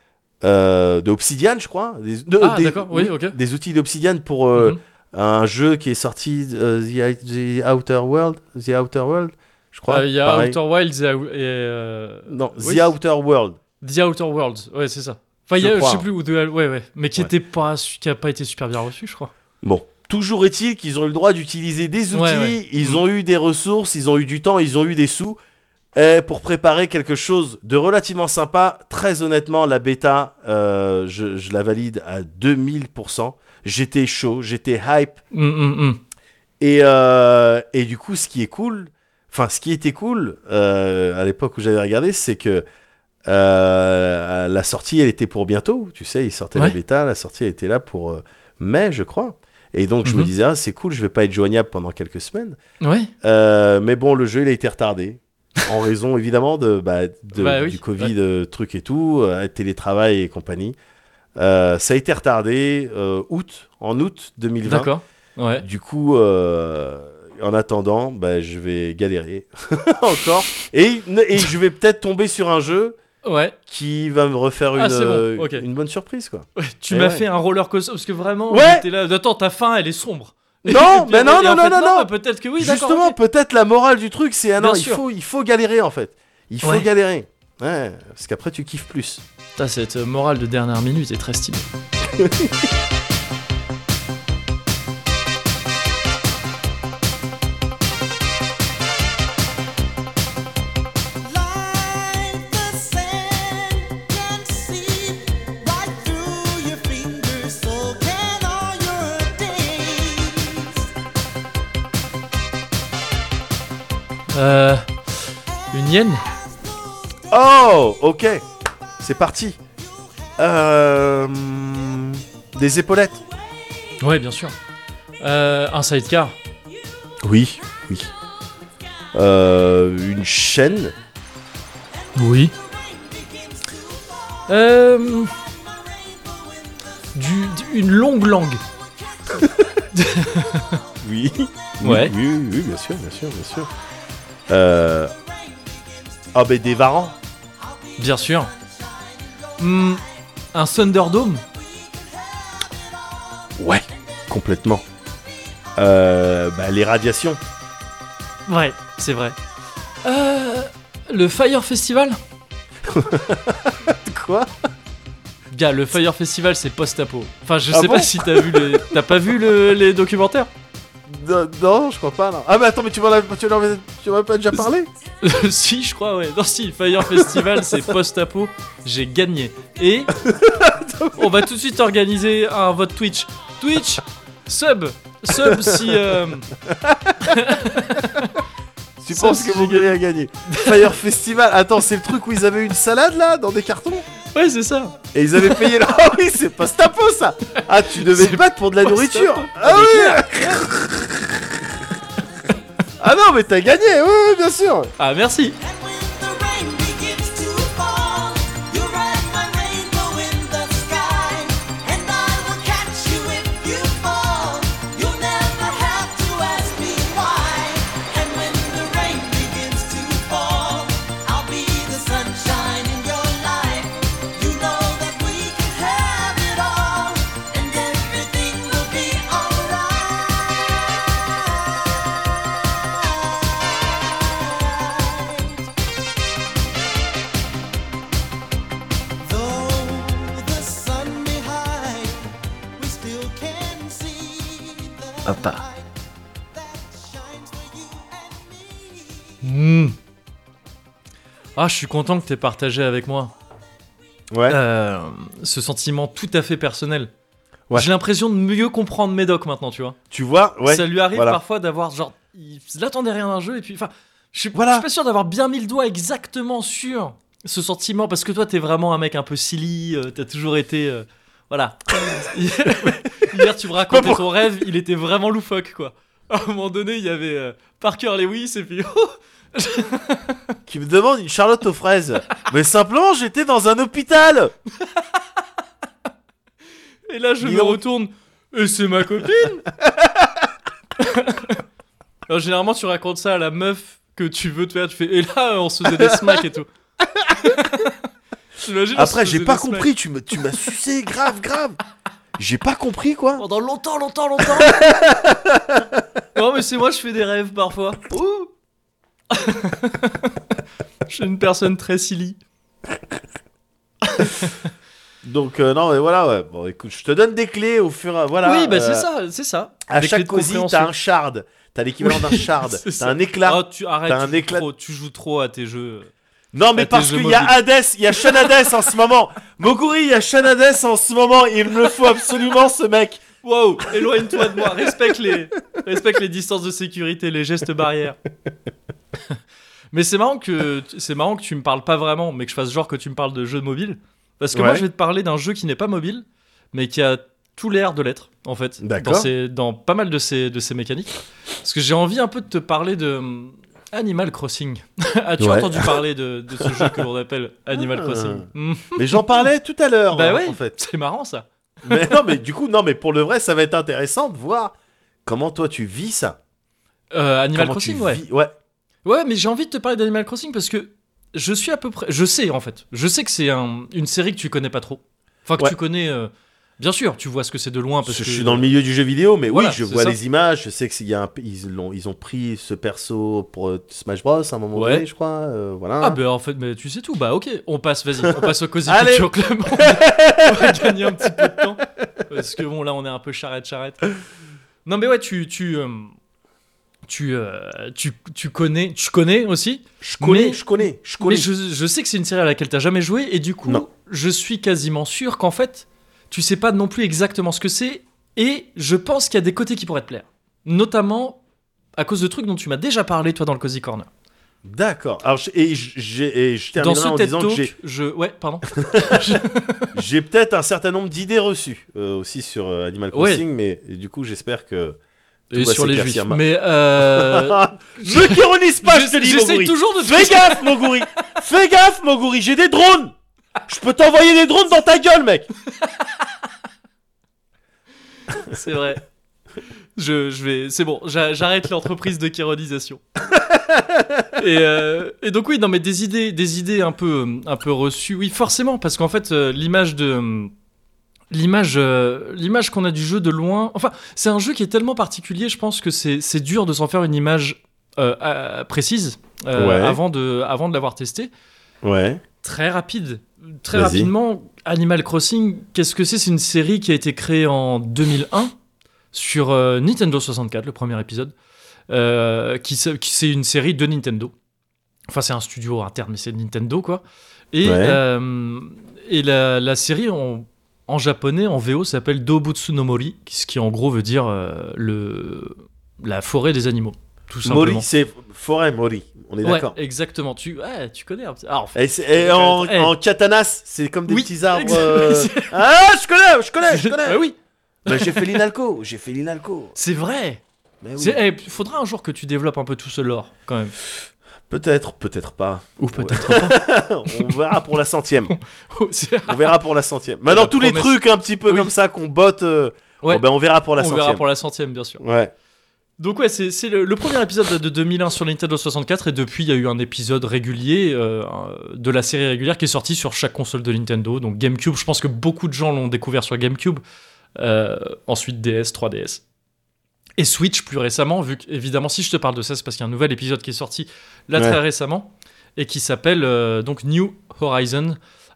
euh, de Obsidian, je crois. Des, de- Ah, des- d'accord, oui, ok. Des outils d'Obsidian pour euh, Mhm. un jeu qui est sorti, euh, The, The Outer World, The Outer World, je crois. Euh, Il y a pareil. Outer Wilds et, et, euh, Non, oui. The Outer World. The Outer Worlds, ouais, c'est ça. Enfin, il y Je a, je crois, sais hein. plus où, de, ouais, ouais, mais qui Ouais. était pas, su- qui a pas été super bien reçu, je crois. Bon, Toujours est-il qu'ils ont eu le droit d'utiliser des outils, Ouais, ouais. ils ont eu des ressources, ils ont eu du temps, ils ont eu des sous euh, pour préparer quelque chose de relativement sympa. Très honnêtement, la bêta, euh, je, je la valide à deux mille pour cent. J'étais chaud, j'étais hype. Mm, mm, mm. Et, euh, et du coup, ce qui est cool, enfin, ce qui était cool euh, à l'époque où j'avais regardé, c'est que euh, la sortie, elle était pour bientôt. Tu sais, il sortait Ouais. la bêta, la sortie, elle était là pour euh, mai, je crois. Et donc, je me Mhm. disais, ah, c'est cool, je vais pas être joignable pendant quelques semaines. Ouais. Euh, mais bon, le jeu, il a été retardé. En raison, évidemment, de, bah, de- Bah oui, du Covid, euh, truc et tout, euh, télétravail et compagnie. Euh, ça a été retardé euh, août, en août deux mille vingt. D'accord. Ouais. Du coup, euh, en attendant, bah, je vais galérer encore. Et, et je vais peut-être tomber sur un jeu Ouais. qui va me refaire une, Ah, c'est bon, euh, ok. une bonne surprise, quoi. Ouais, tu Et m'as ouais. fait un roller coaster parce que vraiment, Ouais. j'étais là. Attends, ta fin, elle est sombre. Non, Et puis, mais non, et non, en non, fait, non, non. bah, peut-être que oui. d'accord, Justement, ok. peut-être la morale du truc, c'est ah non, Bien il sûr. faut, il faut galérer, en fait. Il faut Ouais. galérer. Ouais, parce qu'après, tu kiffes plus. Putain, cette morale de dernière minute est très stylée. Like the sand can seep right through your fingers, so can all your days. Euh, une hyène. Oh, ok. C'est parti. Euh, des épaulettes. Ouais, bien sûr. Euh, un sidecar. Oui, oui. Euh, une chaîne. Oui. Euh, du, du- une longue langue. Oui. Ouais. Oui, oui, oui, bien sûr, bien sûr, bien sûr. Euh... Ah, ben des varans. Bien sûr. Hmm, un Thunderdome. Ouais, complètement. Euh, bah, les radiations. Ouais, c'est vrai. Euh, le Fire Festival. Quoi? Gars, le Fire Festival, c'est post-apo. Enfin, je Ah sais bon pas si t'as vu les... T'as pas vu le- les documentaires? non, non, je crois pas, non. Ah, mais attends, mais tu m'en as, tu m'en as- tu m'en as pas déjà parlé? Si, je crois, ouais. Non, si, Fire Festival, c'est post-apo. J'ai gagné. Et on va tout de suite organiser un vote Twitch. Twitch, sub, sub si. euh, Tu Ça, penses c'est que mon génial. gars a gagné? Fire Festival. Attends, c'est le truc où ils avaient une salade là, dans des cartons? Ouais, c'est ça. Et ils avaient payé là. Ah oui, c'est post-apo ça. Ah, tu devais te battre pour de la post-apo. nourriture. Ah Mais oui. Ah non, mais t'as gagné. Oui, oui, bien sûr. Ah, merci. And when the rain begins to fall, you ride my rainbow in the sky, and I will catch you if you fall. You'll never have to ask me why. And when the rain begins to fall, I'll be the sunshine in your life. You know that we can have it all, and everything will be alright. Though the sun be high, we still can see the Papa. light that shines for you and me. Hmm. Ah, je suis content que t'aies partagé avec moi Ouais. euh, ce sentiment tout à fait personnel. Ouais. J'ai l'impression de mieux comprendre Médoc maintenant, tu vois. Tu vois, ouais. Ça lui arrive voilà. parfois d'avoir genre, il n'attendait rien d'un jeu et puis, enfin, je suis Voilà. je suis pas sûr d'avoir bien mis le doigt exactement sur ce sentiment parce que toi t'es vraiment un mec un peu silly, euh, t'as toujours été, euh, voilà. Hier tu me racontais pour- ton rêve, il était vraiment loufoque quoi. À un moment donné il y avait euh, Parker Lewis et puis oh, Qui me demande une Charlotte aux fraises. Mais simplement, j'étais dans un hôpital. et là je Dis me donc. retourne et c'est ma copine. Alors, généralement tu racontes ça à la meuf que tu veux te faire, tu fais et là on se faisait des smacks et tout. T'imagines, on se Après, j'ai faisait pas des smacks. compris. Tu me, tu m'as sucé, grave, grave. J'ai pas compris quoi. Pendant longtemps, longtemps, longtemps. Non, mais c'est moi, je fais des rêves parfois. Ouh. Je suis une personne très silly. Donc euh, non mais voilà ouais. Bon écoute, je te donne des clés au fur et à voilà. Oui, bah euh, c'est ça, c'est ça. À Des chaque clés de cosy, compréhension. t'as un shard. T'as l'équivalent d'un shard. C'est T'as ça. un éclat. Ah, tu arrêtes, T'as tu, un joues éclat- trop, tu joues trop à tes jeux. Non mais à tes parce jeux qu'il y a mobiles. Hades, il y a Sean Hades en ce moment. Moguri, il y a Sean Hades en ce moment. Il me le faut absolument ce mec. Wow, éloigne-toi de moi, respecte les, respecte les distances de sécurité, les gestes barrières. Mais c'est marrant que c'est marrant que tu me parles pas vraiment, mais que je fasse genre que tu me parles de jeux mobiles, parce que moi Ouais. je vais te parler d'un jeu qui n'est pas mobile, mais qui a tout l'air de l'être en fait, D'accord. dans, ses- dans pas mal de ses de ses mécaniques. Parce que j'ai envie un peu de te parler de hum, Animal Crossing. As-tu Ouais. entendu parler de, de ce jeu que l'on appelle Animal Ah. Crossing? Hmm. Mais j'en parlais tout à l'heure. Bah hein, ouais, en fait. c'est marrant ça. Mais non mais du coup non mais pour le vrai ça va être intéressant de voir comment toi tu vis ça. Euh, Animal Comment Crossing, tu ouais. vis- Ouais. Ouais, mais j'ai envie de te parler d'Animal Crossing parce que je suis à peu près. Je sais en fait. Je sais que c'est un- une série que tu connais pas trop. Enfin, que Ouais. tu connais. euh, Bien sûr, tu vois ce que c'est de loin parce je que. suis dans le milieu du jeu vidéo, mais Voilà, oui, je c'est vois ça. les images. Je sais que s'il y a un, ils l'ont, ils ont pris ce perso pour euh, Smash Bros à un moment Ouais. donné, je crois. euh, voilà. Ah, bah en fait, mais tu sais tout. Bah ok, on passe, vas-y, on passe au Cozy Allez. Culture Club. On va, on va gagner un petit peu de temps. Parce que bon, là, on est un peu charrette-charrette. Non, mais ouais, tu. Tu. euh, tu, euh, tu, tu connais, tu connais aussi. je connais, mais- je connais, je Mais connais. je, je sais que c'est une série à laquelle t'as jamais joué et du coup, Non. je suis quasiment sûr qu'en fait, tu sais pas non plus exactement ce que c'est et je pense qu'il y a des côtés qui pourraient te plaire. Notamment à cause de trucs dont tu m'as déjà parlé toi dans le Cozy Corner. D'accord. Alors je- et je- j'ai, et je Dans terminerai ce en TED disant que Talk, j'ai, je... Ouais, pardon. j'ai peut-être un certain nombre d'idées reçues euh, aussi sur euh, Animal Crossing, mais et du coup j'espère que. tout Et va sur les s'éclaircir juifs. ma- Mais euh... Ne kéronise pas, je te dis, J'essaie Moguri. toujours de... Fais gaffe, Moguri. Fais gaffe, Moguri. J'ai des drones. Je peux t'envoyer des drones dans ta gueule, mec. C'est vrai. Je, je vais, c'est bon, j'a- j'arrête l'entreprise de kéronisation. et, euh, et donc oui, non mais des idées, des idées un peu, un peu reçues, oui forcément, parce qu'en fait euh, l'image de, l'image, euh, l'image qu'on a du jeu de loin, enfin c'est un jeu qui est tellement particulier, je pense que c'est, c'est dur de s'en faire une image euh, euh, précise euh, Ouais. avant de, avant de l'avoir testé. Ouais. Très rapide, très Vas-y. rapidement, Animal Crossing, qu'est-ce que c'est? C'est une série qui a été créée en deux mille un sur euh, Nintendo soixante-quatre, le premier épisode, euh, qui, s- qui c'est une série de Nintendo. Enfin, c'est un studio interne, mais c'est Nintendo, quoi. Et, Ouais. euh, et la, la série, en, en japonais, en V O, s'appelle Dobutsu no Mori, ce qui en gros veut dire euh, le, la forêt des animaux, tout simplement. Mori, c'est forêt, Mori. On est Ouais, d'accord. exactement. Tu, ouais, tu connais un petit... Alors, Et, c'est- et en, Eh. en katanas, c'est comme des Oui, petits arbres. exact- euh, Ah, je connais, je connais, je connais. Ah oui, Bah, j'ai fait l'Inalco, j'ai fait l'Inalco. c'est vrai. Mais oui. C'est- eh, faudra un jour que tu développes un peu tout ce lore, quand même. Peut-être, peut-être pas. Ou peut-être pas. On verra pour la centième. C'est- On verra pour la centième. Maintenant, La tous les promesse. trucs un petit peu Oui. comme ça qu'on botte, euh, Ouais, oh, ben, on verra pour la on centième. verra pour la centième, bien sûr. Ouais. Donc ouais, c'est c'est le, le premier épisode de deux mille un sur Nintendo soixante-quatre, et depuis, il y a eu un épisode régulier euh, de la série régulière qui est sorti sur chaque console de Nintendo. Donc GameCube, je pense que beaucoup de gens l'ont découvert sur GameCube. Euh, ensuite D S, trois D S. Et Switch plus récemment, vu que, évidemment, si je te parle de ça, c'est parce qu'il y a un nouvel épisode qui est sorti là Ouais. très récemment, et qui s'appelle euh, donc New Horizon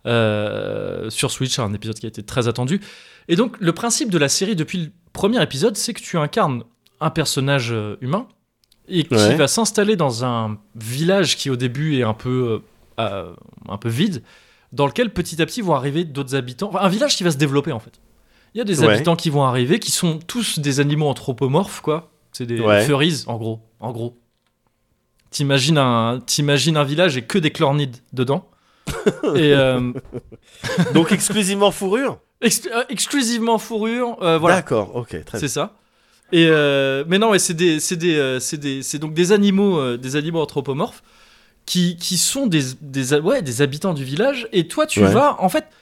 euh, sur Switch, un épisode qui a été très attendu. Et donc, le principe de la série depuis le premier épisode, c'est que tu incarnes un personnage euh, humain et qui Ouais. va s'installer dans un village qui au début est un peu, euh, euh, un peu vide, dans lequel petit à petit vont arriver d'autres habitants. Enfin, un village qui va se développer en fait. Il y a des Ouais. habitants qui vont arriver, qui sont tous des animaux anthropomorphes, quoi. C'est des Ouais. furries, en gros. En gros. T'imagines un, t'imagines un village et que des chlornides dedans. et euh, Donc, exclusivement fourrure. ex- euh, exclusivement fourrure, euh, voilà. D'accord, ok, très bien. C'est ça. Et euh, mais non, ouais, c'est des, c'est des, euh, c'est des, c'est donc des animaux, euh, des animaux anthropomorphes qui, qui sont des, des, ouais, des habitants du village. Et toi, tu Ouais. vas, en fait,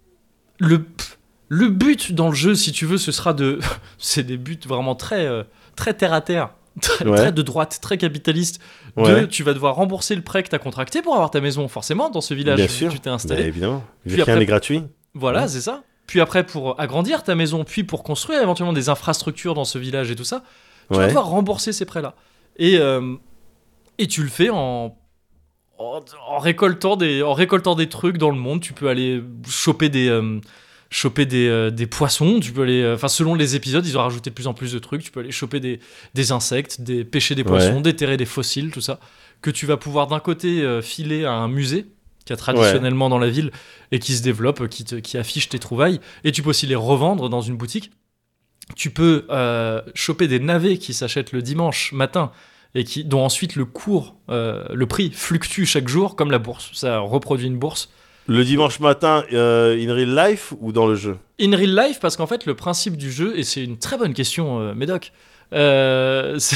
le, le but dans le jeu, si tu veux, ce sera de, c'est des buts vraiment très, euh, très terre à terre, très, Ouais. très de droite, très capitaliste. De, Ouais. tu vas devoir rembourser le prêt que t'as contracté pour avoir ta maison, forcément, dans ce village Bien où sûr. tu t'es Bah, installé. évidemment. Vu Puis que rien après- n'est gratuit. Voilà, Ouais. c'est ça. Puis après, pour agrandir ta maison, puis pour construire éventuellement des infrastructures dans ce village et tout ça, tu vas Ouais. devoir rembourser ces prêts-là. Et, euh, et tu le fais en, en, en récoltant des, en récoltant des trucs dans le monde. Tu peux aller choper des, euh, choper des, euh, des poissons. Tu peux aller, enfin, selon les épisodes, ils ont rajouté de plus en plus de trucs. Tu peux aller choper des, des insectes, des, pêcher des poissons, Ouais. déterrer des fossiles, tout ça. Que tu vas pouvoir d'un côté euh, filer à un musée qui a traditionnellement dans la ville et qui se développe, qui, te, qui affiche tes trouvailles. Et tu peux aussi les revendre dans une boutique. Tu peux euh, choper des navets qui s'achètent le dimanche matin et qui, dont ensuite le cours, euh, le prix fluctue chaque jour comme la bourse. Ça reproduit une bourse. Le dimanche matin, euh, in real life ou dans le jeu? In real life, parce qu'en fait, le principe du jeu, et c'est une très bonne question, euh, Médoc, euh, c'est-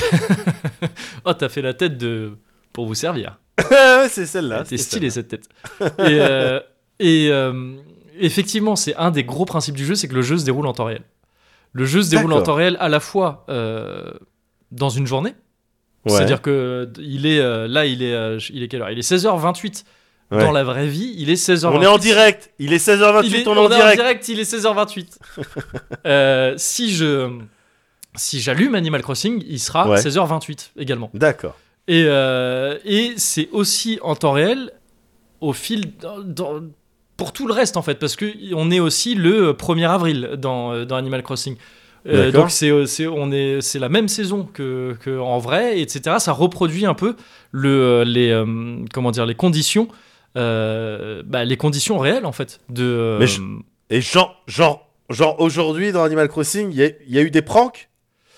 oh, t'as fait la tête de... pour vous servir. C'est celle-là. C'est c'est stylé cette tête. Et, euh, et euh, effectivement, c'est un des gros principes du jeu, c'est que le jeu se déroule en temps réel. Le jeu se déroule en D'accord. temps réel à la fois euh, dans une journée, Ouais. c'est-à-dire que il est euh, là, il est, euh, il est quelle heure? Il est seize heures vingt-huit. Ouais. Dans la vraie vie, il est seize heures vingt-huit. On est en direct. Il est seize heures vingt-huit, Il est- on est en direct. il est seize heures vingt-huit. Euh, si je si j'allume Animal Crossing, il sera Ouais. seize heures vingt-huit également. D'accord. Et, euh, et c'est aussi en temps réel au fil dans- dans- pour tout le reste en fait, parce que on est aussi le premier avril dans, euh, dans Animal Crossing. Euh, D'accord. donc c'est, c'est, on est, c'est la même saison que, que en vrai, et cetera. Ça reproduit un peu le, les, euh, comment dire, les conditions, euh, bah, les conditions réelles en fait. De, euh, Mais je- Et genre, genre, genre aujourd'hui dans Animal Crossing, il y, a- il y a eu des pranks?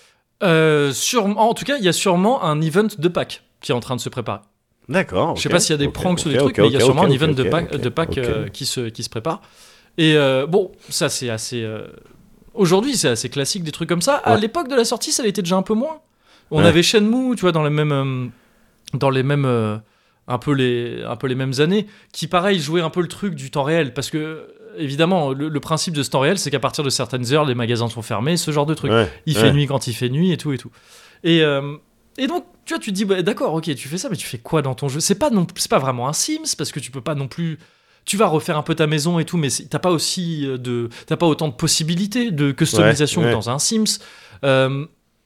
euh, sûrement- en tout cas, il y a sûrement un event de Pâques qui est en train de se préparer. D'accord. Je sais ok, pas s'il y a des ok, pranks ou ok, des trucs, ok, mais il y a ok, sûrement ok, un event ok, de Pâques, ok, de Pâques ok. euh, qui, se, qui se prépare. Et euh, bon, ça c'est assez... euh, aujourd'hui, c'est assez classique, des trucs comme ça. À Ouais. l'époque de la sortie, ça l'était déjà un peu moins. On Ouais. avait Shenmue, tu vois, dans les mêmes... euh, dans les mêmes... euh, un, peu les, un peu les mêmes années, qui pareil jouait un peu le truc du temps réel, parce que... Évidemment, le, le principe de ce temps réel, c'est qu'à partir de certaines heures, les magasins sont fermés, ce genre de truc. Ouais, Il ouais. fait nuit quand il fait nuit et tout et tout. Et, euh, et donc, tu vois, tu te dis, bah, d'accord, ok, tu fais ça, mais tu fais quoi dans ton jeu? C'est pas, non, c'est pas vraiment un Sims, parce que tu peux pas non plus. Tu vas refaire un peu ta maison et tout, mais c'est- t'as pas aussi euh, de, t'as pas autant de possibilités de customisation Ouais, ouais. que dans un Sims. Euh,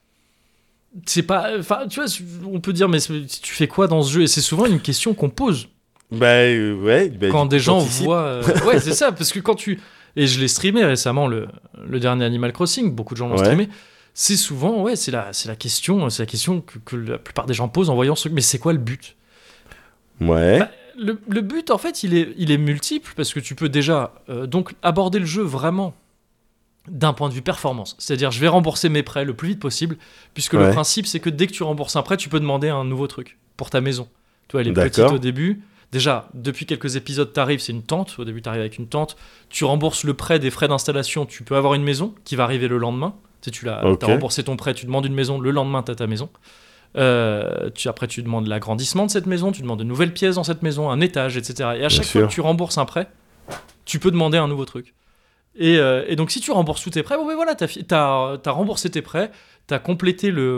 c'est pas, enfin, tu vois, on peut dire, mais c'est- tu fais quoi dans ce jeu? Et c'est souvent une question qu'on pose Bah euh, ouais. bah, quand du des coup, gens t'anticipes. voient. euh, ouais, c'est ça, parce que quand tu. Et je l'ai streamé récemment, le, le dernier Animal Crossing, beaucoup de gens l'ont Ouais. streamé. C'est souvent, ouais, c'est la, c'est la question, c'est la question que, que la plupart des gens posent en voyant ce truc. Mais c'est quoi le but? Ouais. Bah, le, le but, en fait, il est, il est multiple parce que tu peux déjà euh, donc aborder le jeu vraiment d'un point de vue performance. C'est-à-dire, je vais rembourser mes prêts le plus vite possible, puisque le Ouais. principe, c'est que dès que tu rembourses un prêt, tu peux demander un nouveau truc pour ta maison. Tu vois, elle est petite D'accord. au début. Déjà, depuis quelques épisodes, t'arrives, c'est une tente. Au début, t'arrives avec une tente. Tu rembourses le prêt des frais d'installation. Tu peux avoir une maison qui va arriver le lendemain. Tu sais, tu l'as, Ok. t'as remboursé ton prêt, tu demandes une maison. Le lendemain, t'as ta maison. Euh, tu, après, tu demandes l'agrandissement de cette maison. Tu demandes de nouvelles pièces dans cette maison, un étage, et cetera. Et à Bien chaque fois sûr. que tu rembourses un prêt, tu peux demander un nouveau truc. Et, euh, et donc, si tu rembourses tous tes prêts, bon, ben voilà, t'as, fi- t'as, t'as remboursé tes prêts, t'as complété le,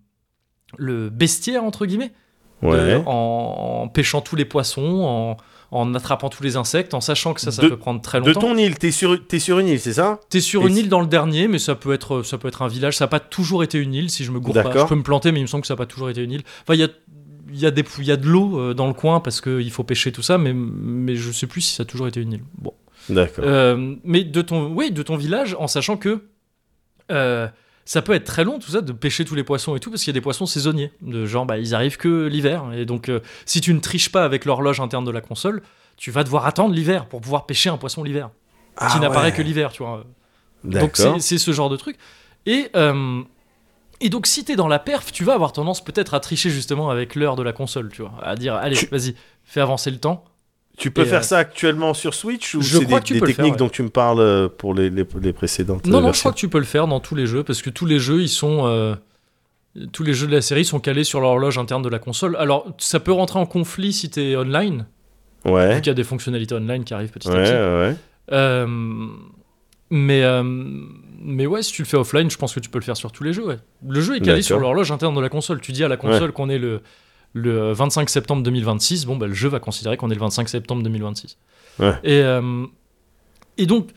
le bestiaire, entre guillemets, de- Ouais. en, en pêchant tous les poissons, en, en attrapant tous les insectes, en sachant que ça, ça De- peut prendre très De longtemps. ton île, t'es sur, t'es sur une île, c'est ça? T'es sur Et une si- île dans le dernier, mais ça peut être, ça peut être un village. Ça n'a pas toujours été une île, si je me gourre pas. D'accord. Je peux me planter, mais il me semble que ça n'a pas toujours été une île. Enfin, il y a, il y, a des- il y a de l'eau euh, dans le coin parce qu'il faut pêcher tout ça, mais, mais je sais plus si ça a toujours été une île. Bon. D'accord. Euh, mais de ton, oui, de ton village, en sachant que euh, ça peut être très long, tout ça, de pêcher tous les poissons et tout, parce qu'il y a des poissons saisonniers. De genre, bah, ils arrivent que l'hiver. Et donc, euh, si tu ne triches pas avec l'horloge interne de la console, tu vas devoir attendre l'hiver pour pouvoir pêcher un poisson l'hiver, Ah qui n'apparaît ouais. que l'hiver, tu vois. Donc, D'accord. c'est, c'est ce genre de truc. Et, euh, et donc, si t'es dans la perf, tu vas avoir tendance peut-être à tricher justement avec l'heure de la console, tu vois. À dire, allez, Tu- vas-y, fais avancer le temps. Tu peux Et, faire euh, ça actuellement sur Switch ou je c'est crois des, que tu des peux le techniques faire, dont tu me parles euh, pour les, les, les précédentes Non, euh, non, je versions? crois que tu peux le faire dans tous les jeux, parce que tous les jeux, ils sont... euh, tous les jeux de la série sont calés sur l'horloge interne de la console. Alors, ça peut rentrer en conflit si t'es online, Ouais. vu qu'il y a des fonctionnalités online qui arrivent petit Ouais, à petit. ouais. Euh, mais, euh, mais ouais, si tu le fais offline, je pense que tu peux le faire sur tous les jeux, ouais. Le jeu est calé D'accord. sur l'horloge interne de la console. Tu dis à la console qu'on est le, le vingt-cinq septembre deux mille vingt-six, bon, bah, le jeu va considérer qu'on est le vingt-cinq septembre deux mille vingt-six. Ouais. Et, euh, et donc,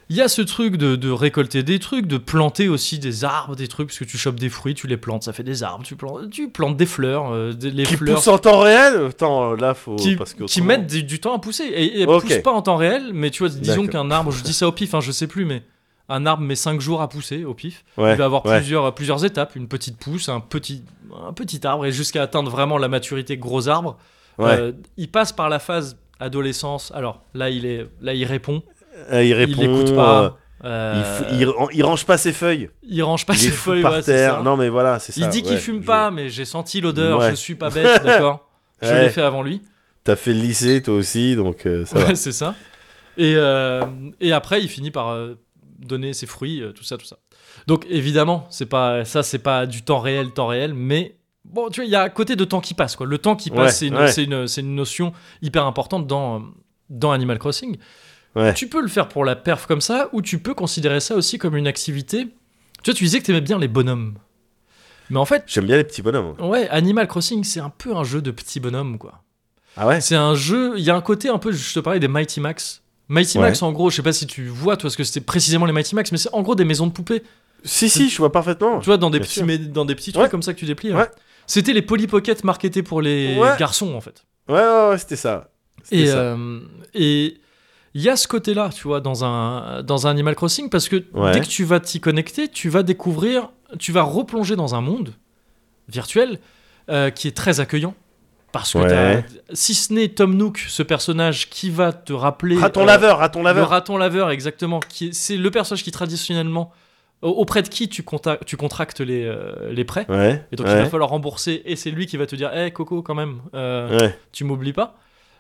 Il y a ce truc de, de récolter des trucs, de planter aussi des arbres, des trucs, parce que tu chopes des fruits, tu les plantes, ça fait des arbres. Tu plantes, tu plantes des fleurs, euh, des, les Qui fleurs poussent en temps réel. Attends, là, faut. qui, parce que qui autrement- mettent du, du temps à pousser. Et, et elles Ok. poussent pas en temps réel, mais tu vois, disons D'accord. qu'un arbre, je dis ça au pif, hein, je sais plus, mais un arbre met cinq jours à pousser au pif. Ouais, Il va avoir ouais. plusieurs, plusieurs étapes, une petite pousse, un petit, un petit arbre, et jusqu'à atteindre vraiment la maturité gros arbre. Ouais. Euh, il passe par la phase adolescence. Alors là, il est, là, il répond. Euh, il répond. il l'écoute euh, pas. il, Euh, f- il, ran- il range pas ses feuilles. il range pas il ses les fout feuilles par ouais, c'est terre. ça. Non, mais voilà, c'est ça. Il dit qu'il ouais, fume je- pas, mais j'ai senti l'odeur. Ouais. Je suis pas bête, d'accord. Je Ouais. l'ai fait avant lui. T'as fait le lycée, toi aussi, donc euh, ça va. Ouais, c'est ça. Et, euh, et après, il finit par euh, donner ses fruits, euh, tout ça, tout ça. Donc évidemment, c'est pas ça, c'est pas du temps réel, temps réel, mais bon, tu vois, il y a un côté de temps qui passe, quoi. Le temps qui passe, Ouais, c'est une, ouais. c'est une, c'est une notion hyper importante dans dans Animal Crossing. Ouais. Tu peux le faire pour la perf comme ça, ou tu peux considérer ça aussi comme une activité. Tu vois, tu disais que t'aimais bien les bonhommes, mais en fait, J'aime bien les petits bonhommes. ouais, Animal Crossing, c'est un peu un jeu de petits bonhommes, quoi. Ah ouais. C'est un jeu, il y a un côté un peu, je te parlais des Mighty Max. Mighty Ouais. Max, en gros, je sais pas si tu vois, toi, ce que c'était précisément les Mighty Max, mais c'est en gros des maisons de poupées. Si, si, je vois parfaitement. Tu vois, dans des Bien petits, sûr. mais- dans des petits trucs Ouais. comme ça que tu déplies. hein. Ouais. C'était les Polly Pocket marketés pour les Ouais. garçons, en fait. Ouais, ouais, ouais, c'était ça. C'était Et ça. euh, et il y a ce côté-là, tu vois, dans un, dans un Animal Crossing, parce que Ouais. dès que tu vas t'y connecter, tu vas découvrir, tu vas replonger dans un monde virtuel euh, qui est très accueillant. Parce que Ouais. t'as- si ce n'est Tom Nook, ce personnage qui va te rappeler... Raton euh, laveur, raton Le laveur. raton laveur, exactement. Qui est- c'est le personnage qui, traditionnellement, au- auprès de qui tu, conta- tu contractes les, euh, les prêts. Ouais. Et donc, ouais. il va falloir rembourser. Et c'est lui qui va te dire Hé, Coco, quand même, euh, Ouais. tu m'oublies pas.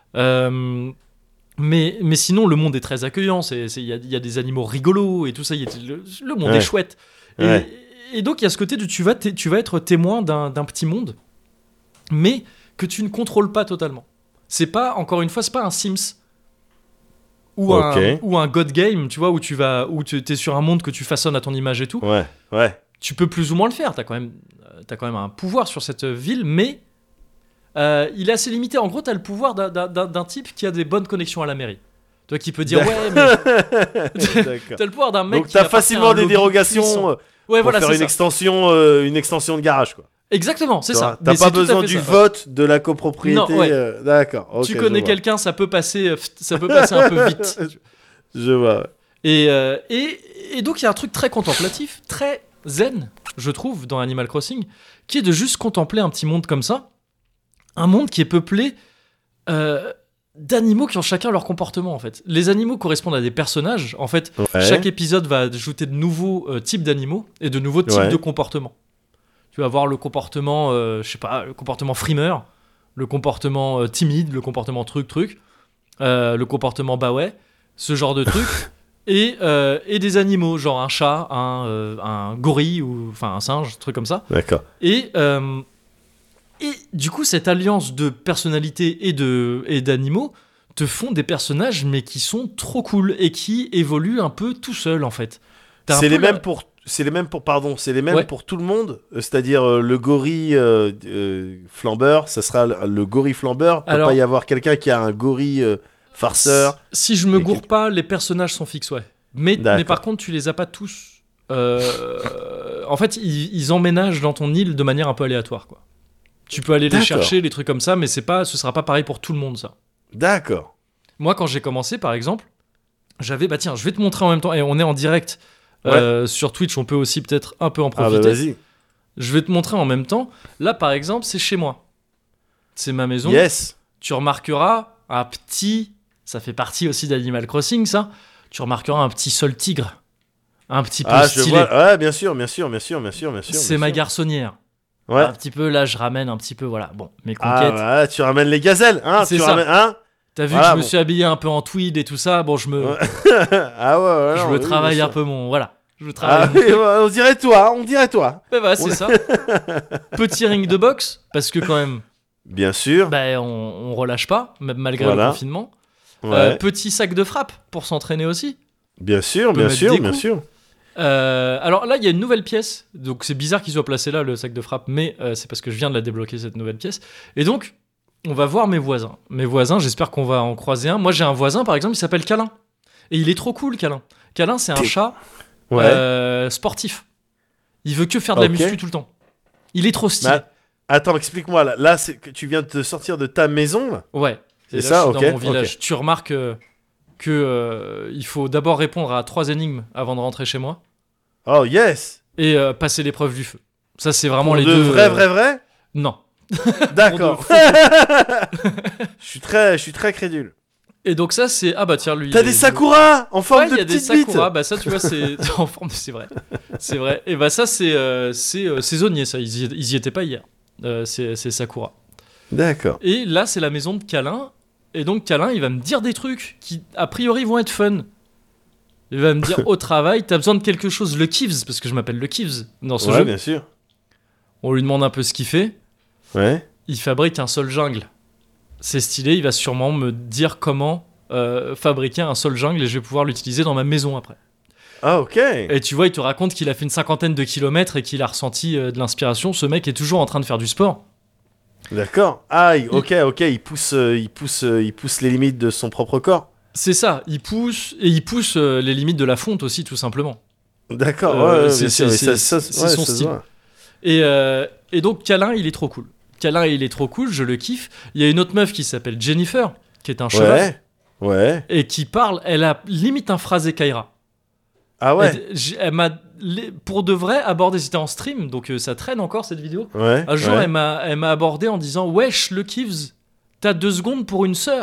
Euh, mais, mais sinon, le monde est très accueillant. c'est- c'est- Il y, a, il y a des animaux rigolos et tout ça. il y a- le, le monde Ouais. est chouette. Et, Ouais. et donc, il y a ce côté de tu vas, t- tu vas être témoin d'un d'un petit monde, mais que tu ne contrôles pas totalement. C'est pas, encore une fois, c'est pas un Sims ou, Ok. un, ou un God Game, tu vois, où tu vas, où tu es sur un monde que tu façonnes à ton image et tout. Ouais. Ouais. Tu peux plus ou moins le faire. T'as quand même, euh, t'as quand même un pouvoir sur cette ville, mais euh, il est assez limité. En gros, t'as le pouvoir d'un- d'un d'un- d'un type qui a des bonnes connexions à la mairie. Toi qui peux dire ouais, mais D'accord. t'as le pouvoir d'un mec. Donc qui t'as appartient à facilement un des lobby dérogations puissant. euh, Ouais, pour voilà, faire c'est une ça. extension, euh, une extension de garage, quoi. Exactement, c'est Tu vois, ça. T'as Mais pas c'est tout à besoin fait du ça. vote de la copropriété. Non, ouais. euh, D'accord. ok, tu je connais vois. quelqu'un, ça peut passer, euh, ça peut passer un peu vite. Je vois. ouais. Et, euh, et, et donc il y a un truc très contemplatif, très zen, je trouve, dans Animal Crossing, qui est de juste contempler un petit monde comme ça, un monde qui est peuplé euh, d'animaux qui ont chacun leur comportement en fait. Les animaux correspondent à des personnages. En fait, Ouais. chaque épisode va ajouter de nouveaux euh, types d'animaux et de nouveaux types Ouais. de comportements. Tu vas avoir le comportement, euh, je sais pas, le comportement frimeur, le comportement euh, timide, le comportement truc truc, euh, le comportement bah ouais, ce genre de trucs. Et, euh, et des animaux, genre un chat, un, euh, un gorille, ou enfin un singe, un truc comme ça. D'accord. Et, euh, et du coup, cette alliance de personnalités et, de, et d'animaux te font des personnages, mais qui sont trop cool et qui évoluent un peu tout seuls, en fait. T'as un C'est peu les la- mêmes pour. C'est les mêmes pour pardon, c'est les mêmes Ouais. pour tout le monde, euh, c'est-à-dire euh, le gorille euh, euh, flambeur, ça sera le, le gorille flambeur, peut Alors- pas y avoir quelqu'un qui a un gorille euh, farceur. Si je me Et gourre quel- pas, les personnages sont fixes, ouais. Mais, D'accord. mais par contre, tu les as pas tous. Euh, en fait, ils, ils emménagent dans ton île de manière un peu aléatoire, quoi. Tu peux aller les D'accord. chercher, les trucs comme ça, mais c'est pas, ce sera pas pareil pour tout le monde, ça. D'accord. Moi, quand j'ai commencé, par exemple, j'avais, bah tiens, je vais te montrer en même temps, et on est en direct euh, sur Twitch, on peut aussi peut-être un peu en Ah bah profiter. vas-y. Je vais te montrer en même temps. Là, par exemple, c'est chez moi. C'est ma maison. Yes. Tu remarqueras un petit, ça fait partie aussi d'Animal Crossing, ça. Tu remarqueras un petit sol tigre, un petit peu Ah je stylé. vois. Ouais, bien sûr, bien sûr, bien sûr, bien sûr, bien sûr. C'est bien ma sûr. garçonnière. Ouais. Un petit peu là, je ramène un petit peu, voilà. Bon, mes Ah conquêtes. ouais, tu ramènes les gazelles, hein C'est Tu ça. ramènes, hein T'as vu Voilà, que je me bon. suis habillé un peu en tweed et tout ça. Bon, je me, Ouais. Ah ouais, ouais. je non, me oui, travaille bien un sûr. peu mon, voilà. Je Ah travaille. oui, ouais, on dirait toi, on dirait toi. Ouais, voilà, c'est ça. Petit ring de boxe, parce que quand même, Bien sûr. bah, on, on relâche pas, même malgré Voilà. le confinement. Ouais. Euh, petit sac de frappe pour s'entraîner aussi. Bien sûr, peut bien mettre sûr, des bien coups. sûr. Euh, alors là, il y a une nouvelle pièce. Donc c'est bizarre qu'il soit placé là, le sac de frappe, mais euh, c'est parce que je viens de la débloquer, cette nouvelle pièce. Et donc, on va voir mes voisins. Mes voisins, j'espère qu'on va en croiser un. Moi, j'ai un voisin, par exemple, il s'appelle Câlin. Et il est trop cool, Câlin. Câlin, c'est un T'es- chat Ouais. euh, sportif. Il veut que faire de la Ok. muscu tout le temps. Il est trop stylé. Mais attends, explique-moi. Là, là c'est que tu viens de te sortir de ta maison, là. Ouais. C'est Et là, ça, je suis ok, dans mon village. ok. Tu remarques euh, que euh, il faut d'abord répondre à trois énigmes avant de rentrer chez moi Oh, yes. et euh, passer l'épreuve du feu. Ça, c'est vraiment Pour les de deux. vrai, euh, vrai, vrai Non. D'accord. Pour Je suis très, je suis très crédule. Et donc ça, c'est ah bah tiens lui. T'as il des est- sakura en forme Ouais, de il y a des petites bites. sakura. Bah ça, tu vois, c'est en forme. de- C'est vrai. C'est vrai. Et bah ça, c'est euh, c'est euh, saisonnier. Ça, ils y, ils y étaient pas hier. Euh, c'est c'est sakura. D'accord. Et là, c'est la maison de Câlin. Et donc, Câlin, il va me dire des trucs qui, a priori, vont être fun. Il va me dire au travail, t'as besoin de quelque chose, le Kivs, parce que je m'appelle le Kivs dans ce Ouais, jeu. bien sûr. On lui demande un peu ce qu'il fait. Ouais. Il fabrique un sol jungle. C'est stylé, il va sûrement me dire comment euh, fabriquer un sol jungle et je vais pouvoir l'utiliser dans ma maison après. Ah, ok. Et tu vois, il te raconte qu'il a fait une cinquantaine de kilomètres et qu'il a ressenti euh, de l'inspiration. Ce mec est toujours en train de faire du sport. D'accord. Ah, il- ok, ok. Il pousse, euh, il pousse, euh, il pousse les limites de son propre corps. C'est ça, il pousse, et il pousse euh, les limites de la fonte aussi, tout simplement. D'accord. Euh, ouais, ouais, c'est- bien sûr. c'est- mais ça- c'est- ça- c'est ouais, son ça se style. voit. Et, euh, et donc, Câlin, il est trop cool. Câlin, il est trop cool, je le kiffe. Il y a une autre meuf qui s'appelle Jennifer, qui est un cheval, Ouais. Ouais. et qui parle, elle a limite un phrasé Kaira. Ah ouais. Elle, j- elle m'a, les- pour de vrai, abordé, c'était en stream, donc euh, ça traîne encore cette vidéo. Ouais. Un jour, ouais. elle m'a, elle m'a abordé en disant « Wesh, le Kivs, t'as deux secondes pour une sœur ?»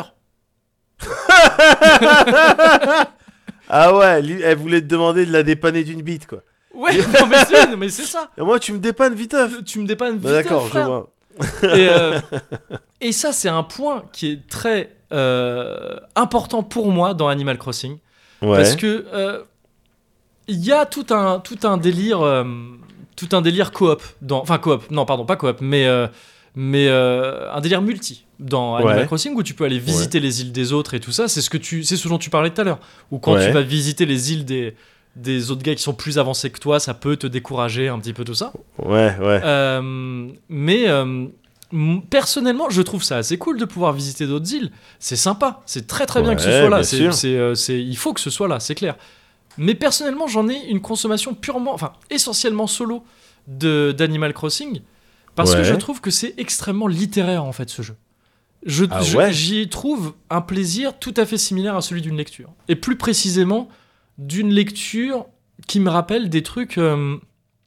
Ah ouais. lui- Elle voulait te demander de la dépanner d'une bite, quoi. Ouais, non mais c'est, non, mais c'est ça. Et moi, tu me dépannes viteuf. Tu me dépannes vite, Bah, d'accord, je frère. vois. Et, euh, et ça, c'est un point qui est très euh, important pour moi dans Animal Crossing. Ouais. Parce que euh, il y a tout un, tout un délire, euh, tout un délire coop. Dans, enfin, coop, non, pardon, pas coop, mais, euh, mais euh, un délire multi dans Animal Ouais. Crossing où tu peux aller visiter les îles des autres et tout ça. C'est ce, que tu, c'est ce dont tu parlais tout à l'heure. Ou quand Ouais. tu vas visiter les îles des, des autres gars qui sont plus avancés que toi, ça peut te décourager un petit peu tout ça. Ouais, ouais. Euh, mais euh, m- personnellement, je trouve ça assez cool de pouvoir visiter d'autres îles. C'est sympa, c'est très très bien que ce Ouais, soit là. bien C'est, sûr. c'est, euh, c'est- il faut que ce soit là, c'est clair. Mais personnellement, j'en ai une consommation purement, enfin essentiellement solo de d'Animal Crossing parce que Ouais. je trouve que c'est extrêmement littéraire en fait ce jeu. Je, Ah je- ouais j'y trouve un plaisir tout à fait similaire à celui d'une lecture. Et plus précisément, d'une lecture qui me rappelle des trucs euh,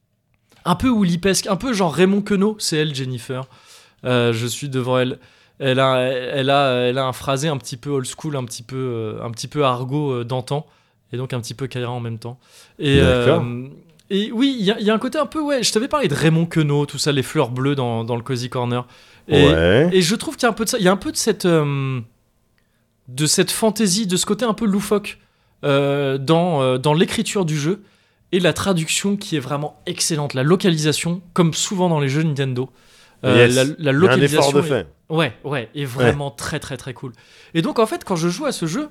un peu oulipesques, un peu genre Raymond Queneau, c'est elle, Jennifer. Euh, je suis devant elle. Elle a, elle, a, elle a un phrasé un petit peu old school, un petit peu, euh, un petit peu argot euh, d'antan, et donc un petit peu Kaira en même temps. Et, D'accord. euh, et oui, il y, a- il y a un côté un peu, ouais, je t'avais parlé de Raymond Queneau, tout ça, les fleurs bleues dans, dans le Cozy Corner. Et, Ouais. et je trouve qu'il y a un peu de ça. Il y a un peu de cette, euh, de cette fantaisie, de ce côté un peu loufoque euh, dans, euh, dans l'écriture du jeu et la traduction qui est vraiment excellente. La localisation, comme souvent dans les jeux Nintendo. euh, Yes. la, la Il y a un localisation effort de est- fait. Ouais, ouais, est vraiment très très très cool. Et donc en fait, quand je joue à ce jeu,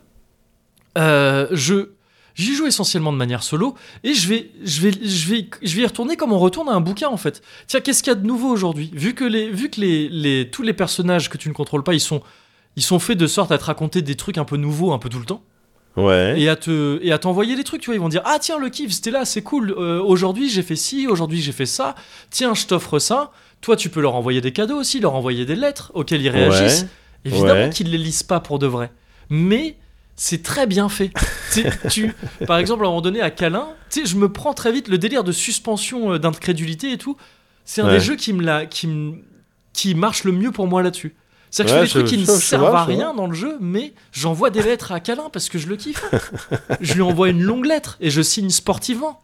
euh, je j'y joue essentiellement de manière solo et je vais je vais je vais je vais y retourner comme on retourne à un bouquin en fait. Tiens, qu'est-ce qu'il y a de nouveau aujourd'hui? Vu que les vu que les, les tous les personnages que tu ne contrôles pas, ils sont ils sont faits de sorte à te raconter des trucs un peu nouveaux un peu tout le temps Ouais. et à te et à t'envoyer des trucs, tu vois, ils vont dire ah tiens le kiff, c'était là, c'est cool. Euh, aujourd'hui, j'ai fait ci, aujourd'hui, j'ai fait ça. Tiens, je t'offre ça. Toi, tu peux leur envoyer des cadeaux aussi, leur envoyer des lettres auxquelles ils réagissent. Ouais. Évidemment Ouais. qu'ils les lisent pas pour de vrai, mais c'est très bien fait. Tu sais, tu, par exemple, à un moment donné, à Câlin, tu sais, je me prends très vite le délire de suspension euh, d'incrédulité et tout. C'est un Ouais. des jeux qui me la, qui me, qui marche le mieux pour moi là-dessus. C'est-à-dire que Ouais, je fais des je- trucs qui je- ne je servent vois, à je rien vois. dans le jeu, mais j'envoie des lettres à Câlin parce que je le kiffe. Je lui envoie une longue lettre et je signe sportivement.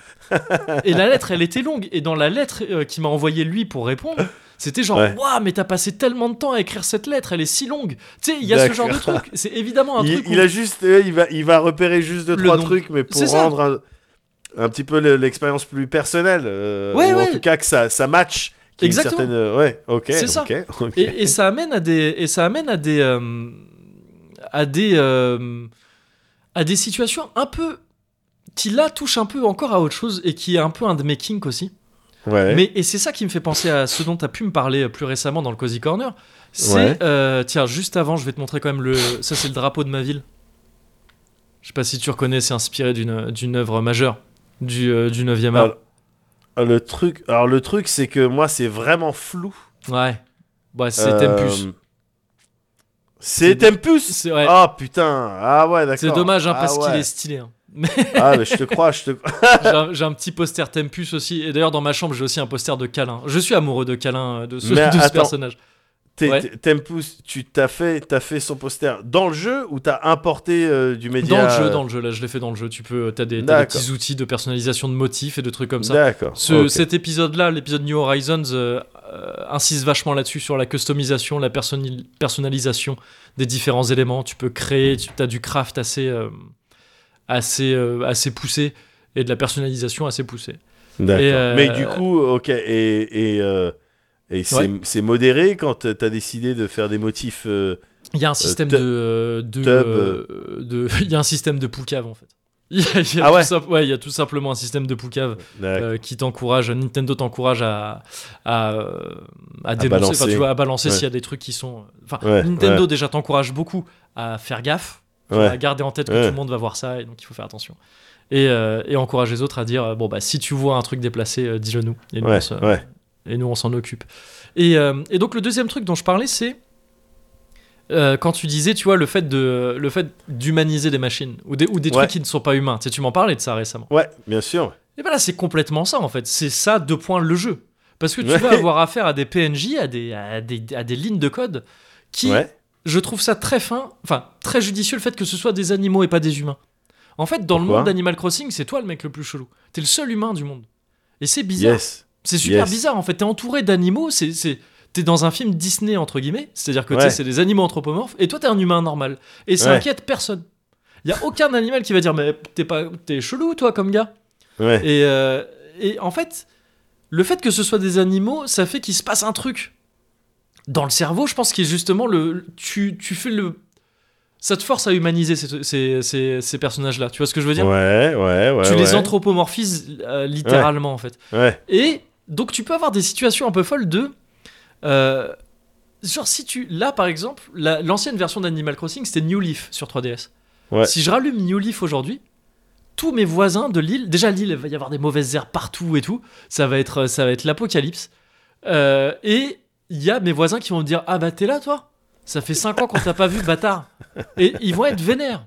Et la lettre, elle était longue. Et dans la lettre euh, qu'il m'a envoyée lui pour répondre, c'était genre, Ouais. waouh, mais t'as passé tellement de temps à écrire cette lettre, elle est si longue. Tu sais, il y a ce genre de D'accord. truc. C'est évidemment un Il, truc. il où- a juste, euh, il va, il va repérer juste deux Le trois nom. trucs, mais pour C'est ça. rendre un, un petit peu le- l'expérience plus personnelle, euh, Ouais, ou en ouais. tout cas que ça, ça match. qu'il y ait une Exactement. certaine, euh, ouais, ok. C'est ça. ok, ok. Et, et ça amène à des, et ça amène à des, euh, à des, euh, à des situations un peu qui là touchent un peu encore à autre chose et qui est un peu un de mes kinks aussi. Ouais. Mais et c'est ça qui me fait penser à ce dont tu as pu me parler plus récemment dans le Cozy Corner. C'est Ouais. euh, tiens, juste avant, je vais te montrer quand même le. Ça, c'est le drapeau de ma ville. Je sais pas si tu reconnais, c'est inspiré d'une, d'une œuvre majeure du, euh, du neuvième art. Alors, le truc, alors le truc, c'est que moi, c'est vraiment flou. Ouais. Ouais, c'est Euh, Tempus. C'est C'est- Tempus. c'est- ouais. Ah putain. Ah ouais, d'accord. C'est dommage, hein, Ah parce qu'il ouais. est stylé. Hein. Mais Ah mais je te crois, je te. j'ai, un, j'ai un petit poster Tempus aussi. Et d'ailleurs, dans ma chambre, j'ai aussi un poster de Câlin. Je suis amoureux de Câlin, euh, de ce, Mais de ce attends. personnage. T'es- Ouais. t'es- Tempus, tu t'as fait, t'as fait son poster dans le jeu ou t'as importé euh, du média Dans le jeu, euh, dans le jeu, là, je l'ai fait dans le jeu. Tu peux, t'as des, t'as des D'accord. petits outils de personnalisation de motifs et de trucs comme ça. D'accord. Ce, ok. Cet épisode-là, l'épisode New Horizons, euh, euh, insiste vachement là-dessus, sur la customisation, la personnali- personnalisation des différents éléments. Tu peux créer, tu as du craft assez, euh, assez, euh, assez poussé et de la personnalisation assez poussée. D'accord. et, euh, Mais du coup, ok, et et, euh, et c'est, Ouais. c'est modéré quand t'as décidé de faire des motifs. euh, Il y a un système tu- de, de, tub, euh, de- il y a un système de poucave en fait. Il y a, il y a Ah tout ouais. simple- ouais, il y a tout simplement un système de poucave. d'accord. Euh, qui t'encourage, Nintendo t'encourage à, à, euh, à dénoncer, balancer. enfin, tu vois, à balancer Ouais. s'il y a des trucs qui sont. Enfin, Ouais, Nintendo ouais. déjà t'encourage beaucoup à faire gaffe, tu vois, Ouais. à garder en tête que Ouais. tout le monde va voir ça et donc il faut faire attention. Et, euh, et encourage les autres à dire euh, bon bah si tu vois un truc déplacé, euh, dis-le nous et nous, Ouais, on, se- ouais. et nous on s'en occupe. Et, euh, et donc le deuxième truc dont je parlais c'est euh, quand tu disais, tu vois, le fait de le fait d'humaniser des machines ou des, ou des Ouais. trucs qui ne sont pas humains. Tu sais, tu m'en parlais de ça récemment. Ouais, bien sûr. Et ben là, c'est complètement ça en fait. C'est ça, deux points, le jeu. Parce que tu Ouais. vas avoir affaire à des P N J, à des, à des, à des lignes de code qui, Ouais. je trouve ça très fin, enfin très judicieux le fait que ce soit des animaux et pas des humains. En fait, dans le Pourquoi monde d'Animal Crossing, c'est toi le mec le plus chelou. T'es le seul humain du monde. Et c'est bizarre. Yes. C'est super Yes. bizarre en fait. T'es entouré d'animaux, c'est, c'est, t'es dans un film Disney entre guillemets, c'est-à-dire que tu sais, Ouais. c'est des animaux anthropomorphes, et toi t'es un humain normal. Et ça Ouais. inquiète personne. Il y a aucun animal qui va dire mais t'es pas, t'es chelou toi comme gars. Ouais. Et, euh, et en fait, le fait que ce soit des animaux, ça fait qu'il se passe un truc dans le cerveau, je pense, qui est justement le. Tu, tu fais le. Ça te force à humaniser ces, ces, ces, ces personnages-là. Tu vois ce que je veux dire Ouais, ouais, ouais. Tu les ouais. anthropomorphises euh, littéralement, en fait. Ouais. Et donc, tu peux avoir des situations un peu folles de. euh, genre, si tu. Là, par exemple, la- l'ancienne version d'Animal Crossing, c'était New Leaf sur trois D S. Ouais. Si je rallume New Leaf aujourd'hui, tous mes voisins de l'île, déjà l'île, il va y avoir des mauvaises herbes partout et tout, ça va être, ça va être l'apocalypse. Euh, et il y a mes voisins qui vont me dire ah bah t'es là toi, ça fait cinq ans qu'on t'a pas vu bâtard. Et ils vont être vénères.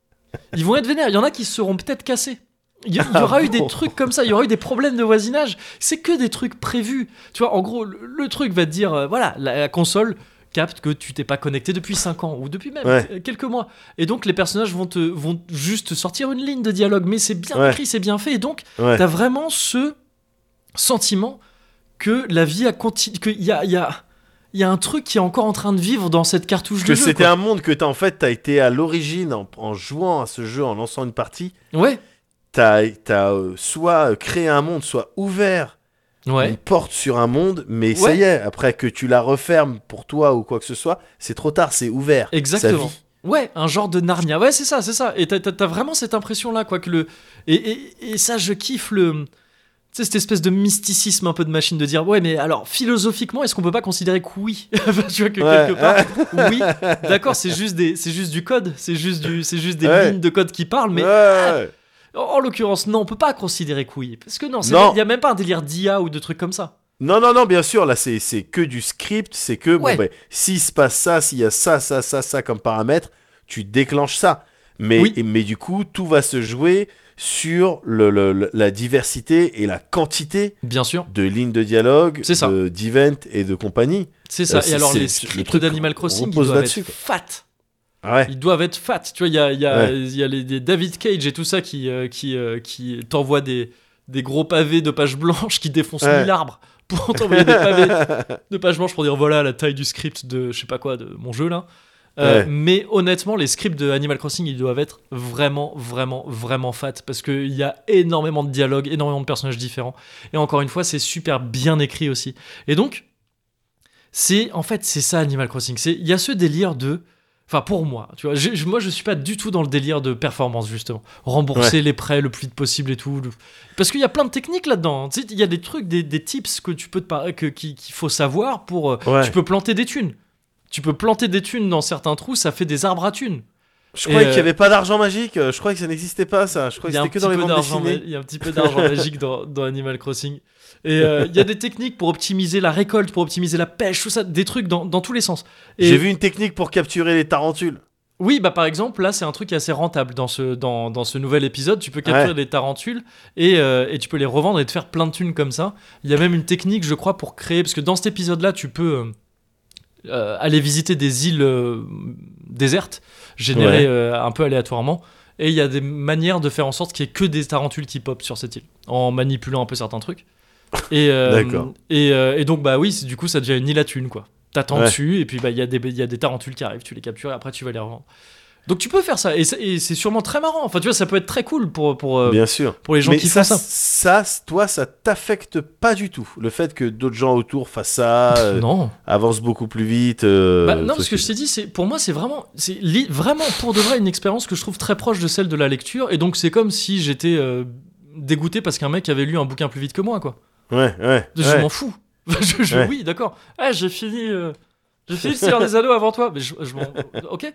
Ils vont être vénères. Il y en a qui se seront peut-être cassés. Il y, il y aura Ah eu des bon trucs comme ça, il y aura eu des problèmes de voisinage. C'est que des trucs prévus. Tu vois, en gros, le, le truc va te dire euh, voilà, la, la console capte que tu t'es pas connecté depuis cinq ans ou depuis même Ouais. euh, quelques mois. Et donc les personnages vont te vont juste sortir une ligne de dialogue, mais c'est bien Ouais. écrit, c'est bien fait. Et donc Ouais. t'as vraiment ce sentiment que la vie a continué, qu'il y a, il y a il y a un truc qui est encore en train de vivre dans cette cartouche Que de jeu. c'était quoi. un monde que t'as en fait, t'as été à l'origine en, en jouant à ce jeu, en lançant une partie. Ouais, T'as, t'as euh, soit créé un monde, soit ouvert ouais. une porte sur un monde, mais ça Ouais. y est, après que tu la refermes pour toi ou quoi que ce soit, c'est trop tard, c'est ouvert. Exactement. Sa vie. Ouais, un genre de Narnia. Ouais, c'est ça, c'est ça. Et t'as, t'as- t'as vraiment cette impression-là, quoi, que le. Et, et, et ça, je kiffe le. Tu sais, cette espèce de mysticisme un peu de machine de dire, ouais, mais alors, philosophiquement, est-ce qu'on peut pas considérer que oui tu vois, que Ouais, quelque part, oui, d'accord, c'est juste, des, c'est juste du code, c'est juste, du, c'est juste des Ouais. lignes de code qui parlent, mais Ouais. en, en l'occurrence, non, on peut pas considérer que oui. Parce que non, Non. il y a même pas un délire d'I A ou de trucs comme ça. Non, non, non, bien sûr, là, c'est, c'est que du script, c'est que, Ouais. bon, ben, s'il se passe ça, s'il y a ça, ça, ça, ça comme paramètre, tu déclenches ça. Mais, Oui. et- mais du coup, tout va se jouer sur le, le- le- la diversité et la quantité Bien sûr, de lignes de dialogue, C'est ça. de, d'events et de compagnie. c'est ça. Euh, Et c'est- alors, c'est- les le scripts truc, d'Animal on Crossing, ils repose doivent là-dessus, être quoi. fat. Ah ouais. Ils doivent être fat. Tu vois, il y a, il y a, Ouais. il y a les, des David Cage et tout ça qui, euh, qui, euh, qui t'envoient des, des gros pavés de pages blanches qui défoncent Ouais. mille arbres pour t'envoyer des pavés de pages blanches pour dire voilà la taille du script de je sais pas quoi, de mon jeu là. Euh, Ouais. Mais honnêtement, les scripts de Animal Crossing, ils doivent être vraiment, vraiment, vraiment fat parce qu'il y a énormément de dialogues, énormément de personnages différents. Et encore une fois, c'est super bien écrit aussi. Et donc, c'est en fait, c'est ça Animal Crossing. C'est- Il y a ce délire de. Enfin, pour moi, tu vois, je- je- moi je suis pas du tout dans le délire de performance, justement. Rembourser les prêts le plus vite possible et tout. Parce qu'il y a plein de techniques là-dedans. Tu sais, il y a des trucs, des, des tips que tu peux te par- que, qui- qu'il faut savoir pour. euh, Ouais. Tu peux planter des thunes. Tu peux planter des thunes dans certains trous, ça fait des arbres à thunes. Je croyais Et, qu'il n'y euh, avait pas d'argent magique. euh, Je croyais que ça n'existait pas, ça. Je croyais Il y que a un c'était que petit dans les peu bandes d'argent, dessinées. ma- il y a un petit peu d'argent magique dans, dans Animal Crossing. Et euh, il y a des techniques pour optimiser la récolte, pour optimiser la pêche, tout ça, des trucs dans, dans tous les sens. Et J'ai vu une technique pour capturer les tarentules. oui, bah par exemple, là c'est un truc qui est assez rentable dans ce, dans, dans ce nouvel épisode. Tu peux capturer Ouais. des tarentules et, euh, et tu peux les revendre et te faire plein de thunes comme ça. Il y a même une technique, je crois, pour créer. Parce que dans cet épisode-là, tu peux euh, euh, aller visiter des îles euh, désertes, générées Ouais. euh, un peu aléatoirement. Et il y a des manières de faire en sorte qu'il n'y ait que des tarentules qui popent sur cette île, en manipulant un peu certains trucs. Et, euh, D'accord. et, euh, et donc, bah oui, c'est- du coup, ça devient une île à thunes, quoi. T'attends Ouais. dessus, et puis bah, il y, a des- il y a des tarentules qui arrivent, tu les captures, et après tu vas les revendre. Donc tu peux faire ça, et c'est, et c'est sûrement très marrant. Enfin, tu vois, ça peut être très cool pour, pour, euh, Bien sûr. pour les gens Mais qui ça, font ça. ça, c- toi, ça t'affecte pas du tout. Le fait que d'autres gens autour fassent ça, euh, Non. avancent beaucoup plus vite. euh, Bah, non, ça, parce que c'est- je t'ai dit, c'est, pour moi, c'est vraiment, c'est li- vraiment pour de vrai une expérience que je trouve très proche de celle de la lecture. Et donc, c'est comme si j'étais euh, dégoûté parce qu'un mec avait lu un bouquin plus vite que moi, quoi. Ouais, ouais. Je ouais. m'en fous. je, je- Ouais. Oui, d'accord. Ah, j'ai fini, euh, j'ai fini le Seigneur des Anneaux avant toi. Mais je, je m'en. Ok.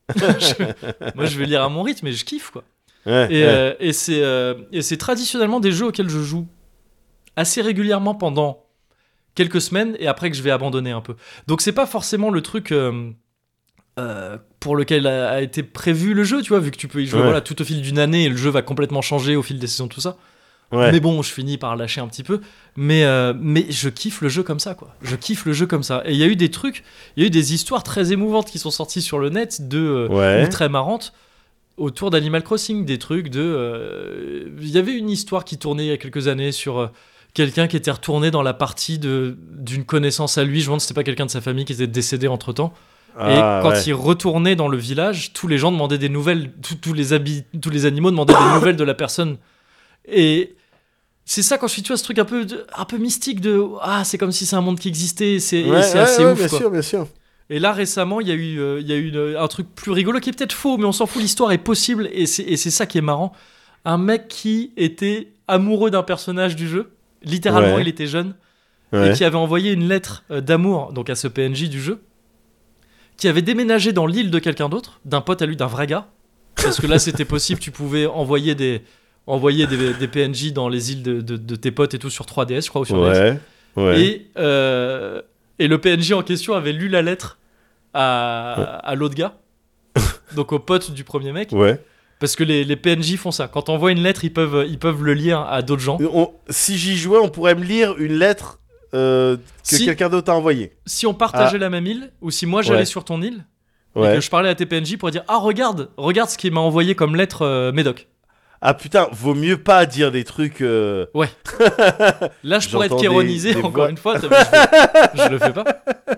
Je- Moi, je vais lire à mon rythme et je kiffe, quoi. Ouais, Et, ouais. euh, et c'est euh, et c'est traditionnellement des jeux auxquels je joue assez régulièrement pendant quelques semaines et après que je vais abandonner un peu. Donc c'est pas forcément le truc euh, euh, pour lequel a, a été prévu le jeu, tu vois, vu que tu peux y jouer Ouais. voilà, tout au fil d'une année et le jeu va complètement changer au fil des saisons, tout ça. Ouais. Mais bon, je finis par lâcher un petit peu. Mais, euh, mais je kiffe le jeu comme ça, quoi. Je kiffe le jeu comme ça. Et il y a eu des trucs, il y a eu des histoires très émouvantes qui sont sorties sur le net, de, euh, Ouais. ou très marrantes, autour d'Animal Crossing. Des trucs de. euh, Il y avait une histoire qui tournait il y a quelques années sur euh, quelqu'un qui était retourné dans la partie de, d'une connaissance à lui. Je me demande si c'était pas quelqu'un de sa famille qui était décédé entre temps. Ah, et quand ouais. il retournait dans le village, tous les gens demandaient des nouvelles, tous, tous les habits, tous les animaux demandaient des nouvelles de la personne. Et c'est ça quand je suis, tu vois, ce truc un peu, de- un peu mystique de ah, c'est comme si c'est un monde qui existait, et c'est, et Ouais, c'est ouais, assez ouais, ouf. bien quoi. sûr, bien sûr. Et là récemment, il y a eu, euh, il y a eu une- un truc plus rigolo qui est peut-être faux, mais on s'en fout. L'histoire est possible et c'est, et c'est ça qui est marrant. Un mec qui était amoureux d'un personnage du jeu, littéralement, Ouais. il était jeune. Ouais. Et qui avait envoyé une lettre euh, d'amour donc à ce P N J du jeu, qui avait déménagé dans l'île de quelqu'un d'autre, d'un pote à lui, d'un vrai gars, parce que là c'était possible, tu pouvais envoyer des envoyer des, des P N J dans les îles de, de- de tes potes et tout sur trois D S, je crois, ou sur D S. Ouais. Ouais. Et euh, et le P N J en question avait lu la lettre à, à l'autre gars, donc au pote du premier mec, Ouais. parce que les, les P N J font ça. Quand t'envoies une lettre, ils peuvent ils peuvent le lire à d'autres gens. On- si j'y jouais, on pourrait me lire une lettre euh, que Si- quelqu'un d'autre a envoyée. Si on partageait la même île, ou si moi j'allais Ouais. sur ton île, et Ouais. que je parlais à tes P N J pour dire ah regarde regarde ce qu'il m'a envoyé comme lettre euh, Médoc. Ah putain, vaut mieux pas dire des trucs. euh, Là je pourrais être J'entends kéronisé des- des encore voix. une fois, t'as vu, je, fais- je le fais pas.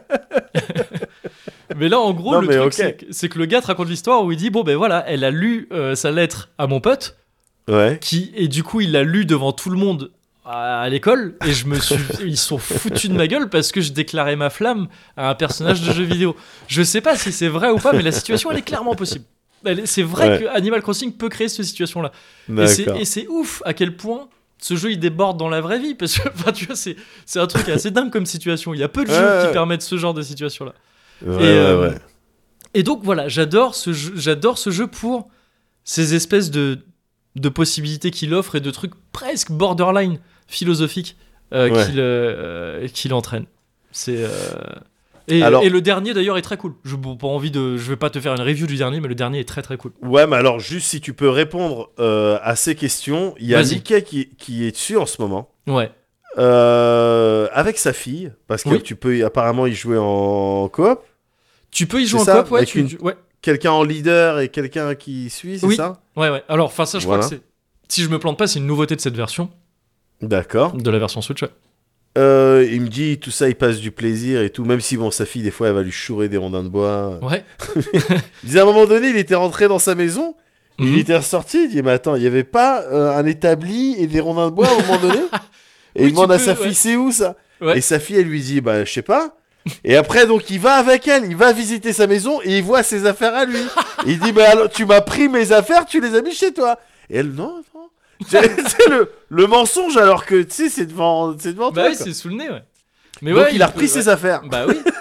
Mais là en gros Non, le mais truc ok. c'est, que, c'est que le gars te raconte l'histoire où il dit bon ben voilà elle a lu euh, sa lettre à mon pote Ouais. qui et du coup il l'a lu devant tout le monde à, à l'école et je me suis ils sont foutus de ma gueule parce que je déclarais ma flamme à un personnage de jeu vidéo. Je sais pas si c'est vrai ou pas mais la situation elle est clairement possible. Elle est- c'est vrai Ouais. que Animal Crossing peut créer cette situation là. Et c'est, D'accord. et c'est ouf à quel point ce jeu il déborde dans la vraie vie parce que enfin, tu vois c'est, c'est un truc assez dingue comme situation. Il y a peu de Ouais, jeux qui ouais. permettent ce genre de situation là. Ouais, et, ouais, euh, ouais. et donc voilà, j'adore ce jeu, j'adore ce jeu pour ces espèces de, de possibilités qu'il offre et de trucs presque borderline philosophiques euh, Ouais. qu'il, euh, qu'il entraîne. C'est euh, et, Alors- et le dernier d'ailleurs est très cool. Je n'ai pas envie de, je vais pas te faire une review du dernier, mais le dernier est très très cool. Ouais, mais alors, juste si tu peux répondre euh, à ces questions, il y a Vas-y. Mickey qui, qui est dessus en ce moment. Ouais. Euh, avec sa fille, parce que Oui. tu peux y- apparemment y jouer en coop. Tu peux y jouer C'est en ça, coop, ouais, avec tu- une- tu- ouais. Quelqu'un en leader et quelqu'un qui suit, c'est Oui. ça? Ouais, ouais. Alors, enfin, ça, je Voilà. crois que c'est. Si je me plante pas, c'est une nouveauté de cette version, D'accord. de la version Switch. Ouais. Euh, il me dit tout ça, il passe du plaisir et tout, même si bon, sa fille, des fois, elle va lui chourer des rondins de bois. Ouais. Il disait à un moment donné, il était rentré dans sa maison, Mhm. il était ressorti, il dit, mais attends, il n'y avait pas euh, un établi et des rondins de bois à un moment donné? Et Oui, il demande tu à peux, sa ouais. fille, c'est où ça? Ouais. Et sa fille, elle lui dit, bah, je sais pas. Et après, donc, il va avec elle, il va visiter sa maison et il voit ses affaires à lui. Et il dit, bah, alors, tu m'as pris mes affaires, tu les as mis chez toi. Et elle, non, non. C'est c'est le, le mensonge, alors que, tu sais, c'est devant, c'est devant Bah toi. oui, quoi. c'est sous le nez, ouais. Mais Donc, ouais, il a peut- repris ouais. ses affaires. Bah oui.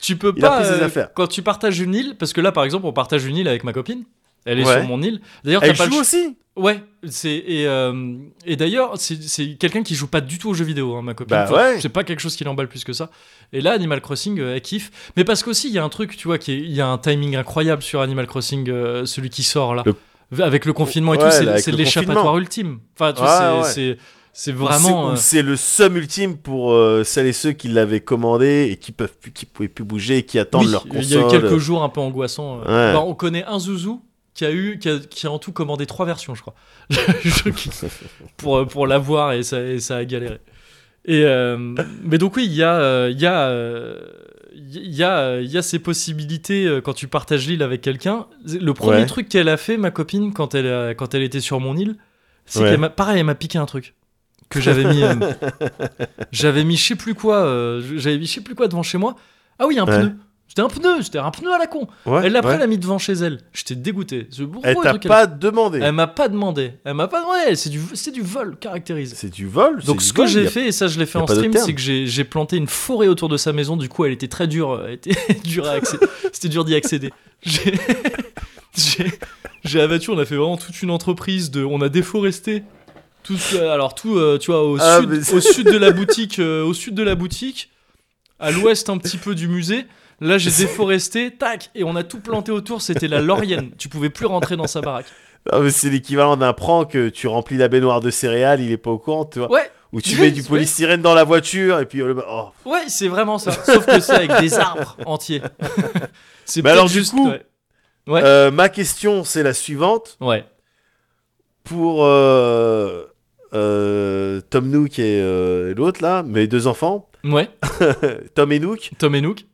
tu peux Il a pas pris ses euh, affaires. quand tu partages une île, parce que là par exemple on partage une île avec ma copine. Elle est Ouais. sur mon île. D'ailleurs, Elle t'as pas joue le ch- aussi. Ouais, c'est et euh, et d'ailleurs c'est c'est quelqu'un qui joue pas du tout aux jeux vidéo, hein, ma copine. Bah Enfin, ouais. C'est pas quelque chose qui l'emballe plus que ça. Et là, Animal Crossing, euh, elle kiffe. Mais parce qu'aussi il y a un truc, tu vois, qui est- il y a un timing incroyable sur Animal Crossing, euh, celui qui sort là, Le- avec le confinement et Ouais, tout, c'est, là, avec c'est le l'échappatoire confinement. ultime. Enfin, tu Ouais, vois, c'est, ouais. c'est c'est Ou vraiment. c'est, ou euh, c'est le somme ultime pour euh, celles et ceux qui l'avaient commandé et qui peuvent plus, qui pouvaient plus bouger et qui attendent oui, leur console. il y a eu quelques jours un peu angoissants. euh. Ouais. Bah, on connaît un zouzou qui a eu qui a, qui a en tout commandé trois versions, je crois, Je- qui- pour pour l'avoir et ça et ça a galéré. Et euh, mais donc oui, il y a euh, il y a euh, il y a il y a ces possibilités euh, quand tu partages l'île avec quelqu'un. Le premier Ouais. truc qu'elle a fait, ma copine, quand elle a- quand elle était sur mon île, c'est Ouais. qu'elle m'a pareil, elle m'a piqué un truc que j'avais mis euh, j'avais mis je sais plus quoi euh, j'avais mis je sais plus quoi devant chez moi. Ah oui, un Ouais. pneu. C'était un pneu, c'était un pneu à la con. Ouais, Elle l'a pris, ouais. elle l'a mis devant chez elle. J'étais dégoûté. Ce gros Elle t'a truc, pas demandé. elle... elle m'a pas demandé. Elle m'a pas demandé. C'est du, c'est du vol caractérisé. C'est du vol. c'est Donc du ce vol, que y j'ai a- fait, et ça je l'ai fait y a en pas d'autre stream, terme. c'est que j'ai, j'ai planté une forêt autour de sa maison. Du coup, elle était très dure. Elle était dure à accéder. C'était dur d'y accéder. J'ai... j'ai... j'ai abattu. On a fait vraiment toute une entreprise de. On a déforesté. Tout, alors tout, euh, tu vois, au, Ah, sud, mais c'est- au sud de la boutique, euh, au sud de la boutique, à l'ouest un petit peu du musée. Là, j'ai déforesté, tac, et on a tout planté autour. C'était la laurienne. Tu pouvais plus rentrer dans sa baraque. Ah, mais c'est l'équivalent d'un prank que tu remplis la baignoire de céréales, il est pas au courant, tu vois. Ouais, Ou tu Oui, mets du ouais. polystyrène dans la voiture et puis oh, le- oh. ouais, c'est vraiment ça. Sauf que c'est avec des arbres entiers. C'est Mais peut-être alors, du juste. coup, ouais. Ouais. Euh, ma question c'est la suivante ouais. pour euh, euh, Tom Nook et euh, l'autre là, mes deux enfants, Ouais. Tom et Nook. Tom et Nook.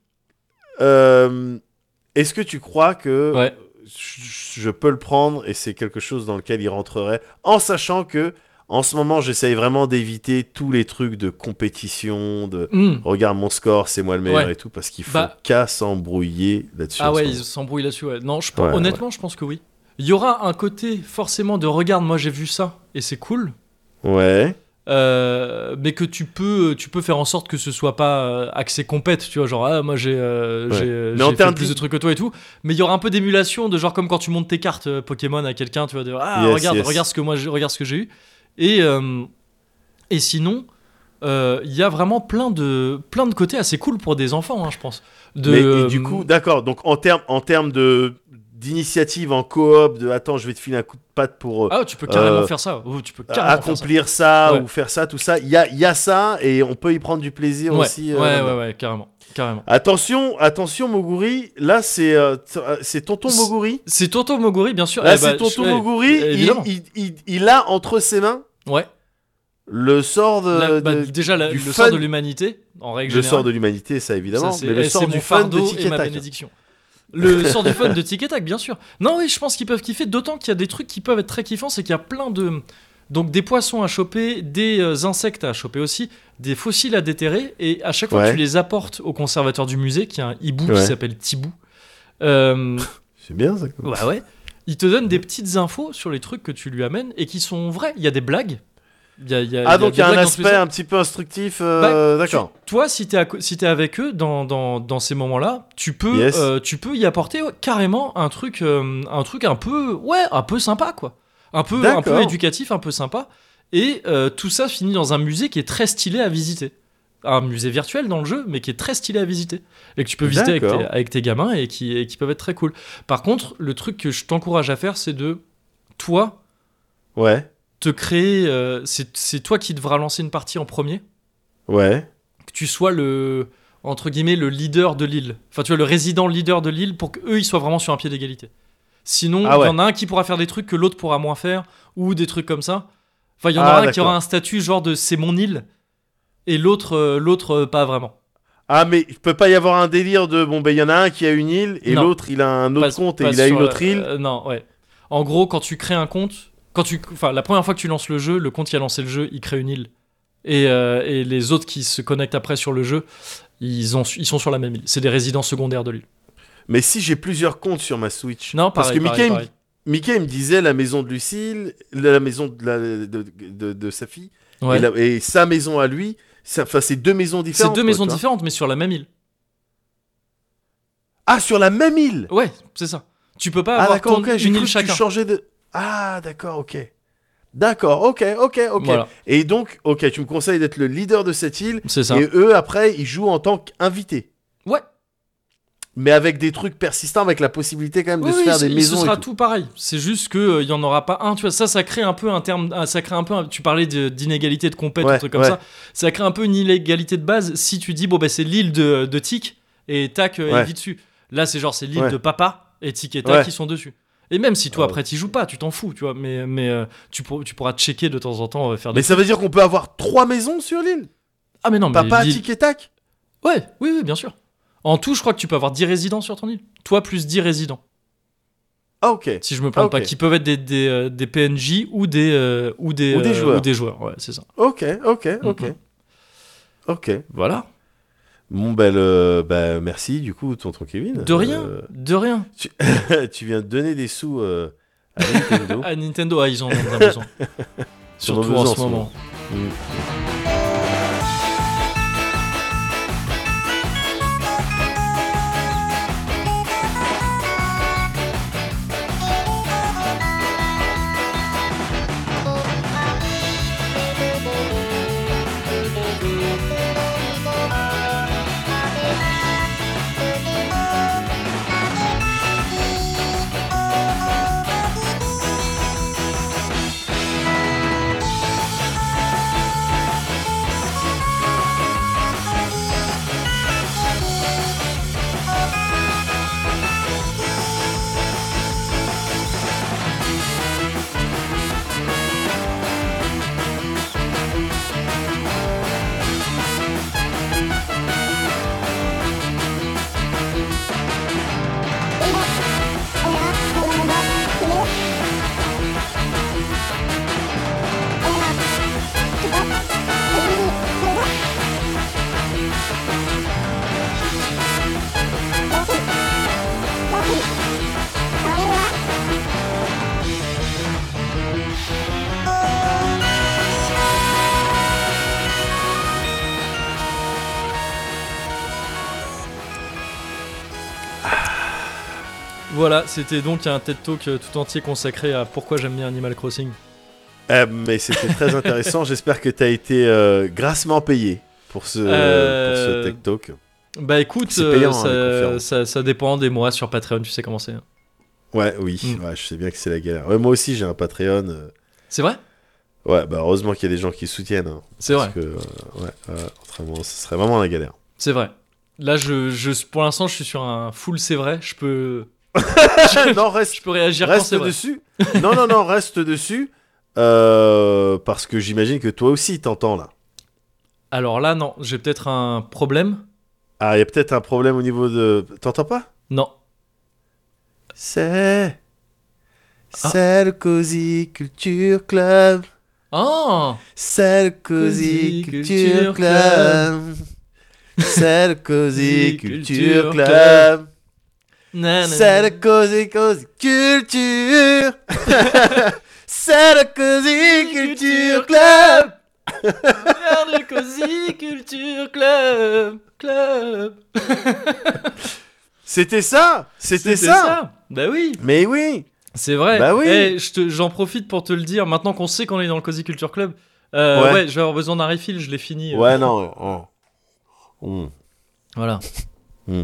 euh, Est-ce que tu crois que Ouais. je, je peux le prendre et c'est quelque chose dans lequel il rentrerait, en sachant que en ce moment j'essaye vraiment d'éviter tous les trucs de compétition, de Hmm. regarde mon score, c'est moi le meilleur Ouais. et tout, parce qu'il faut Bah- qu'à s'embrouiller là-dessus. Ah en ce ouais, moment. ils s'embrouillent là-dessus. Ouais. Non, je pense, Ouais, honnêtement, je pense que oui. Il y aura un côté forcément de regarde, moi j'ai vu ça et c'est cool. Ouais. Euh, mais que tu peux, tu peux faire en sorte que ce soit pas euh, axé compète, tu vois, genre ah moi j'ai, euh, Ouais. j'ai, euh, Mais en j'ai fait termes plus de- de trucs que toi et tout. Mais il y aura un peu d'émulation de genre comme quand tu montes tes cartes euh, Pokémon à quelqu'un, tu vas dire ah Yes, regarde, yes. regarde ce que moi, j'ai- regarde ce que j'ai eu. Et euh, et sinon, euh, il y a vraiment plein de, plein de côtés assez cool pour des enfants, hein, je pense. De, Mais et du coup, d'accord. Donc en termes, en termes de d'initiative en coop, de attends, je vais te filer un coup de patte pour euh, ah tu peux carrément euh, faire ça. Oh, tu peux carrément faire ça. accomplir ça, Ouais. ou faire ça, tout ça. Il y a, il y a ça et on peut y prendre du plaisir Ouais, aussi. euh, ouais, là-dedans. ouais, ouais, carrément, carrément. Attention, attention, Moguri. Là, c'est euh, t- euh, c'est tonton C'est- Moguri. C'est Tonton Moguri, bien sûr. Là, Eh bah, c'est tonton ouais, Moguri. Il, évidemment. il, il, il a entre ses mains Ouais. le sort de, La- bah, de- déjà la- du le fun. sort de l'humanité en règle le générale. sort de l'humanité, ça évidemment, Ça, c'est- mais le eh, sort c'est du mon fun de fardeau Tic et et ma Tac. bénédiction. Le sort du fun de Tic et Tac, bien sûr. Non, oui, je pense qu'ils peuvent kiffer. D'autant qu'il y a des trucs qui peuvent être très kiffants, c'est qu'il y a plein de donc des poissons à choper, des euh, insectes à choper aussi, des fossiles à déterrer, et à chaque fois Ouais. que tu les apportes au conservateur du musée, qui a un hibou Ouais. qui s'appelle Tibou. Euh, C'est bien ça. quoi. ouais, ouais. Il te donne des petites infos sur les trucs que tu lui amènes et qui sont vrais. Il y a des blagues. Il y a, il y a- Ah, donc il des y a un blagues dans tous les aspect sens. un petit peu instructif. euh, Bah, D'accord. tu- toi, si t'es à co- si t'es avec eux dans, dans, dans ces moments-là, tu peux Yes. euh, tu peux y apporter ouais, carrément un truc euh, un truc un peu ouais un peu sympa quoi, un peu un peu D'accord. éducatif, un peu sympa. Et euh, tout ça finit dans un musée qui est très stylé à visiter. Un musée virtuel dans le jeu, mais qui est très stylé à visiter. Et que tu peux visiter avec D'accord. tes, avec tes gamins et qui, et qui peuvent être très cool. Par contre, le truc que je t'encourage à faire, c'est de, toi, Ouais. te créer... euh, c'est c'est toi qui devras lancer une partie en premier. Ouais. Que tu sois le... entre guillemets, le leader de l'île. Enfin, tu vois, le résident leader de l'île pour qu'eux, ils soient vraiment sur un pied d'égalité. Sinon, il Ah ouais. y en a un qui pourra faire des trucs que l'autre pourra moins faire, ou des trucs comme ça. Enfin, il y en Ah, aura un qui d'accord. aura un statut genre de c'est mon île, et l'autre, euh, l'autre euh, pas vraiment. Ah, mais il peut pas y avoir un délire de bon, ben il y en a un qui a une île et Non. l'autre il a un autre Pas- compte et pas il a sur une la- autre île. euh, non, ouais. En gros, quand tu crées un compte, quand tu, enfin, la première fois que tu lances le jeu, le compte qui a lancé le jeu, il crée une île. Et, euh, et les autres qui se connectent après sur le jeu, ils, ont, ils sont sur la même île. C'est des résidents secondaires de l'île. Mais si j'ai plusieurs comptes sur ma Switch. Non, Parce pareil, que pareil, Mickey, pareil. Mickey il me disait la maison de Lucille, la maison de, la- de, de- de sa fille Ouais. et, la- et sa maison à lui. ça- Enfin, c'est deux maisons C'est différentes. deux quoi, maisons tu vois. différentes, mais sur la même île. Ah, sur la même île. Ouais, c'est ça. Tu peux pas Ah, avoir d'accord, ton, ok. J'ai une cru île que chacun. tu changeais de. Ah, d'accord, ok. D'accord, ok, ok, ok. Voilà. Et donc, ok, tu me conseilles d'être le leader de cette île. C'est ça. Et eux, après, ils jouent en tant qu'invités. Ouais. Mais avec des trucs persistants, avec la possibilité quand même de Oui, se oui, faire c'est- des maisons. ce sera et tout. tout pareil. C'est juste que euh, il y en aura pas un. Tu vois, ça, ça crée un peu un terme. ah, Ça crée un peu. un- Tu parlais de- d'inégalité de compète, Ouais, un truc comme ouais. ça. Ça crée un peu une inégalité de base. Si tu dis bon bah c'est l'île de, de Tic et Tac euh, Ouais. il vit dessus. Là c'est genre c'est l'île Ouais. de Papa et Tic et Tac Ouais. qui sont dessus. Et même si toi Ah, après t'y joues pas, tu t'en fous, tu vois. Mais mais euh, tu, pour- tu pourras checker de temps en temps euh, faire des. Mais ça veut dire qu'on peut avoir trois maisons sur l'île. Ah mais non mais Papa, l'île- tic et tac. Ouais, oui oui bien sûr. En tout, je crois que tu peux avoir dix résidents sur ton île. Toi plus dix résidents. Ah, ok. Si je me plante Ah, ok. pas, qui peuvent être des, des, euh, des P N J ou des, euh, ou des, Ou des euh, joueurs. ou des joueurs, ouais, c'est ça. Ok, ok, ok. Mhm. Ok. Voilà. Bon, ben, le... ben, merci, du coup, tonton Kevin. De rien, Euh, de rien. tu... tu viens de donner des sous euh, à Nintendo. À Nintendo, ah, ils en ont bien besoin. Ils en ont Surtout besoin en en ce ce moment. Mm. Voilà, c'était donc un TED Talk euh, tout entier consacré à pourquoi j'aime bien Animal Crossing. Euh, mais c'était très intéressant. J'espère que tu as été euh, grassement payé pour ce, Euh, pour ce Tech Talk. Bah écoute, C'est payant, euh, hein, les ça, conférences. ça, ça dépend des mois sur Patreon, tu sais comment c'est. Ouais, oui. Mm. Ouais, je sais bien que c'est la galère. Ouais, moi aussi, j'ai un Patreon. euh, C'est vrai Ouais, bah heureusement qu'il y a des gens qui soutiennent. hein, C'est parce vrai, que, euh, ouais, euh, autrement, ce serait vraiment la galère. c'est vrai. Là, je, je, pour l'instant, je suis sur un full c'est vrai, je peux, non, reste, je peux réagir quand reste c'est vrai. dessus. Non, non, non, reste dessus. euh, parce que j'imagine que toi aussi, t'entends là. Alors là, non, j'ai peut-être un problème. Ah, il y a peut-être un problème au niveau de. T'entends pas? Non. C'est. Ah. C'est le Cozy Culture Club. Oh C'est le Cozy Cozy Culture Culture Club. C'est le Cozy Cozy Culture Culture Club. Nanana. C'est le Cozy Cozy Culture. C'est le Cozy Culture Club. Regarde le Cozy Culture Club. Club. C'était ça. C'était ça. Bah oui. Mais oui. C'est vrai. Bah oui. Eh, je te- j'en profite pour te le dire. Maintenant qu'on sait qu'on est dans le Cozy Culture Club, euh, ouais. Ouais. je vais avoir besoin d'un refill. Je l'ai fini. euh. Ouais, non. oh. Mm. Voilà. Mm.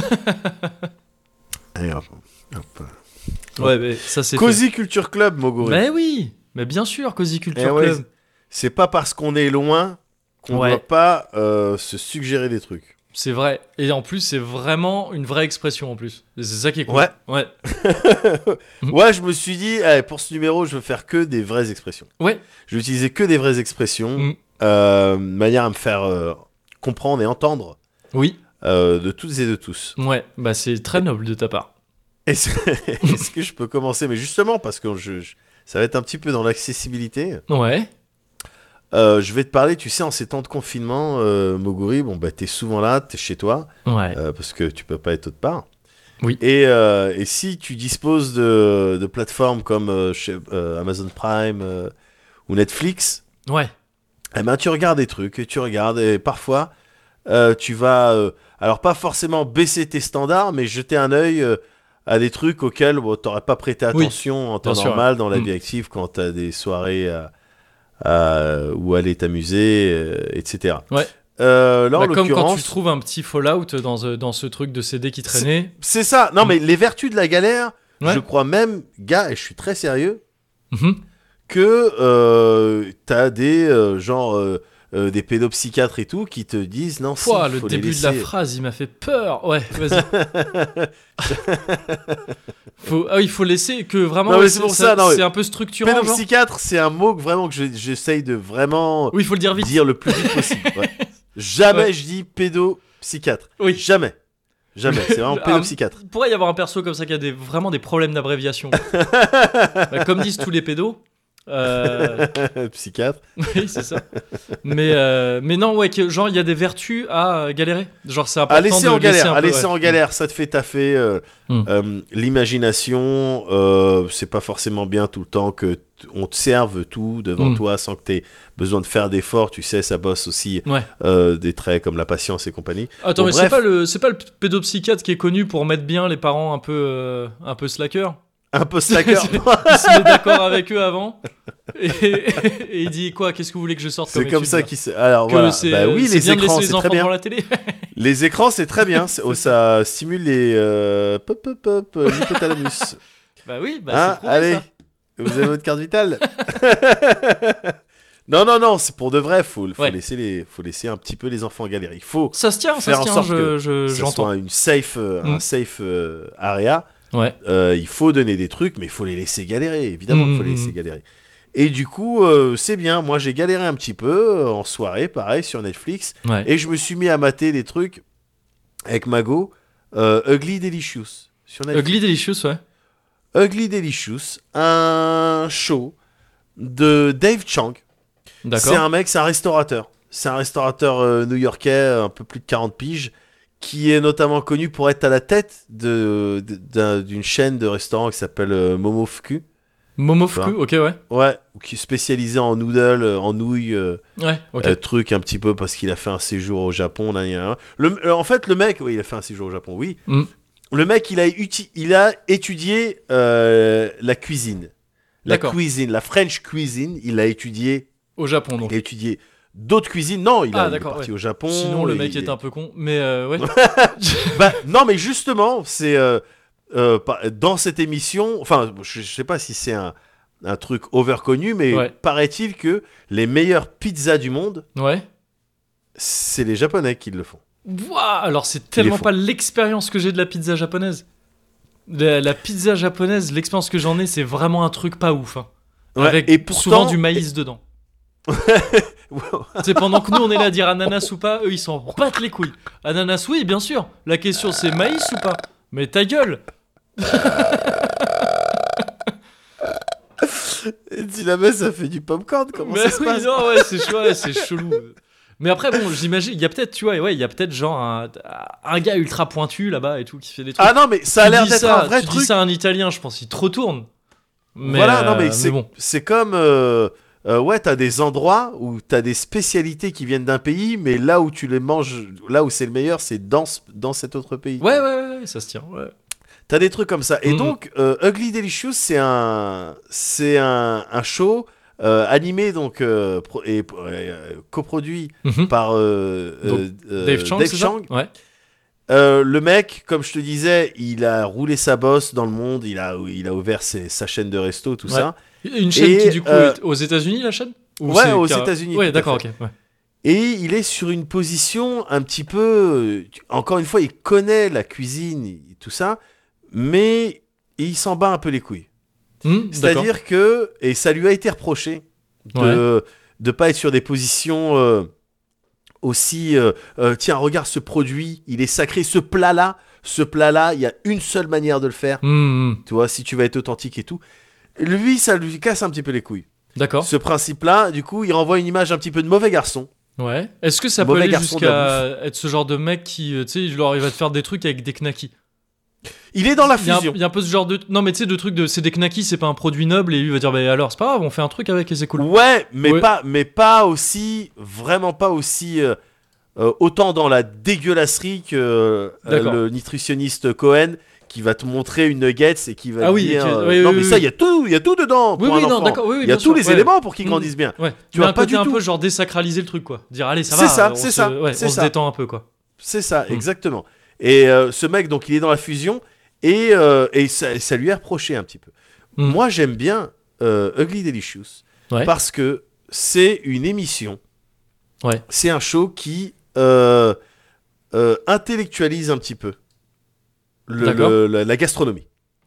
Allez, hop, hop. Ouais, mais ça c'est. Cozy Culture Club, Moguri. Mais oui. Mais bien sûr, Cozy Culture Eh ouais, Club. c'est pas parce qu'on est loin qu'on Ouais. doit pas euh, se suggérer des trucs. C'est vrai. Et en plus, c'est vraiment une vraie expression en plus. Et c'est ça qui est cool. Ouais. Ouais. Mhm. Ouais, je me suis dit, allez, pour ce numéro, je veux faire que des vraies expressions. Ouais. Je vais utiliser que des vraies expressions, Mhm. euh, de manière à me faire euh, comprendre et entendre Oui. euh, de toutes et de tous. Ouais. Bah c'est très noble de ta part. Est-ce est-ce que je peux commencer? Mais justement, parce que je, je- ça va être un petit peu dans l'accessibilité. Ouais. Euh, je vais te parler, tu sais, en ces temps de confinement, euh, Moguri, bon, bah, t'es souvent là, t'es chez toi, Ouais. euh, parce que tu peux pas être autre part. Oui. Et, euh, et si tu disposes de, de plateformes comme euh, chez, euh, Amazon Prime euh, ou Netflix, Ouais. eh ben, tu regardes des trucs, et tu regardes, et parfois, euh, tu vas, euh, alors pas forcément baisser tes standards, mais jeter un œil euh, à des trucs auxquels bon, t'aurais pas prêté Oui, attention en temps bien sûr, normal dans la Mm. vie active quand t'as des soirées à, à- où aller t'amuser, euh, et cetera. Ouais. Euh, là, en Bah, comme quand l'occurrence, tu trouves un petit Fallout dans, ce- dans ce truc de C D qui traînait. c'est ça. Non, Mm. mais les vertus de la galère, Ouais. je crois même, gars, et je suis très sérieux, Mhm. que euh, t'as des euh, genre euh, euh, des pédopsychiatres et tout qui te disent non, si, Pouah, le faut les début de la laisser. phrase, il m'a fait peur. Ouais, vas-y. faut... Ah oui, il faut laisser que vraiment. Non, mais ouais, c'est pour ça, non, c'est mais- un peu structurant. Genre. Pédopsychiatre, c'est un mot que vraiment que je- j'essaye de vraiment Oui, il faut le dire vite. dire le plus vite possible. Ouais. Jamais Ouais. je dis pédopsychiatre. Oui. Jamais. Jamais. C'est vraiment Ah, pédopsychiatre. Il pourrait y avoir un perso comme ça qui a des, vraiment des problèmes d'abréviation. Bah, comme disent tous les pédos. Euh, Psychiatre. oui, c'est ça. Mais, euh, mais non, ouais, que, genre, il y a des vertus à euh, galérer. Genre, c'est important À laisser de en galère. un À peu, laisser ouais. en galère. Ça te fait taffer euh, Mm. euh, l'imagination. Euh, c'est pas forcément bien tout le temps que t- on te serve tout devant Mm. toi sans que t'aies besoin de faire d'efforts. Tu sais, ça bosse aussi Ouais. euh, des traits comme la patience et compagnie. Attends, Bon, mais c'est bref. pas le c'est pas le pédopsychiatre qui est connu pour mettre bien les parents un peu euh, un peu slacker. Un peu slacker. Il se met d'accord avec eux avant et, et il dit quoi, qu'est-ce que vous voulez que je sorte C'est comme comme étude, ça là qu'il se... Alors Que voilà. c'est Bah oui, c'est les bien de écrans, laisser c'est les très enfants bien. devant la télé. Les écrans, c'est très bien. C'est- oh, ça stimule les euh, pop pop pop euh, l'hypothalamus. Bah oui, bah Hein, c'est prouvé, allez, ça. vous avez votre carte vitale. Non, non, non, c'est pour de vrai. Faut, faut Ouais. laisser les, faut laisser un petit peu les enfants galérer. Il faut Ça se tient, ça faire se en tient, sorte je, que je- que ça j'entends. soit une safe, euh, un Mm. safe euh, area. Ouais. Euh, il faut donner des trucs, mais il faut les laisser galérer. Évidemment, il faut les Mm, laisser mm. galérer. Et du coup, euh, c'est bien. Moi, j'ai galéré un petit peu euh, en soirée, pareil, sur Netflix. Ouais. Et je me suis mis à mater des trucs avec Mago. euh, Ugly Delicious sur Netflix. Ugly Delicious, ouais. Ugly Delicious, un show de Dave Chang. C'est D'accord. un mec, c'est un restaurateur. C'est un restaurateur euh, new-yorkais, un peu plus de quarante piges, qui est notamment connu pour être à la tête de, de- d'un- d'une chaîne de restaurants qui s'appelle euh, Momofuku. Momofuku, ok, ouais. Ouais, qui est spécialisé en noodles, euh, en nouilles, euh, Ouais, ok. euh, truc un petit peu parce qu'il a fait un séjour au Japon. Là, là, là. Le, euh, en fait, le mec, oui, il a fait un séjour au Japon, oui. Mm. Le mec, il a, uti- il a étudié euh, la cuisine. La D'accord. cuisine, la French cuisine, il a étudié. Au Japon, donc. Il a étudié d'autres cuisines. Non, il, a, Ah, il est d'accord, parti ouais. au Japon. Sinon, le il mec est- est un peu con. Mais euh, ouais. Bah, non, mais justement, c'est euh, euh, pas- dans cette émission. Enfin, je, je sais pas si c'est un, un truc overconnu, mais Ouais. paraît-il que les meilleures pizzas du monde, Ouais. c'est les Japonais qui le font. Ouah, alors c'est tellement font. pas l'expérience que j'ai de la pizza japonaise. La, la pizza japonaise, l'expérience que j'en ai, c'est vraiment un truc pas ouf. Hein. Ouais, Avec et pourtant- souvent du maïs dedans. C'est pendant que nous on est là à dire ananas ou pas, eux ils s'en battent les couilles. Ananas, oui, bien sûr. La question c'est maïs ou pas. Mais ta gueule. Et dis la messe, ça fait du popcorn. Comment Mais ça se oui, passe non, ouais, c'est chou- ouais, c'est chelou. Mais après, bon, j'imagine, il y a peut-être, tu vois, ouais, il y a peut-être genre un, un gars ultra pointu là-bas et tout qui fait des trucs. Ah non, mais ça a Tu l'air dis d'être ça- un vrai tu truc. dis ça à un Italien, je pense, il te retourne. Mais, Voilà, non, mais euh, c'est bon. c'est comme. euh, euh, ouais, t'as des endroits où t'as des spécialités qui viennent d'un pays, mais là où tu les manges, là où c'est le meilleur, c'est dans, ce- dans cet autre pays. Ouais, ouais, ouais, ouais, ça se tient. Ouais. T'as des trucs comme ça. Et Mhm. donc, euh, Ugly Delicious, c'est un, c'est un, un show euh, animé donc euh, pro- et euh, coproduit Mhm. par euh, Donc, euh, euh, Dave Chang, c'est ça Chang. Ouais. Euh, le mec, comme je te disais, il a roulé sa bosse dans le monde. Il a, il a ouvert ses- sa chaîne de resto, tout Ouais. ça. Une chaîne Et, qui, du coup, euh, est aux États-Unis, la chaîne Ou Ouais, c'est aux car- États-Unis, Ouais, tout à d'accord, ok. fait. Ouais. Et il est sur une position un petit peu. euh, tu- Encore une fois, il connaît la cuisine et tout ça, mais il s'en bat un peu les couilles. Hmm, d'accord. C'est-à-dire que, et ça lui a été reproché de ne pas être sur des positions euh, aussi. euh, euh, tiens, regarde ce produit, il est sacré. Ce plat-là, ce plat-là, il y a une seule manière de le faire. Hmm, hmm. Tu vois, si tu vas être authentique et tout. Lui, ça lui casse un petit peu les couilles. D'accord. Ce principe-là, du coup, il renvoie une image un petit peu de mauvais garçon. Ouais. Est-ce que ça peut Mauvais aller garçon de la jusqu'à être ce genre de mec qui, euh, tu sais, genre, il va te faire des trucs avec des knackis. Il est dans la Il y, a un, fusion. il y a un peu ce genre de. Non, mais tu sais, de trucs de. C'est des knackis, c'est pas un produit noble, et lui va dire, bah alors, c'est pas grave, on fait un truc avec et c'est cool. Ouais, mais Ouais. pas, mais pas aussi, vraiment pas aussi. euh, Euh, autant dans la dégueulasserie que euh, D'accord. le nutritionniste Cohen qui va te montrer une nuggets et qui va Ah te oui, dire et qui- euh, oui, non oui, mais oui, ça oui. il y a tout il y a tout dedans pour Oui, un oui, non, enfant. d'accord, oui, oui, il y a bien tous sûr, les ouais. éléments pour qu'ils Mm. grandissent bien. Ouais. Tu Mais vois, un pas côté du un tout. peu genre désacraliser le truc, quoi. Dire, allez, ça C'est va. ça, on c'est se- ça, ouais, c'est on ça. se détend un peu, quoi. C'est ça, Mm. exactement. Et euh, ce mec, donc, il est dans la fusion et, euh, et ça, ça lui est reproché un petit peu. Mm. Moi, j'aime bien euh, Ugly Delicious Ouais. parce que c'est une émission, Ouais. c'est un show qui euh, euh, intellectualise un petit peu le- D'accord. le- la, la gastronomie.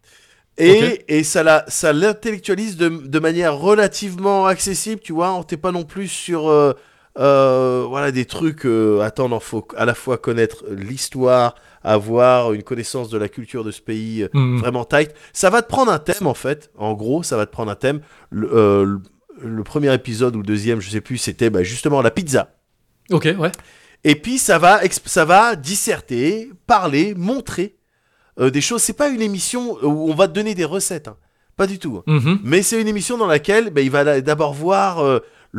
Et, Ok. et ça, la, ça l'intellectualise de, de manière relativement accessible, tu vois. On t'est pas non plus sur euh, euh, voilà, des trucs. Euh, attends, il faut à la fois connaître l'histoire, avoir une connaissance de la culture de ce pays euh, Mm. vraiment tight. Ça va te prendre un thème, en fait. En gros, ça va te prendre un thème. Le, euh, le, le premier épisode ou le deuxième, je sais plus, c'était bah, justement la pizza. Ok, ouais. Et puis ça va, exp- ça va disserter, parler, montrer euh, des choses. C'est pas une émission où on va te donner des recettes, hein. Pas du tout. Mhm. Mais c'est une émission dans laquelle bah, il va la- d'abord voir euh,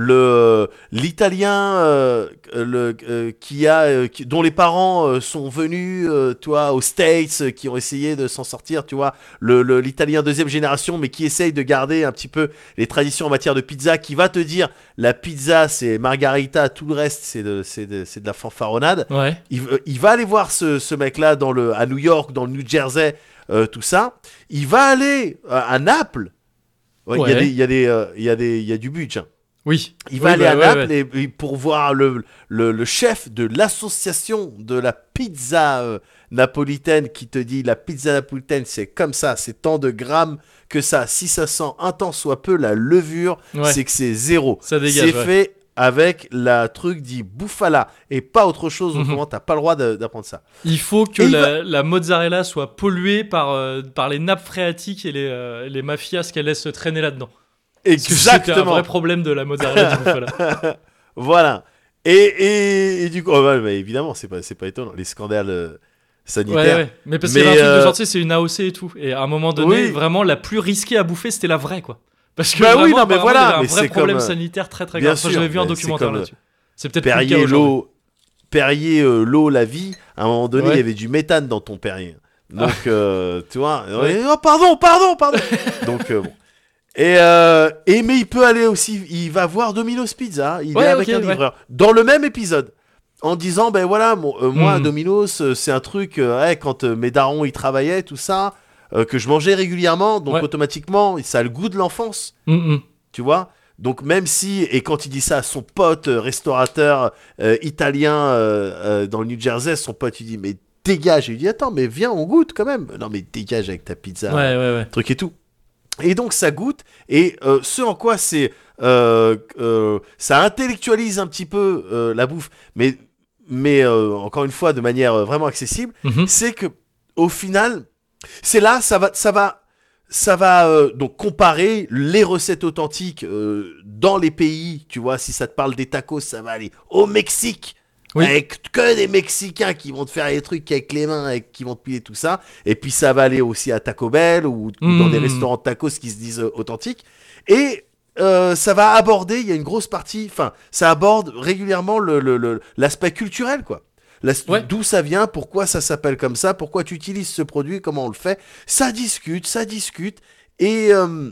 le l'italien euh, le euh, qui a euh, qui- dont les parents euh, sont venus, euh, toi, aux States, euh, qui ont essayé de s'en sortir, tu vois, le le- l'italien deuxième génération, mais qui essaye de garder un petit peu les traditions en matière de pizza, qui va te dire la pizza c'est margarita, tout le reste c'est de c'est de, c'est de la fanfaronnade. Ouais. Il, v- il va aller voir ce, ce mec-là dans le, à New York, dans le New Jersey, euh, tout ça. Il va aller euh, à Naples. Ouais, Il y a Ouais. des- il y a des, euh, il y a des, il y a du budget, hein. Oui. Il va Oui, aller bah, à ouais, Naples ouais. Et, et pour voir le, le, le chef de l'association de la pizza euh, napolitaine qui te dit la pizza napolitaine c'est comme ça, c'est tant de grammes que ça. Si ça sent un tant soit peu la levure, Ouais. c'est que c'est zéro. Ça dégage, C'est ouais. fait avec la truc dit bouffala et pas autre chose. Mhm. Autrement, t'as pas le droit de- d'apprendre ça. Il faut que Et il la, la mozzarella soit polluée par, euh, par les nappes phréatiques et les, euh, les mafias qu'elle laisse traîner là-dedans. Parce que c'était un Exactement. vrai problème de la mozzarella du Bufala. Voilà. Et, et, et du coup, oh, ouais, mais évidemment, c'est pas, c'est pas étonnant. Les scandales euh, sanitaires. Ouais, ouais. Mais parce Mais, qu'il y avait un truc euh, de genre, tu sais, c'est une A O C et tout. Et à un moment donné, Oui. vraiment, la plus risquée à bouffer, c'était la vraie, quoi. Parce que Bah oui, vraiment, non, mais apparemment, voilà, il y avait mais un vrai c'est problème comme, euh, sanitaire très très bien grave. Enfin, sûr, j'avais vu un mais c'est documentaire comme, euh, là-dessus. C'est peut-être plus le cas Perrier, aujourd'hui. l'eau, Perrier, euh, l'eau, la vie. À un moment donné, Ouais. il y avait du méthane dans ton Perrier. Donc, euh, tu vois. Ouais. et, oh, pardon, pardon, pardon. Donc, euh, bon. Et, euh, et mais il peut aller aussi. Il va voir Domino's Pizza. Il Ouais, est avec ok, un ouais. livreur dans le même épisode. En disant, ben voilà, mon- euh, moi, Mm. Domino's, euh, c'est un truc, euh, ouais, quand euh, mes darons ils travaillaient, tout ça, euh, que je mangeais régulièrement, donc Ouais. automatiquement, ça a le goût de l'enfance, Mm, mm. tu vois. Donc même si, et quand il dit ça à son pote euh, restaurateur euh, italien euh, euh, dans le New Jersey, son pote il dit, mais dégage. Et il dit, attends, mais viens, on goûte quand même. Non, mais dégage avec ta pizza, Ouais, ouais, ouais. truc et tout. Et donc ça goûte, et euh, ce en quoi c'est, euh, euh, ça intellectualise un petit peu euh, la bouffe, mais, mais euh, encore une fois de manière euh, vraiment accessible, Mhm. c'est que au final, c'est là, ça va, ça va, ça va euh, donc comparer les recettes authentiques euh, dans les pays, tu vois, si ça te parle des tacos, ça va aller au Mexique. Oui. Avec que des Mexicains qui vont te faire les trucs avec les mains et qui vont te piler tout ça. Et puis ça va aller aussi à Taco Bell ou, ou dans Mmh. des restaurants de tacos qui se disent euh, authentiques. Et euh, ça va aborder, il y a une grosse partie, enfin, ça aborde régulièrement le, le- le- l'aspect culturel, quoi. L'as- Ouais. D'où ça vient, pourquoi ça s'appelle comme ça, pourquoi tu utilises ce produit, comment on le fait. Ça discute, ça discute. Et... euh,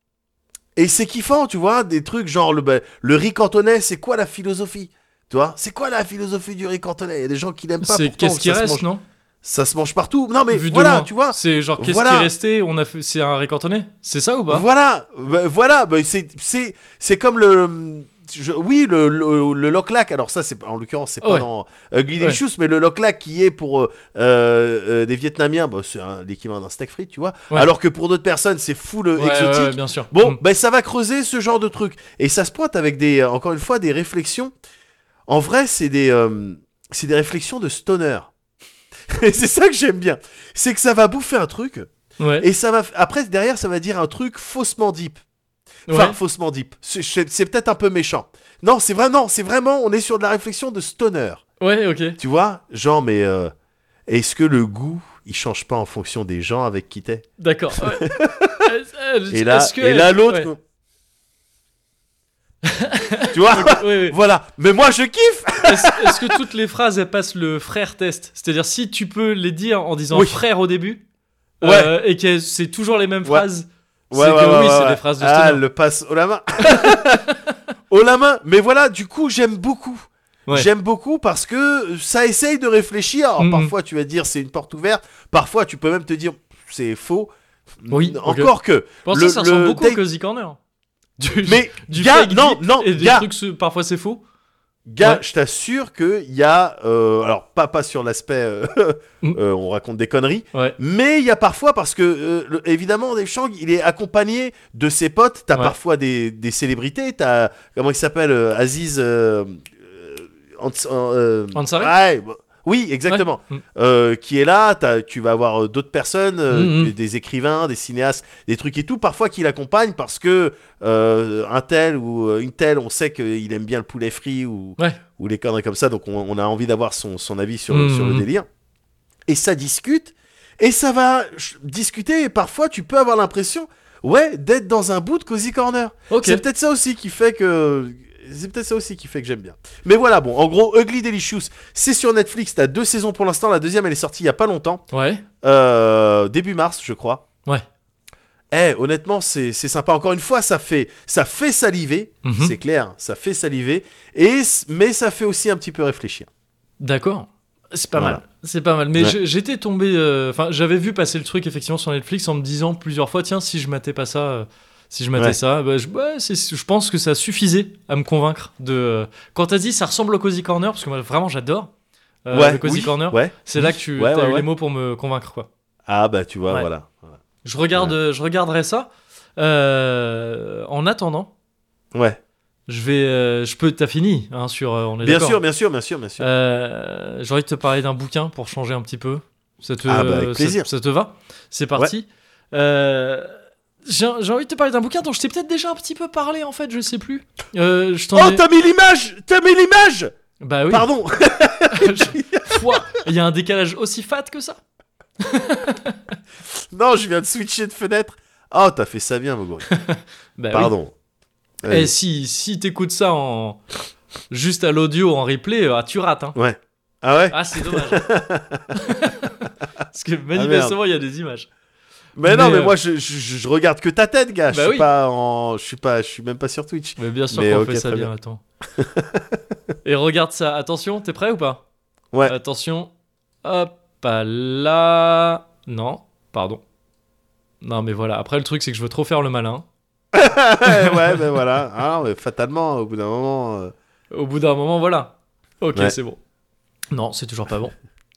et c'est kiffant, tu vois, des trucs genre le, bah, le riz cantonais, c'est quoi la philosophie? Tu vois, c'est quoi la philosophie du riz cantonais? Il y a des gens qui l'aiment pas. C'est pourtant, qu'est-ce qui ça se reste, mange- non? Ça se mange partout. Non, mais Vu de voilà, loin. tu vois. C'est genre qu'est-ce Voilà. qui est resté? On a fait, c'est un riz cantonais. C'est ça ou pas? Voilà, bah, voilà, bah, c'est, c'est, c'est comme le. je- oui, le, le, le lock-lack. Alors, ça, c'est, en l'occurrence, c'est pas Ouais. dans Ugly Delicious, mais le lock-lack qui est pour euh, euh, des Vietnamiens, bah, c'est un- l'équivalent d'un steak frites, tu vois. Ouais. Alors que pour d'autres personnes, c'est full euh, Ouais, exotique. ouais, ouais, bien sûr. Bon, Mm. ben ça va creuser ce genre de truc. Et ça se pointe avec des, euh, encore une fois, des réflexions. En vrai, c'est des, euh, c'est des réflexions de stoner. Et c'est ça que j'aime bien. C'est que ça va bouffer un truc, Ouais. et ça va, après, derrière, ça va dire un truc faussement deep. Enfin, Ouais. faussement deep. C'est, c'est- c'est peut-être un peu méchant. Non, c'est vrai, non, c'est vraiment, on est sur de la réflexion de stoner. Ouais, ok. Tu vois? Genre, mais, euh, est-ce que le goût, il change pas en fonction des gens avec qui t'es? D'accord. Ouais. Euh, euh, Et là, est-ce que- et là l'autre. Ouais. Tu vois? Ouais, ouais. Voilà. Mais moi, je kiffe. est-ce, est-ce que toutes les phrases elles passent le frère test? C'est-à-dire si tu peux les dire en disant Oui. frère au début, Ouais. euh, et que c'est toujours les mêmes Ouais. phrases, Ouais, c'est ouais, que ouais, oui, ouais, c'est ouais. des phrases de Ah, stoner. le passe au la main. Au la main. Mais voilà, du coup, j'aime beaucoup. Ouais. J'aime beaucoup parce que ça essaye de réfléchir. Alors, Mhm. parfois, tu vas dire c'est une porte ouverte. Parfois, tu peux même te dire c'est faux. Oui, Encore que. Pour le- ça, ça ressemble le beaucoup Dave- au Cozy Corner. Du, Mais, du gars, fake non, deep non, et des gars, trucs, se- parfois c'est faux. gars, Ouais. je t'assure qu'il y a. euh, alors, pas, pas sur l'aspect. euh, Mm. euh, on raconte des conneries. Ouais. Mais il y a parfois, parce que, euh, le- évidemment, Dave Chang, il est accompagné de ses potes. T'as Ouais. parfois des, des célébrités. T'as. Comment il s'appelle euh, Aziz. Euh, euh, Ans- euh, Ansari ouais, bah, oui, exactement. Ouais. Mm. Euh, qui est là. t'as- Tu vas avoir euh, d'autres personnes, euh, Mm, mm. des, des écrivains, des cinéastes, des trucs et tout. Parfois qui l'accompagnent parce que euh, un tel ou euh, une telle, on sait qu'il aime bien le poulet frit ou, Ouais. ou les conneries comme ça. Donc on, on a envie d'avoir son, son avis sur, Mm, sur le mm. délire. Et ça discute. Et ça va ch- discuter. Et parfois, tu peux avoir l'impression, ouais, d'être dans un bout de Cozy Corner. Ok. C'est peut-être ça aussi qui fait que. C'est peut-être ça aussi qui fait que j'aime bien. Mais voilà, bon, en gros, Ugly Delicious, c'est sur Netflix. T'as deux saisons pour l'instant. La deuxième, elle est sortie il y a pas longtemps. Ouais. Euh, début mars, je crois. Ouais. Eh, honnêtement, c'est c'est sympa. Encore une fois, ça fait, ça fait saliver. Mhm. C'est clair, ça fait saliver. Et, c- mais ça fait aussi un petit peu réfléchir. D'accord. C'est pas Voilà. mal. C'est pas mal. Mais Ouais. j'ai- j'étais tombé. Enfin, j'avais vu passer le truc effectivement sur Netflix en me disant plusieurs fois, tiens, si je matais pas ça, euh, si je matais Ouais. ça, bah, je, ouais, c'est- je pense que ça suffisait à me convaincre de. euh, Quand t'as dit ça ressemble au Cozy Corner, parce que moi vraiment j'adore euh, ouais, le Cozy oui, Corner. ouais. C'est là que tu Ouais, as ouais, eu ouais. les mots pour me convaincre, quoi. Ah, bah, tu vois, Ouais. voilà. voilà. Je regarde, euh, je regarderai ça. Euh, en attendant, Ouais. je vais, euh, je peux. T'as fini, hein, sur. euh, on est Bien d'accord. sûr, bien sûr, bien sûr, bien sûr. Euh, J'ai envie de te parler d'un bouquin pour changer un petit peu. Ça te, Ah bah, avec ça- plaisir. Ça, te va? C'est parti. Euh, J'ai j'ai envie de te parler d'un bouquin dont je t'ai peut-être déjà un petit peu parlé en fait, je sais plus. Euh, je t'en Oh, ai- t'as mis l'image T'as mis l'image Bah oui. Pardon. Je- Foi, il y a un décalage aussi fat que ça. Non, je viens de switcher de fenêtre. Oh, t'as fait ça bien, Moguri. Bah oui. Pardon. Et Allez. si, si t'écoutes ça en juste à l'audio en replay, ah, tu rates. Hein. Ouais. Ah ouais Ah, c'est dommage. Parce que manifestement, il y a des images. Mais non, mais, mais euh, moi, je, je, je regarde que ta tête, gars. Bah je suis oui. pas en... Je suis pas... Je suis même pas sur Twitch. Mais bien sûr Mais qu'on ok, fait ça très bien, bien. attends. Et regarde ça. Attention, t'es prêt ou pas? Ouais. Attention. Hop là. Non, pardon. Non, mais voilà. Après, le truc, c'est que je veux trop faire le malin. ouais, ben voilà. Ah, mais fatalement, au bout d'un moment... euh, Au bout d'un moment, voilà. Ok, Ouais. c'est bon. Non, c'est toujours pas bon.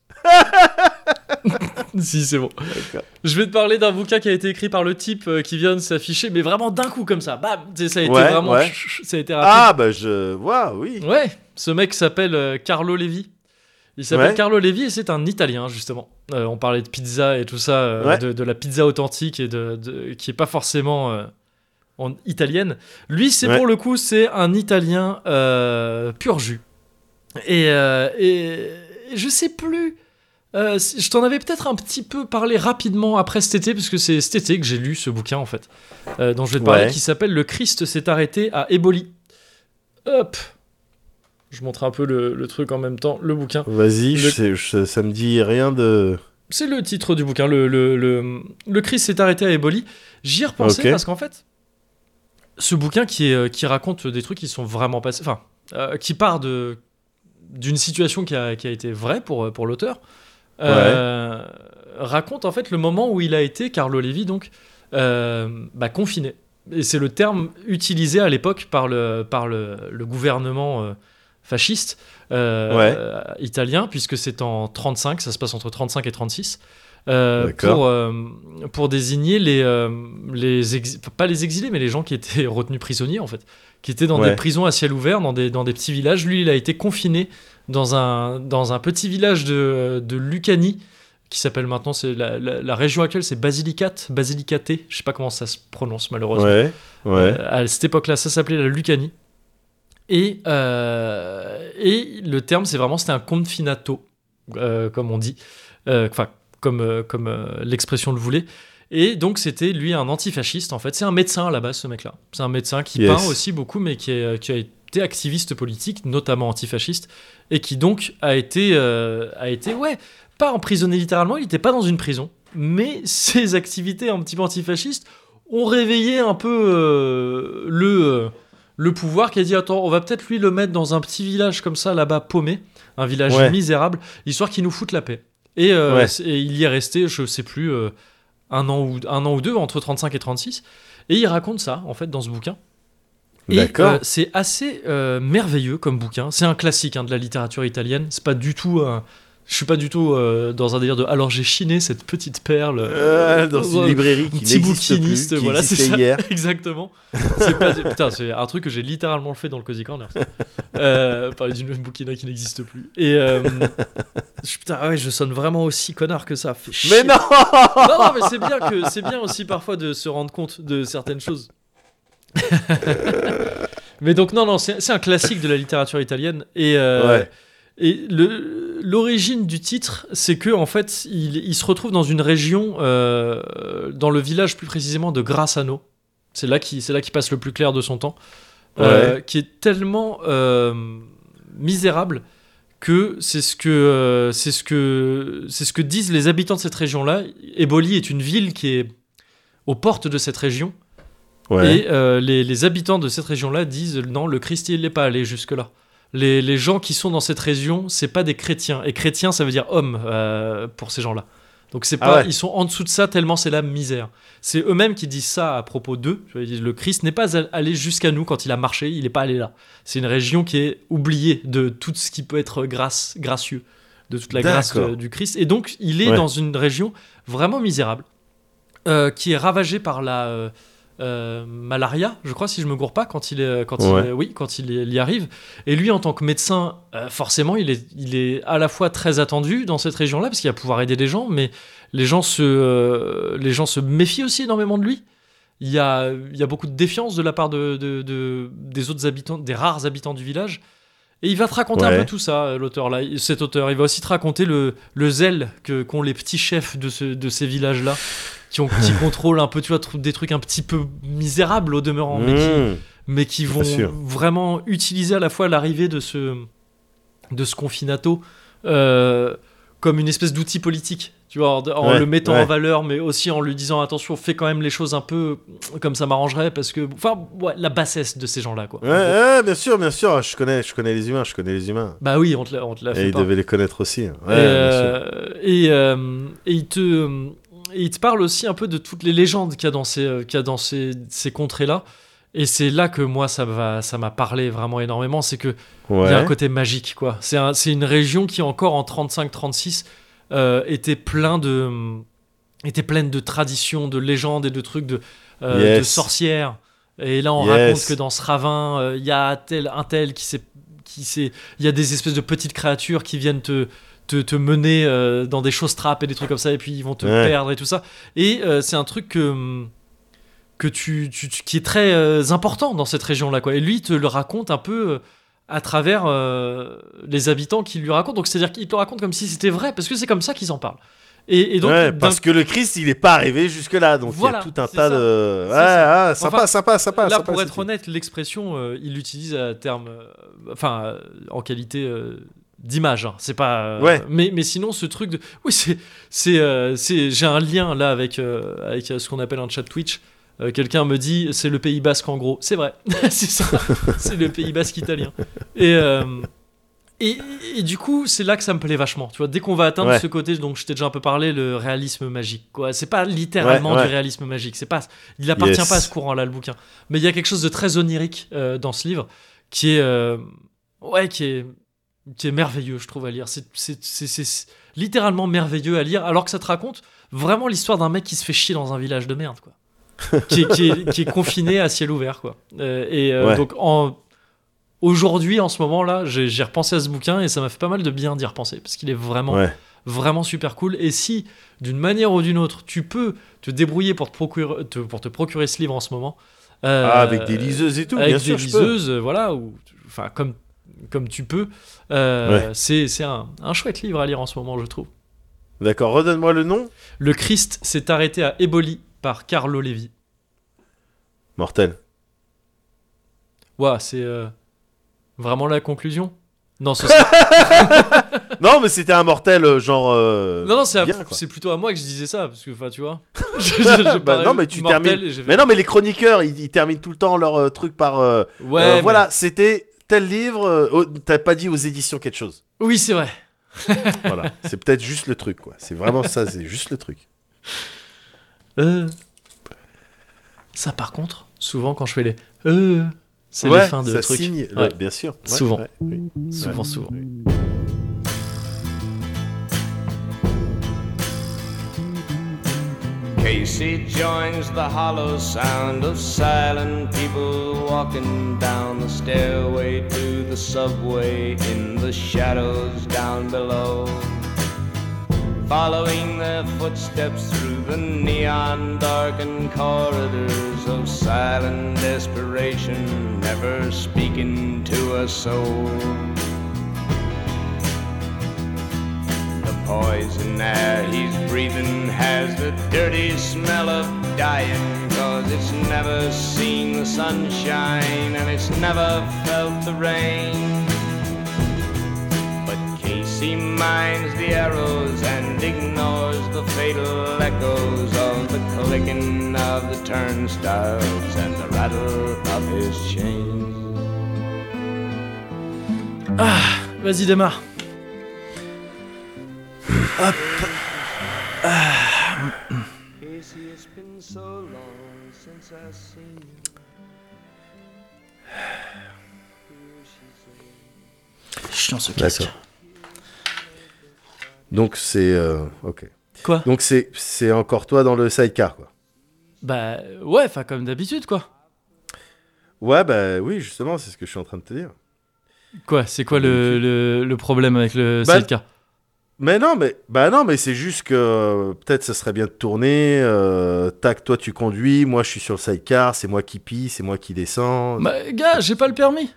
Si, c'est bon. D'accord. Je vais te parler d'un bouquin qui a été écrit par le type euh, qui vient de s'afficher, mais vraiment d'un coup comme ça. Bam, Tu sais, ça a été Ouais, vraiment, ouais. ch- ch- ça a été rapide. Ah, bah je vois, oui. Ouais, ce mec s'appelle euh, Carlo Levi. Il s'appelle Ouais. Carlo Levi et c'est un Italien justement. Euh, on parlait de pizza et tout ça, euh, Ouais. de, de la pizza authentique et de, de- qui est pas forcément euh, en italienne. Lui, c'est Ouais. pour le coup, c'est un Italien euh, pur jus. Et, euh, et, et je sais plus. euh, si- je t'en avais peut-être un petit peu parlé rapidement après cet été, parce que c'est cet été que j'ai lu ce bouquin en fait, euh, dont je vais te parler, Ouais. qui s'appelle Le Christ s'est arrêté à Eboli. Hop. Je montre un peu le, le truc en même temps, le bouquin. Vas-y, Le- je sais- je- ça me dit rien de... C'est le titre du bouquin, le, le, le, le Christ s'est arrêté à Eboli. J'y ai repensé Ok. parce qu'en fait, ce bouquin qui, est, qui raconte des trucs qui sont vraiment passés, enfin, euh, qui part de d'une situation qui a, qui a été vraie pour, pour l'auteur, euh, raconte en fait le moment où il a été, Carlo Levi, donc, euh, bah, confiné. Et c'est le terme utilisé à l'époque par le, par le, le gouvernement euh, fasciste euh, Ouais. euh, italien, puisque c'est en trente-cinq, ça se passe entre trente-cinq et trente-six, euh, D'accord. pour, euh, pour désigner les, euh, les exi- pas les exilés, mais les gens qui étaient retenus prisonniers, en fait, qui étaient dans Ouais. des prisons à ciel ouvert, dans des, dans des petits villages. Lui, il a été confiné dans un, dans un petit village de, de Lucanie, qui s'appelle maintenant, c'est la, la, la région actuelle, c'est Basilicate, Basilicate, je sais pas comment ça se prononce malheureusement. Ouais, ouais. Euh, à cette époque-là, ça s'appelait la Lucanie. Et, euh, et le terme, c'est vraiment, c'était un confinato, euh, comme on dit, Euh, enfin, comme, euh, comme euh, l'expression le voulait. Et donc, c'était lui un antifasciste, en fait. C'est un médecin à la base, ce mec-là. C'est un médecin qui Yes. peint aussi beaucoup, mais qui, est, qui a été était activiste politique, notamment antifasciste, et qui donc a été, euh, a été ouais, pas emprisonné littéralement, il n'était pas dans une prison, mais ses activités un petit peu antifascistes ont réveillé un peu euh, le, euh, le pouvoir qui a dit attends, on va peut-être lui le mettre dans un petit village comme ça là-bas paumé, un village Ouais. misérable, histoire qu'il nous foute la paix. Et, euh, Ouais. c'est- et il y est resté, je sais plus, euh, un, an ou, un an ou deux, entre trente-cinq et trente-six. Et il raconte ça, en fait, dans ce bouquin. Et D'accord. euh, c'est assez euh, merveilleux comme bouquin. C'est un classique hein, de la littérature italienne. C'est pas du tout. euh, je suis pas du tout euh, dans un délire de. Alors j'ai chiné cette petite perle Euh, dans une un librairie qui petit n'existe plus, bouquiniste, qui voilà, c'est existait ça. hier. Exactement. C'est pas, putain, c'est un truc que j'ai littéralement fait dans le Cozy Corner. ça. Euh, parler d'une bouquina qui n'existe plus. Et euh, je, putain, ah ouais, je sonne vraiment aussi connard que ça. Fait chier. Mais non. Non, non, mais c'est bien que c'est bien aussi parfois de se rendre compte de certaines choses. Mais donc non, non, c'est c'est un classique de la littérature italienne et euh, Ouais. et le l'origine du titre, c'est que en fait, il, il se retrouve dans une région, euh, dans le village plus précisément de Grassano. C'est là qui c'est là qu'il passe le plus clair de son temps, euh, qui est tellement euh, misérable que c'est ce que euh, c'est ce que c'est ce que disent les habitants de cette région-là. Eboli est une ville qui est aux portes de cette région. Ouais. Et euh, les, les habitants de cette région-là disent non, le Christ il n'est pas allé jusque-là. Les, les gens qui sont dans cette région, c'est pas des chrétiens. Et chrétien, ça veut dire homme euh, pour ces gens-là. Donc c'est Ah pas, ouais. ils sont en dessous de ça tellement c'est la misère. C'est eux-mêmes qui disent ça à propos d'eux. Tu vois, ils disent, le Christ n'est pas allé jusqu'à nous quand il a marché, il n'est pas allé là. C'est une région qui est oubliée de tout ce qui peut être grâce, gracieux, de toute la grâce D'accord. de- du Christ. Et donc il est Ouais. dans une région vraiment misérable, euh, qui est ravagée par la euh, euh, malaria, je crois, si je me gourre pas, quand il est, quand Ouais. il, oui, quand il, il y arrive. Et lui, en tant que médecin, euh, forcément, il est, il est à la fois très attendu dans cette région-là parce qu'il va pouvoir aider les gens, mais les gens se, euh, les gens se méfient aussi énormément de lui. Il y a, il y a beaucoup de défiance de la part de, de- de- des autres habitants, des rares habitants du village. Et il va te raconter un Ouais. peu tout ça, euh, l'auteur là, cet auteur. Il va aussi te raconter le, le zèle que qu'ont les petits chefs de, ce, de ces villages-là, qui, ont, qui contrôlent un peu, tu vois, tr- des trucs un petit peu misérables au demeurant, mais qui, Mmh. mais qui Pas vont sûr. vraiment utiliser à la fois l'arrivée de ce, de ce confinato euh, comme une espèce d'outil politique, tu vois, en, en Ouais, le mettant ouais. en valeur, mais aussi en lui disant attention, fais quand même les choses un peu comme ça m'arrangerait, parce que, enfin, ouais, la bassesse de ces gens-là, quoi. Ouais, ouais, bien sûr, bien sûr. Je connais, je connais les humains, je connais les humains. Bah oui, on te l'a, on te l'a Et fait ils pas. devaient les connaître aussi. Ouais, et, bien sûr. euh, et, euh, et il te, et il te parle aussi un peu de toutes les légendes qu'il y a dans ces, euh, qu'il y a dans ces, ces contrées-là. Et c'est là que moi, ça m'a, ça m'a parlé vraiment énormément. C'est que il y a un Ouais. côté magique, quoi. C'est, un, c'est une région qui, encore en trente-cinq trente-six, euh, était, plein de, était pleine de traditions, de légendes et de trucs de, euh, Yes. de sorcières. Et là, on Yes. raconte que dans ce ravin, euh, il y a tel, un tel qui s'est. Qui s'est- Il y a des espèces de petites créatures qui viennent te, te, te mener euh, dans des choses trappes et des trucs comme ça, et puis ils vont te Ouais. perdre et tout ça. Et euh, c'est un truc que que tu, tu- tu- qui est très euh, important dans cette région-là, quoi. Et lui, il te le raconte un peu euh, à travers euh, les habitants qui lui racontent. Donc, c'est-à-dire qu'il te le raconte comme si c'était vrai, parce que c'est comme ça qu'ils en parlent. Et, et donc, Ouais, d'un- parce que le Christ, il est pas arrivé jusque-là, donc Voilà, il y a tout un c'est tas ça. de. C'est Ouais, ça. ah, sympa, Enfin, sympa, sympa. là, sympa, pour c'est être tout. honnête, l'expression, euh, il l'utilise à terme, euh, enfin, euh, en qualité euh, d'image. hein. C'est pas. euh, Ouais. Mais, mais sinon, ce truc de, oui, c'est, c'est, euh, c'est, j'ai un lien là avec euh, avec euh, ce qu'on appelle un chat Twitch. Euh, quelqu'un me dit c'est le Pays Basque en gros. C'est vrai, c'est ça, c'est le Pays Basque italien. Et, euh, et et du coup, c'est là que ça me plaît vachement. Tu vois, dès qu'on va atteindre Ouais. ce côté, donc je t'ai déjà un peu parlé, le réalisme magique. Quoi, c'est pas littéralement Ouais, ouais. du réalisme magique. C'est pas, il appartient Yes. pas à ce courant-là le bouquin. Mais il y a quelque chose de très onirique euh, dans ce livre qui est, euh, ouais, qui est, qui est merveilleux, je trouve à lire. C'est, c'est, c'est, c'est- c'est littéralement merveilleux à lire, alors que ça te raconte vraiment l'histoire d'un mec qui se fait chier dans un village de merde, quoi. qui, est, qui, est, qui est confiné à ciel ouvert, quoi. Euh, et euh, Ouais. donc en aujourd'hui, en ce moment-là, j'ai, j'ai repensé à ce bouquin et ça m'a fait pas mal de bien d'y repenser parce qu'il est vraiment, Ouais. vraiment super cool. Et si, d'une manière ou d'une autre, tu peux te débrouiller pour te procurer, te- pour te procurer ce livre en ce moment, euh, Ah, avec des liseuses et tout, avec bien des sûr, je peux. liseuses, euh, voilà, ou enfin comme comme tu peux, euh, Ouais. c'est c'est un, un chouette livre à lire en ce moment, je trouve. D'accord, redonne-moi le nom. Le Christ s'est arrêté à Eboli par Carlo Levi. Mortel. Ouah, c'est euh, Vraiment la conclusion? Non, ce serait... Non, mais c'était un mortel, euh, genre. euh, non, non, c'est, à- bien, quoi. c'est plutôt à moi que je disais ça, parce que, enfin, tu vois. je, je- je Bah, parais non, mais tu mortel termines. et j'ai fait- Mais non, mais les chroniqueurs, ils, ils terminent tout le temps leur euh, truc par. euh, Ouais, euh, mais- Voilà, c'était tel livre. euh, oh, t'as pas dit aux éditions quelque chose. Oui, c'est vrai. Voilà, c'est peut-être juste le truc, quoi. C'est vraiment ça, c'est juste le truc. Euh... Ça, par contre, souvent quand je fais les euh, c'est Ouais, les fins de ça trucs. signe, Ouais. ouais, bien sûr. Ouais, Souvent. ouais, oui. Souvent, Ouais. souvent. Casey joins the hollow sound of silent people walking down the stairway to the subway in the shadows down below. Following their footsteps through the neon darkened corridors of silent desperation, never speaking to a soul. The poison air he's breathing has the dirty smell of dying, 'cause it's never seen the sunshine and it's never felt the rain. But Casey minds the arrows and ignores the fatal echoes of the clicking of the turnstiles and the rattle of his chains. Ah, vas-y, démarre. Casey, it's been so long since I've seen you. Chiant ce casque. D'accord. Donc c'est euh, ok. Quoi? Donc c'est c'est encore toi dans le sidecar, quoi. Bah ouais, enfin comme d'habitude quoi. Ouais, bah oui, justement, c'est ce que je suis en train de te dire. Quoi? C'est quoi le, le, le problème avec le Bah, sidecar? Mais non, mais bah non, mais c'est juste que euh, peut-être ça serait bien de tourner. euh, tac, toi tu conduis, moi je suis sur le sidecar, c'est moi qui pille, c'est moi qui descends. Bah gars, j'ai pas le permis.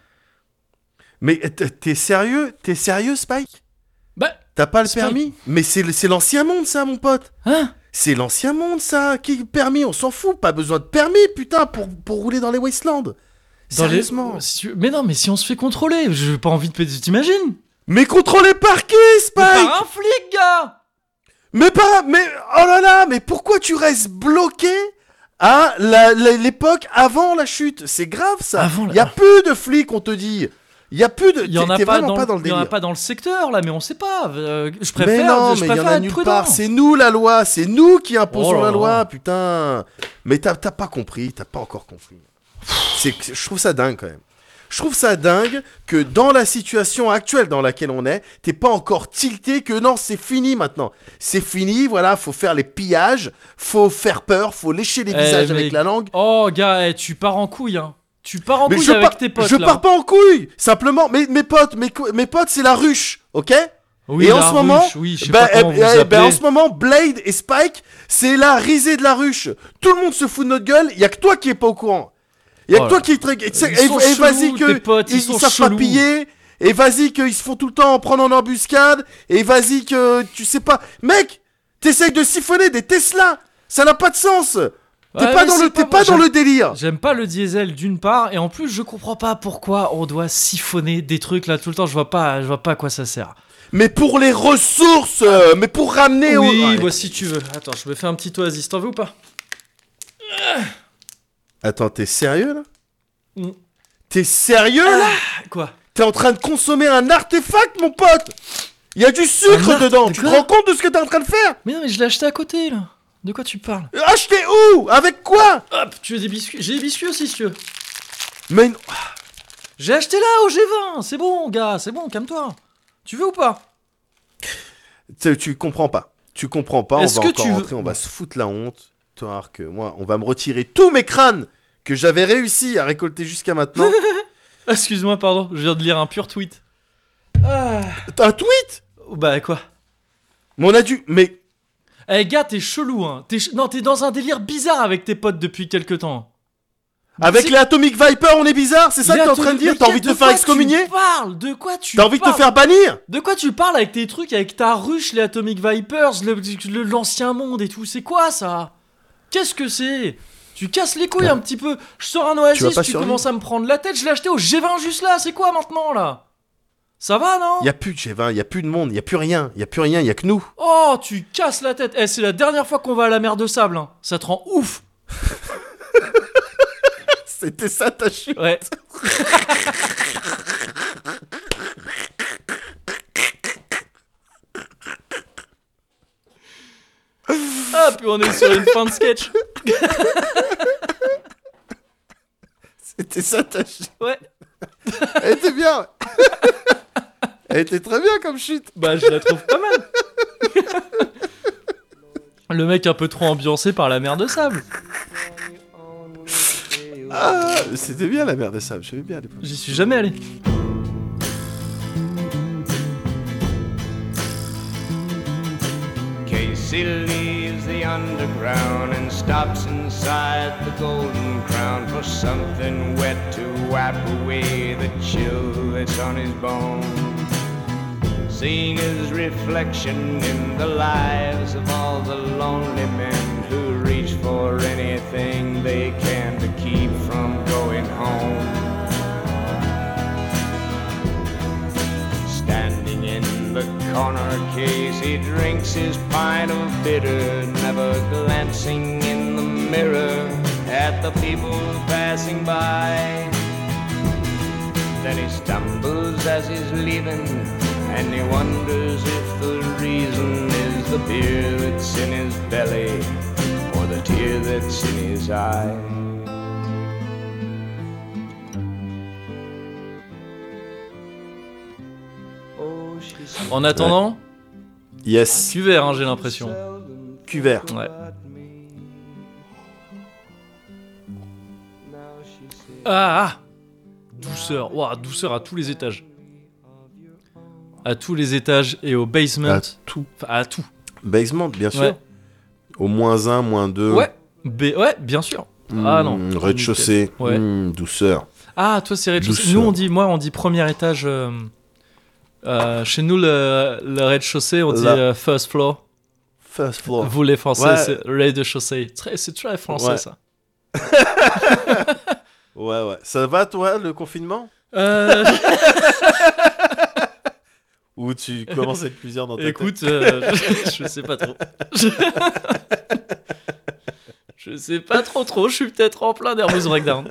Mais t- t'es sérieux, t'es sérieux, Spike? Bah T'as pas le Spike. permis? Mais c'est le- c'est l'ancien monde, ça, mon pote. hein? C'est l'ancien monde, ça. Qui permis? On s'en fout. Pas besoin de permis, putain, pour pour rouler dans les wastelands. Dans Sérieusement. les- si tu- Mais non, mais si on se fait contrôler, j'ai pas envie de péter, t'imagines? Mais contrôlé par qui, Spike? Par un flic, gars! Mais pas, mais oh là là, mais pourquoi tu restes bloqué à la- la- l'époque avant la chute? C'est grave ça. Avant la- Il y a plus de flics, on te dit. Il y a plus de. Il y en t'es- a t'es pas vraiment dans, pas dans le- le il y en a délire. pas dans le secteur là, mais on sait pas. Euh, je Mais préfère, non, je mais il y en préfère a être nulle prudent. part. C'est nous la loi, c'est nous qui imposons Oh là la là. loi, putain. Mais t'as t'as pas compris, t'as pas encore compris. C'est, que- je trouve ça dingue quand même. Je trouve ça dingue que dans la situation actuelle dans laquelle on est, t'es pas encore tilté que non, c'est fini maintenant. C'est fini, voilà, faut faire les pillages, faut faire peur, faut lécher les Eh, visages mais- avec la langue. Oh gars, eh, tu pars en couille, hein. Tu pars en Mais couille je, avec pars- tes potes je là. pars pas en couille, simplement. Mais mes potes, mes, co- mes potes, c'est la ruche, ok? Oui, et en la ce moment, ruche, oui, je sais bah, pas comment eh, vous eh, bah, en appelez. ce moment, Blade et Spike, c'est la risée de la ruche. Tout le monde se fout de notre gueule. Y a que toi qui est pas au courant. Y a Oh que toi là. qui est très. Et, Ils sont et vas-y chelous, que tes potes, ils ils, sont ils savent pas chelous. piller. Et vas-y qu'ils se font tout le temps en prendre en embuscade. Et vas-y que tu sais pas, mec, t'essayes de siphonner des Tesla. Ça n'a pas de sens. T'es Ouais, pas mais dans c'est le, pas t'es pas moi, dans j'aime- le délire. J'aime pas le diesel d'une part, et en plus je comprends pas pourquoi on doit siphonner des trucs là tout le temps. Je vois pas, je vois pas à quoi ça sert. Mais pour les ressources, euh, mais pour ramener au. Oui, Ouais. bah si tu veux. Attends, je me fais un petit oasis. T'en veux ou pas? Attends, t'es sérieux là? Mm. T'es sérieux là? Quoi? T'es en train de consommer un artefact, mon pote. Il y a du sucre Un art- dedans. de Tu te quoi rends compte de ce que t'es en train de faire? Mais non, mais je l'ai acheté à côté là. De quoi tu parles? Acheter où? Avec quoi? Hop, tu veux des biscuits? J'ai des biscuits aussi si tu veux. Mais non. J'ai acheté là au G vingt. C'est bon, gars, c'est bon, calme-toi. Tu veux ou pas? Tu, tu comprends pas. Tu comprends pas. On Est-ce va que encore tu veux- rentrer. On va se foutre la honte. Tu vas voir que moi, on va me retirer tous mes crânes que j'avais réussi à récolter jusqu'à maintenant. Excuse-moi, pardon, je viens de lire un pur tweet. Ah. T'as un tweet? Bah quoi? Mais on a dû. Mais Eh gars, t'es chelou, hein. T'es ch- Non, t'es dans un délire bizarre avec tes potes depuis quelques temps. avec C'est- les Atomic Viper, on est bizarre. C'est ça que Les t'es en train de atomes- dire? Mais T'as envie de de te faire quoi excommunier? Tu parles De quoi tu T'as envie de te parles faire bannir? De quoi tu parles avec tes trucs, avec ta ruche, les Atomic Vipers, le- le- l'ancien monde et tout? C'est quoi ça? Qu'est-ce que c'est? Tu casses les couilles Ouais. un petit peu. Je sors un Tu vas Oasis, pas tu, sur commences à me prendre la tête. Je l'ai acheté au G vingt juste là. C'est quoi maintenant là? Ça va, non? Il y a plus de G vingt, il y a plus de monde, il y a plus rien, il y a plus rien, il y a que nous. Oh, tu casses la tête. Eh, c'est la dernière fois qu'on va à la mer de sable. Hein. Ça te rend ouf. C'était ça ta chute. Ouais. Ah, puis on est sur une fin de sketch. C'était ça ta chute. Ouais. Elle était bien. Elle était très bien comme chute. Bah, je la trouve pas mal. Le mec un peu trop ambiancé par la mer de sable. Ah, c'était bien la mer de sable, j'aimais bien à l'époque. J'y suis jamais allé. Casey leaves the underground and stops inside the Golden Crown for something wet to wipe away the chill that's on his bones. Seeing his reflection in the lives of all the lonely men who reach for anything they can to keep from going home. Standing in the corner case, he drinks his pint of bitter, never glancing in the mirror at the people passing by. Then he stumbles as he's leaving, and he wonders if the reason is the beer that's in his belly or the tear that's in his eye. En attendant, Yes, cuvert, hein, j'ai l'impression. cuvert. Ouais. Ah, ah. Douceur. Ouah, douceur à tous les étages. À tous les étages et au basement. À tout. Enfin, à tout. Basement, bien sûr. Ouais. Au moins un, moins deux. Ouais. B- ouais, bien sûr. Mmh, Ah non. Rez-de-chaussée. Ouais. Mmh, douceur. Ah, toi, c'est rez-de-chaussée. Douceur. Nous, on dit, moi, on dit premier étage. euh, euh, chez nous, le, le rez-de-chaussée, on dit Là. euh, first floor. First floor. Vous, les Français, Ouais. c'est rez-de-chaussée. Très- C'est très français, Ouais. ça. Ouais, ouais. Ça va, toi, le confinement? Euh, Ou tu commences à être plusieurs dans ta tête? écoute, euh, je, je sais pas trop. Je... je sais pas trop trop. Je suis peut-être en plein nervous breakdown.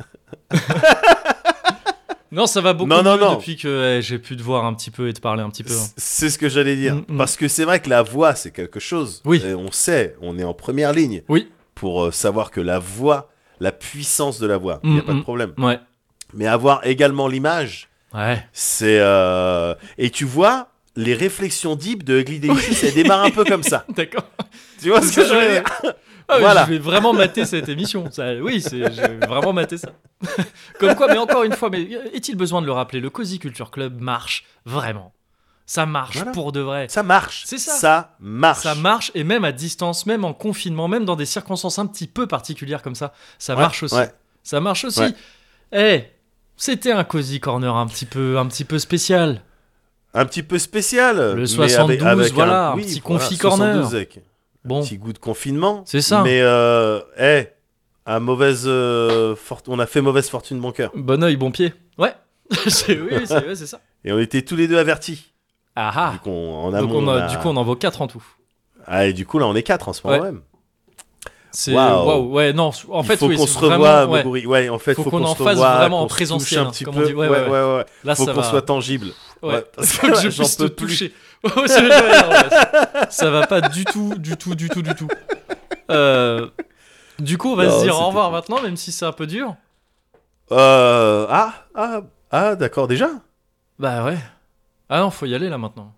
Non, ça va beaucoup Non, non, mieux non. depuis que eh, j'ai pu te voir un petit peu et te parler un petit peu. hein. C'est ce que j'allais dire. Mm, mm. Parce que c'est vrai que la voix, c'est quelque chose. Oui. Et on sait, on est en première ligne Oui. pour euh, savoir que la voix, la puissance de la voix, il Mm, n'y a pas de mm. problème. Ouais. Mais avoir également l'image, Ouais. c'est... euh, Et tu vois, les réflexions deep de Ugly Delicious, elles démarrent un peu comme ça. D'accord. Tu vois ce que je veux dire? Ah, mais Voilà. Je vais vraiment mater cette émission. Ça, oui, c'est, je vais vraiment mater ça. Comme quoi, mais encore une fois, mais est-il besoin de le rappeler, le Cozy Culture Club marche vraiment. Ça marche Voilà. pour de vrai. Ça marche. C'est ça. Ça marche. Ça marche, et même à distance, même en confinement, même dans des circonstances un petit peu particulières comme ça, ça Ouais, marche aussi. ouais. Ça marche aussi. Ouais. Eh, c'était un Cozy Corner un petit peu, un petit peu spécial. Un petit peu spécial. Le mais soixante-douze, avec- avec voilà, un oui, petit voilà, confi corner. soixante-douze avec Bon, un petit goût de confinement. c'est ça. Mais, euh, eh, à mauvaise euh, fort- on a fait mauvaise fortune bon cœur. Bon oeil, bon pied. Ouais. c'est, oui, c'est, ouais, c'est ça. Et on était tous les deux avertis. Ah ah. Du coup, on- en Donc amont, on a, on a- du coup, on en vaut quatre en tout. Ah, et du coup, là, on est quatre en ce moment Ouais. même. C'est Waouh. waouh, ouais, non, en fait, Il faut oui, qu'on c'est se vraiment, revoie, ouais. Moguri. Ouais, en fait, Faut faut, qu'on en se fasse revoie, vraiment en qu'on se touche présentiel, un hein, petit comme peu. on dit. Ouais, ouais, ouais, ouais, ouais. Là, Faut ça qu'on va. soit tangible. Ouais. Ouais, parce Faut que que là, je j'en puisse te peux plus. toucher. Ouais, c'est vrai, ouais, ouais, ça, ça va pas du tout, du tout, du tout, du tout. Euh, du coup, on va Non, se dire c'était au revoir cool. maintenant, même si c'est un peu dur. Euh, ah, ah, ah, d'accord, déjà. Bah ouais. Ah non, faut y aller là maintenant.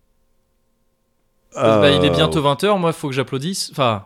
Euh, Bah, il est bientôt vingt heures, moi, faut que j'applaudisse. Enfin.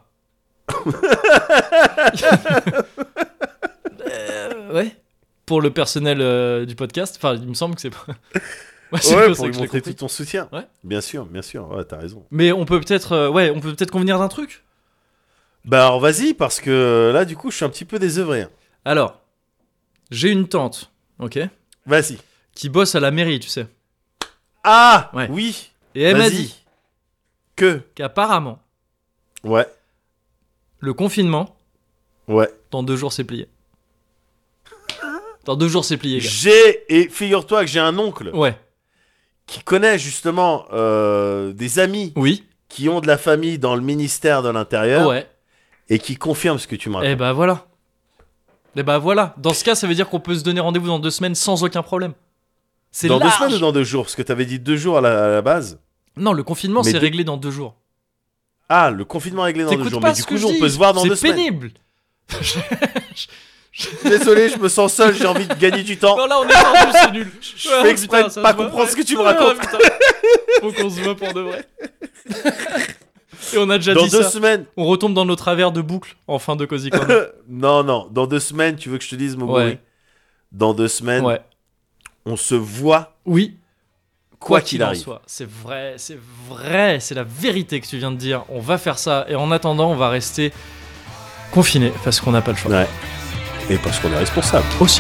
Euh, ouais. Pour le personnel euh, du podcast, enfin, il me semble que c'est pas. Ouais, c'est Ouais, comme pour ça lui que je l'ai montrer compris. tout ton soutien. Ouais. Bien sûr, bien sûr. Ouais, t'as raison. Mais on peut peut-être, euh, ouais, on peut peut-être convenir d'un truc. Bah, alors vas-y, parce que là, du coup, je suis un petit peu désœuvré. hein. Alors, j'ai une tante, ok, Vas-y. qui bosse à la mairie, tu sais. Ah, Ouais. oui. Et elle m'a Vas-y. dit Que. qu'apparemment, Ouais, le confinement, ouais. Dans deux jours, c'est plié. Dans deux jours, c'est plié, gars. J'ai, et figure-toi que j'ai un oncle Ouais. qui connaît justement euh, des amis Oui. qui ont de la famille dans le ministère de l'Intérieur Ouais. et qui confirment ce que tu me racontes. Et bah voilà. Et bah voilà. Dans ce cas, ça veut dire qu'on peut se donner rendez-vous dans deux semaines sans aucun problème. C'est Dans deux large. semaines ou dans deux jours? Parce que t'avais dit deux jours à la, à la base. Non, le confinement, Mais c'est deux- réglé dans deux jours. Ah, le confinement réglé dans deux T'écoutes jours. pas Mais du ce coup, que nous, je on dis. peut se voir dans deux C'est semaines. pénible. Désolé, je me sens seul, j'ai envie de gagner du temps. Non, là, on est tendu, c'est nul. Je fais exprès de pas comprendre ce que tu me racontes. Faut qu'on se voit pour de vrai. Et on a déjà Dans dit deux ça. semaines. On retombe dans nos travers de boucle en fin de Cozy Corner. Non, non. Dans deux semaines, tu veux que je te dise, Moguri? Ouais. Dans deux semaines, Ouais. on se voit Oui. quoi Quoi qu'il qu'il en arrive. soit. C'est vrai, c'est vrai, c'est la vérité que tu viens de dire. On va faire ça. Et en attendant, on va rester confiné parce qu'on n'a pas le choix. Ouais. Et parce qu'on est responsable. Aussi.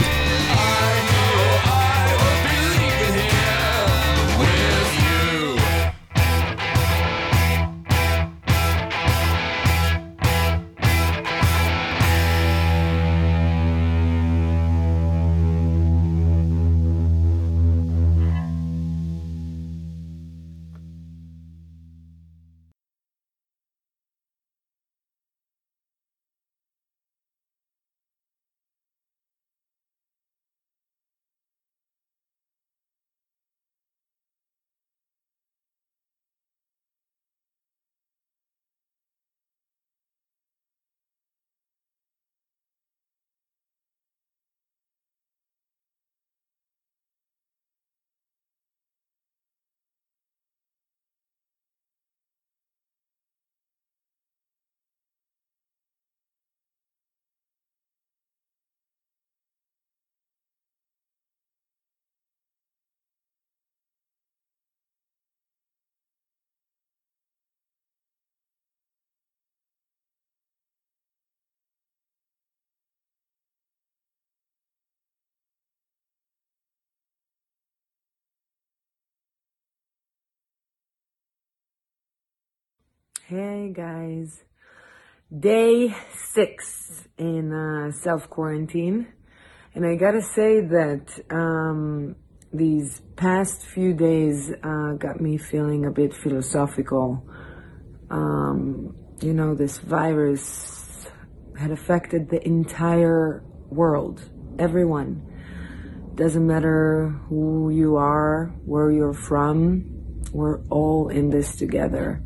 Hey guys, day six in uh, self quarantine, and I gotta say that um, these past few days uh, got me feeling a bit philosophical. Um, you know, this virus had affected the entire world, everyone. Doesn't matter who you are, where you're from, we're all in this together.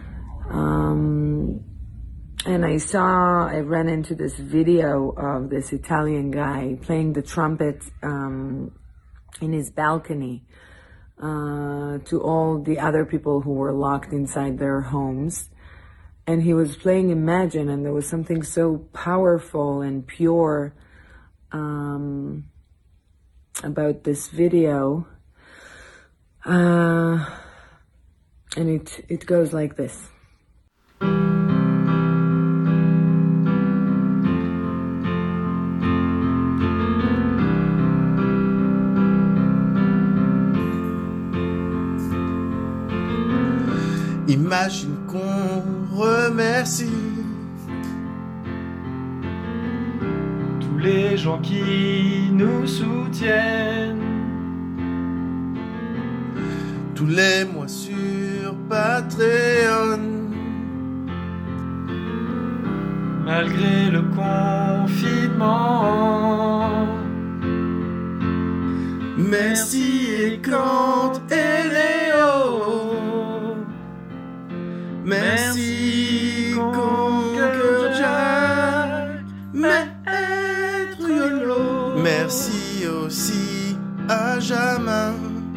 Um, and I saw, I ran into this video of this Italian guy playing the trumpet um, in his balcony uh, to all the other people who were locked inside their homes. And he was playing Imagine, and there was something so powerful and pure um, about this video. Uh, and it, it goes like this. Imagine qu'on remercie Tous les gens qui nous soutiennent. tous les mois sur Patreon. Malgré le confinement. Merci et Kant et Léo. Merci Conquer Jack, Maître Yolo. Merci aussi à Jamin.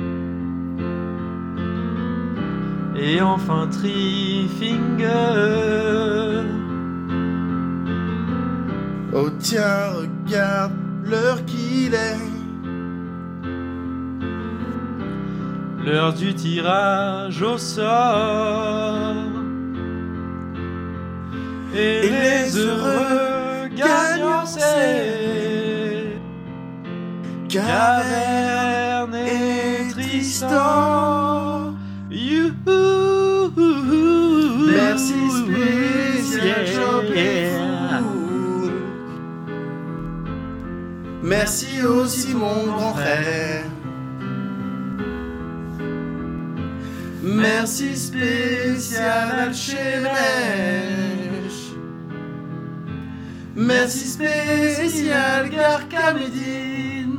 Et enfin Trifinger. Oh tiens, regarde l'heure qu'il est. L'heure du tirage au sort. Et, Et les les heureux gagnants c'est Caverne et Tristan. Youhou. Merci spécial Yeah. Jean-Pierre Fou. Merci aussi mon grand frère. Merci spécial Alchemèche. Merci spécial Garcamedine.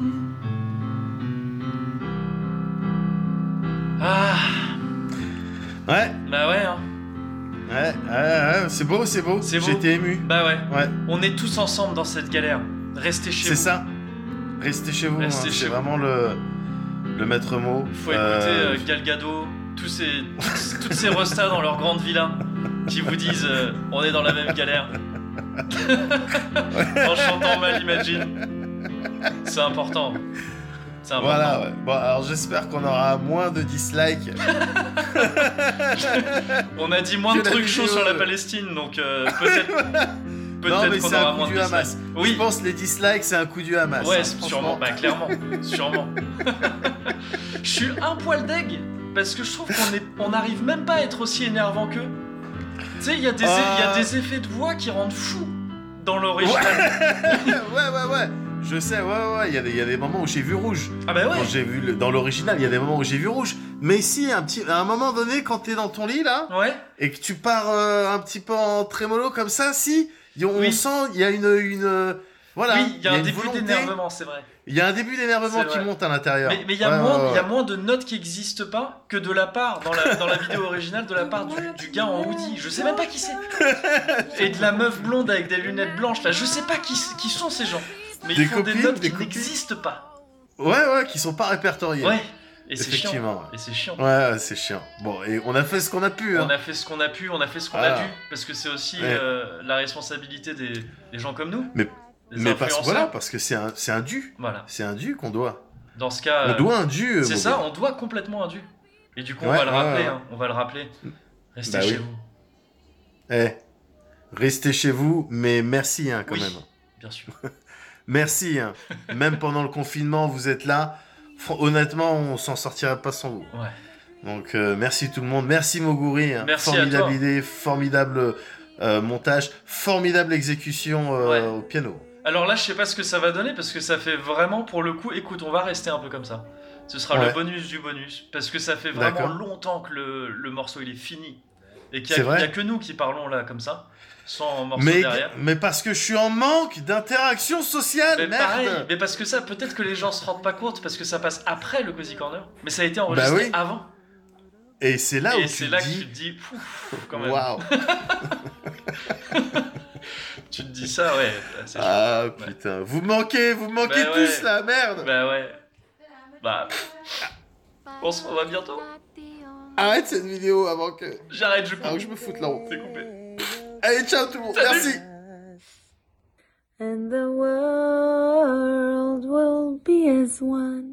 Ah, Ouais, bah ouais, hein. ouais, ouais, ouais, c'est beau, c'est beau. C'est beau. J'étais ému. Bah ouais. Ouais, On est tous ensemble dans cette galère. Restez chez c'est vous. ça. Restez chez vous, Restez hein, chez c'est vous. vraiment le, le maître mot. Il faut écouter Euh, euh, Gal Gadot, tous ces, tous- toutes ces restas dans leur grande villa qui vous disent euh, on est dans la même galère. En chantant mal, imagine. C'est important. C'est important. Voilà, ouais. Bon, alors j'espère qu'on aura moins de dislikes. On a dit moins de Que la trucs chauds vidéo, sur la euh. Palestine, donc euh, peut-être Non, peut-être mais qu'on c'est aura un moins coup de du Hamas. dislikes. Je Oui, pense que les dislikes, c'est un coup du Hamas. ouais, hein, c'est- franchement. sûrement, bah clairement, sûrement. Je suis un poil deg parce que je trouve qu'on est, on n'arrive même pas à être aussi énervant qu'eux. Tu sais, il y a des, Ah. il y a des effets de voix qui rendent fou dans l'original. ouais, ouais, ouais. Je sais, ouais, ouais, ouais. Il y, a des- il y a des moments où j'ai vu rouge. Ah bah ouais. Quand j'ai vu le- dans l'original, il y a des moments où j'ai vu rouge. Mais si, un petit, à un moment donné, quand t'es dans ton lit là, Ouais. et que tu pars euh, un petit peu en trémolo comme ça, si, y- on Oui. sent, il y a une, une, euh, voilà, Oui, il y a un une début volonté. d'énervement, c'est vrai. Il y a un début d'énervement C'est qui vrai. monte à l'intérieur. Mais mais il y a Ouais, moins, ouais, il y a ouais. moins de notes qui existent pas que de la part dans la dans la vidéo originale de la part du, du gars en hoodie. Je sais même pas qui c'est. Et de la meuf blonde avec des lunettes blanches là. Je sais pas qui qui sont ces gens. Mais Des ils font des copines, notes des qui copines. n'existent pas. Ouais, ouais, qui sont pas répertoriés. Ouais. Et c'est chiant. Effectivement. ouais. Et c'est chiant. Ouais, ouais, c'est chiant. Bon, et on a fait ce qu'on a pu. Hein. On a fait ce qu'on a pu, on a fait ce qu'on Voilà. a dû, parce que c'est aussi Ouais. euh, la responsabilité des, des gens comme nous. Mais- des Mais parce, influenceurs. voilà, parce que c'est un, c'est un dû. Voilà. C'est un dû qu'on doit. Dans ce cas, On euh, doit un dû. euh, c'est mon ça, gars. on doit complètement un dû. Et du coup, on Ouais, va le ouais, rappeler, ouais. hein, on va le rappeler. Restez Bah chez oui. vous, Eh, restez chez vous, mais merci hein, quand Oui. même. bien sûr. Merci. Hein. Même pendant le confinement, vous êtes là. Fr- Honnêtement, on s'en sortirait pas sans vous. Ouais. Donc euh, merci tout le monde. Merci Moguri. Hein. Merci à formidable toi. idée, formidable euh, montage, formidable exécution euh, Ouais. au piano. Alors là, je sais pas ce que ça va donner, parce que ça fait vraiment, pour le coup, écoute, on va rester un peu comme ça. Ce sera Ouais. le bonus du bonus, parce que ça fait vraiment D'accord. longtemps que le, le morceau il est fini. Et qu'il C'est n'y a, vrai il y a que nous qui parlons là, comme ça, sans morceau Mais, derrière. mais parce que je suis en manque d'interaction sociale, Mais merde. pareil, mais parce que ça, peut-être que les gens se rendent pas compte, parce que ça passe après le Cozy Corner, mais ça a été enregistré Bah oui. avant. Et c'est là Et où c'est tu là te que tu dis, te dis, pouf, quand même. waouh. Tu te dis ça, ouais. bah, c'est Ah putain, vous manquez, vous manquez Bah tous ouais. là, merde. Bah ouais. Bah. On se revoit bientôt. Arrête cette vidéo avant que, J'arrête, je avant coupe. que je me foute la honte. C'est coupé. Allez, ciao tout le monde, Salut. merci. And the world will be as one.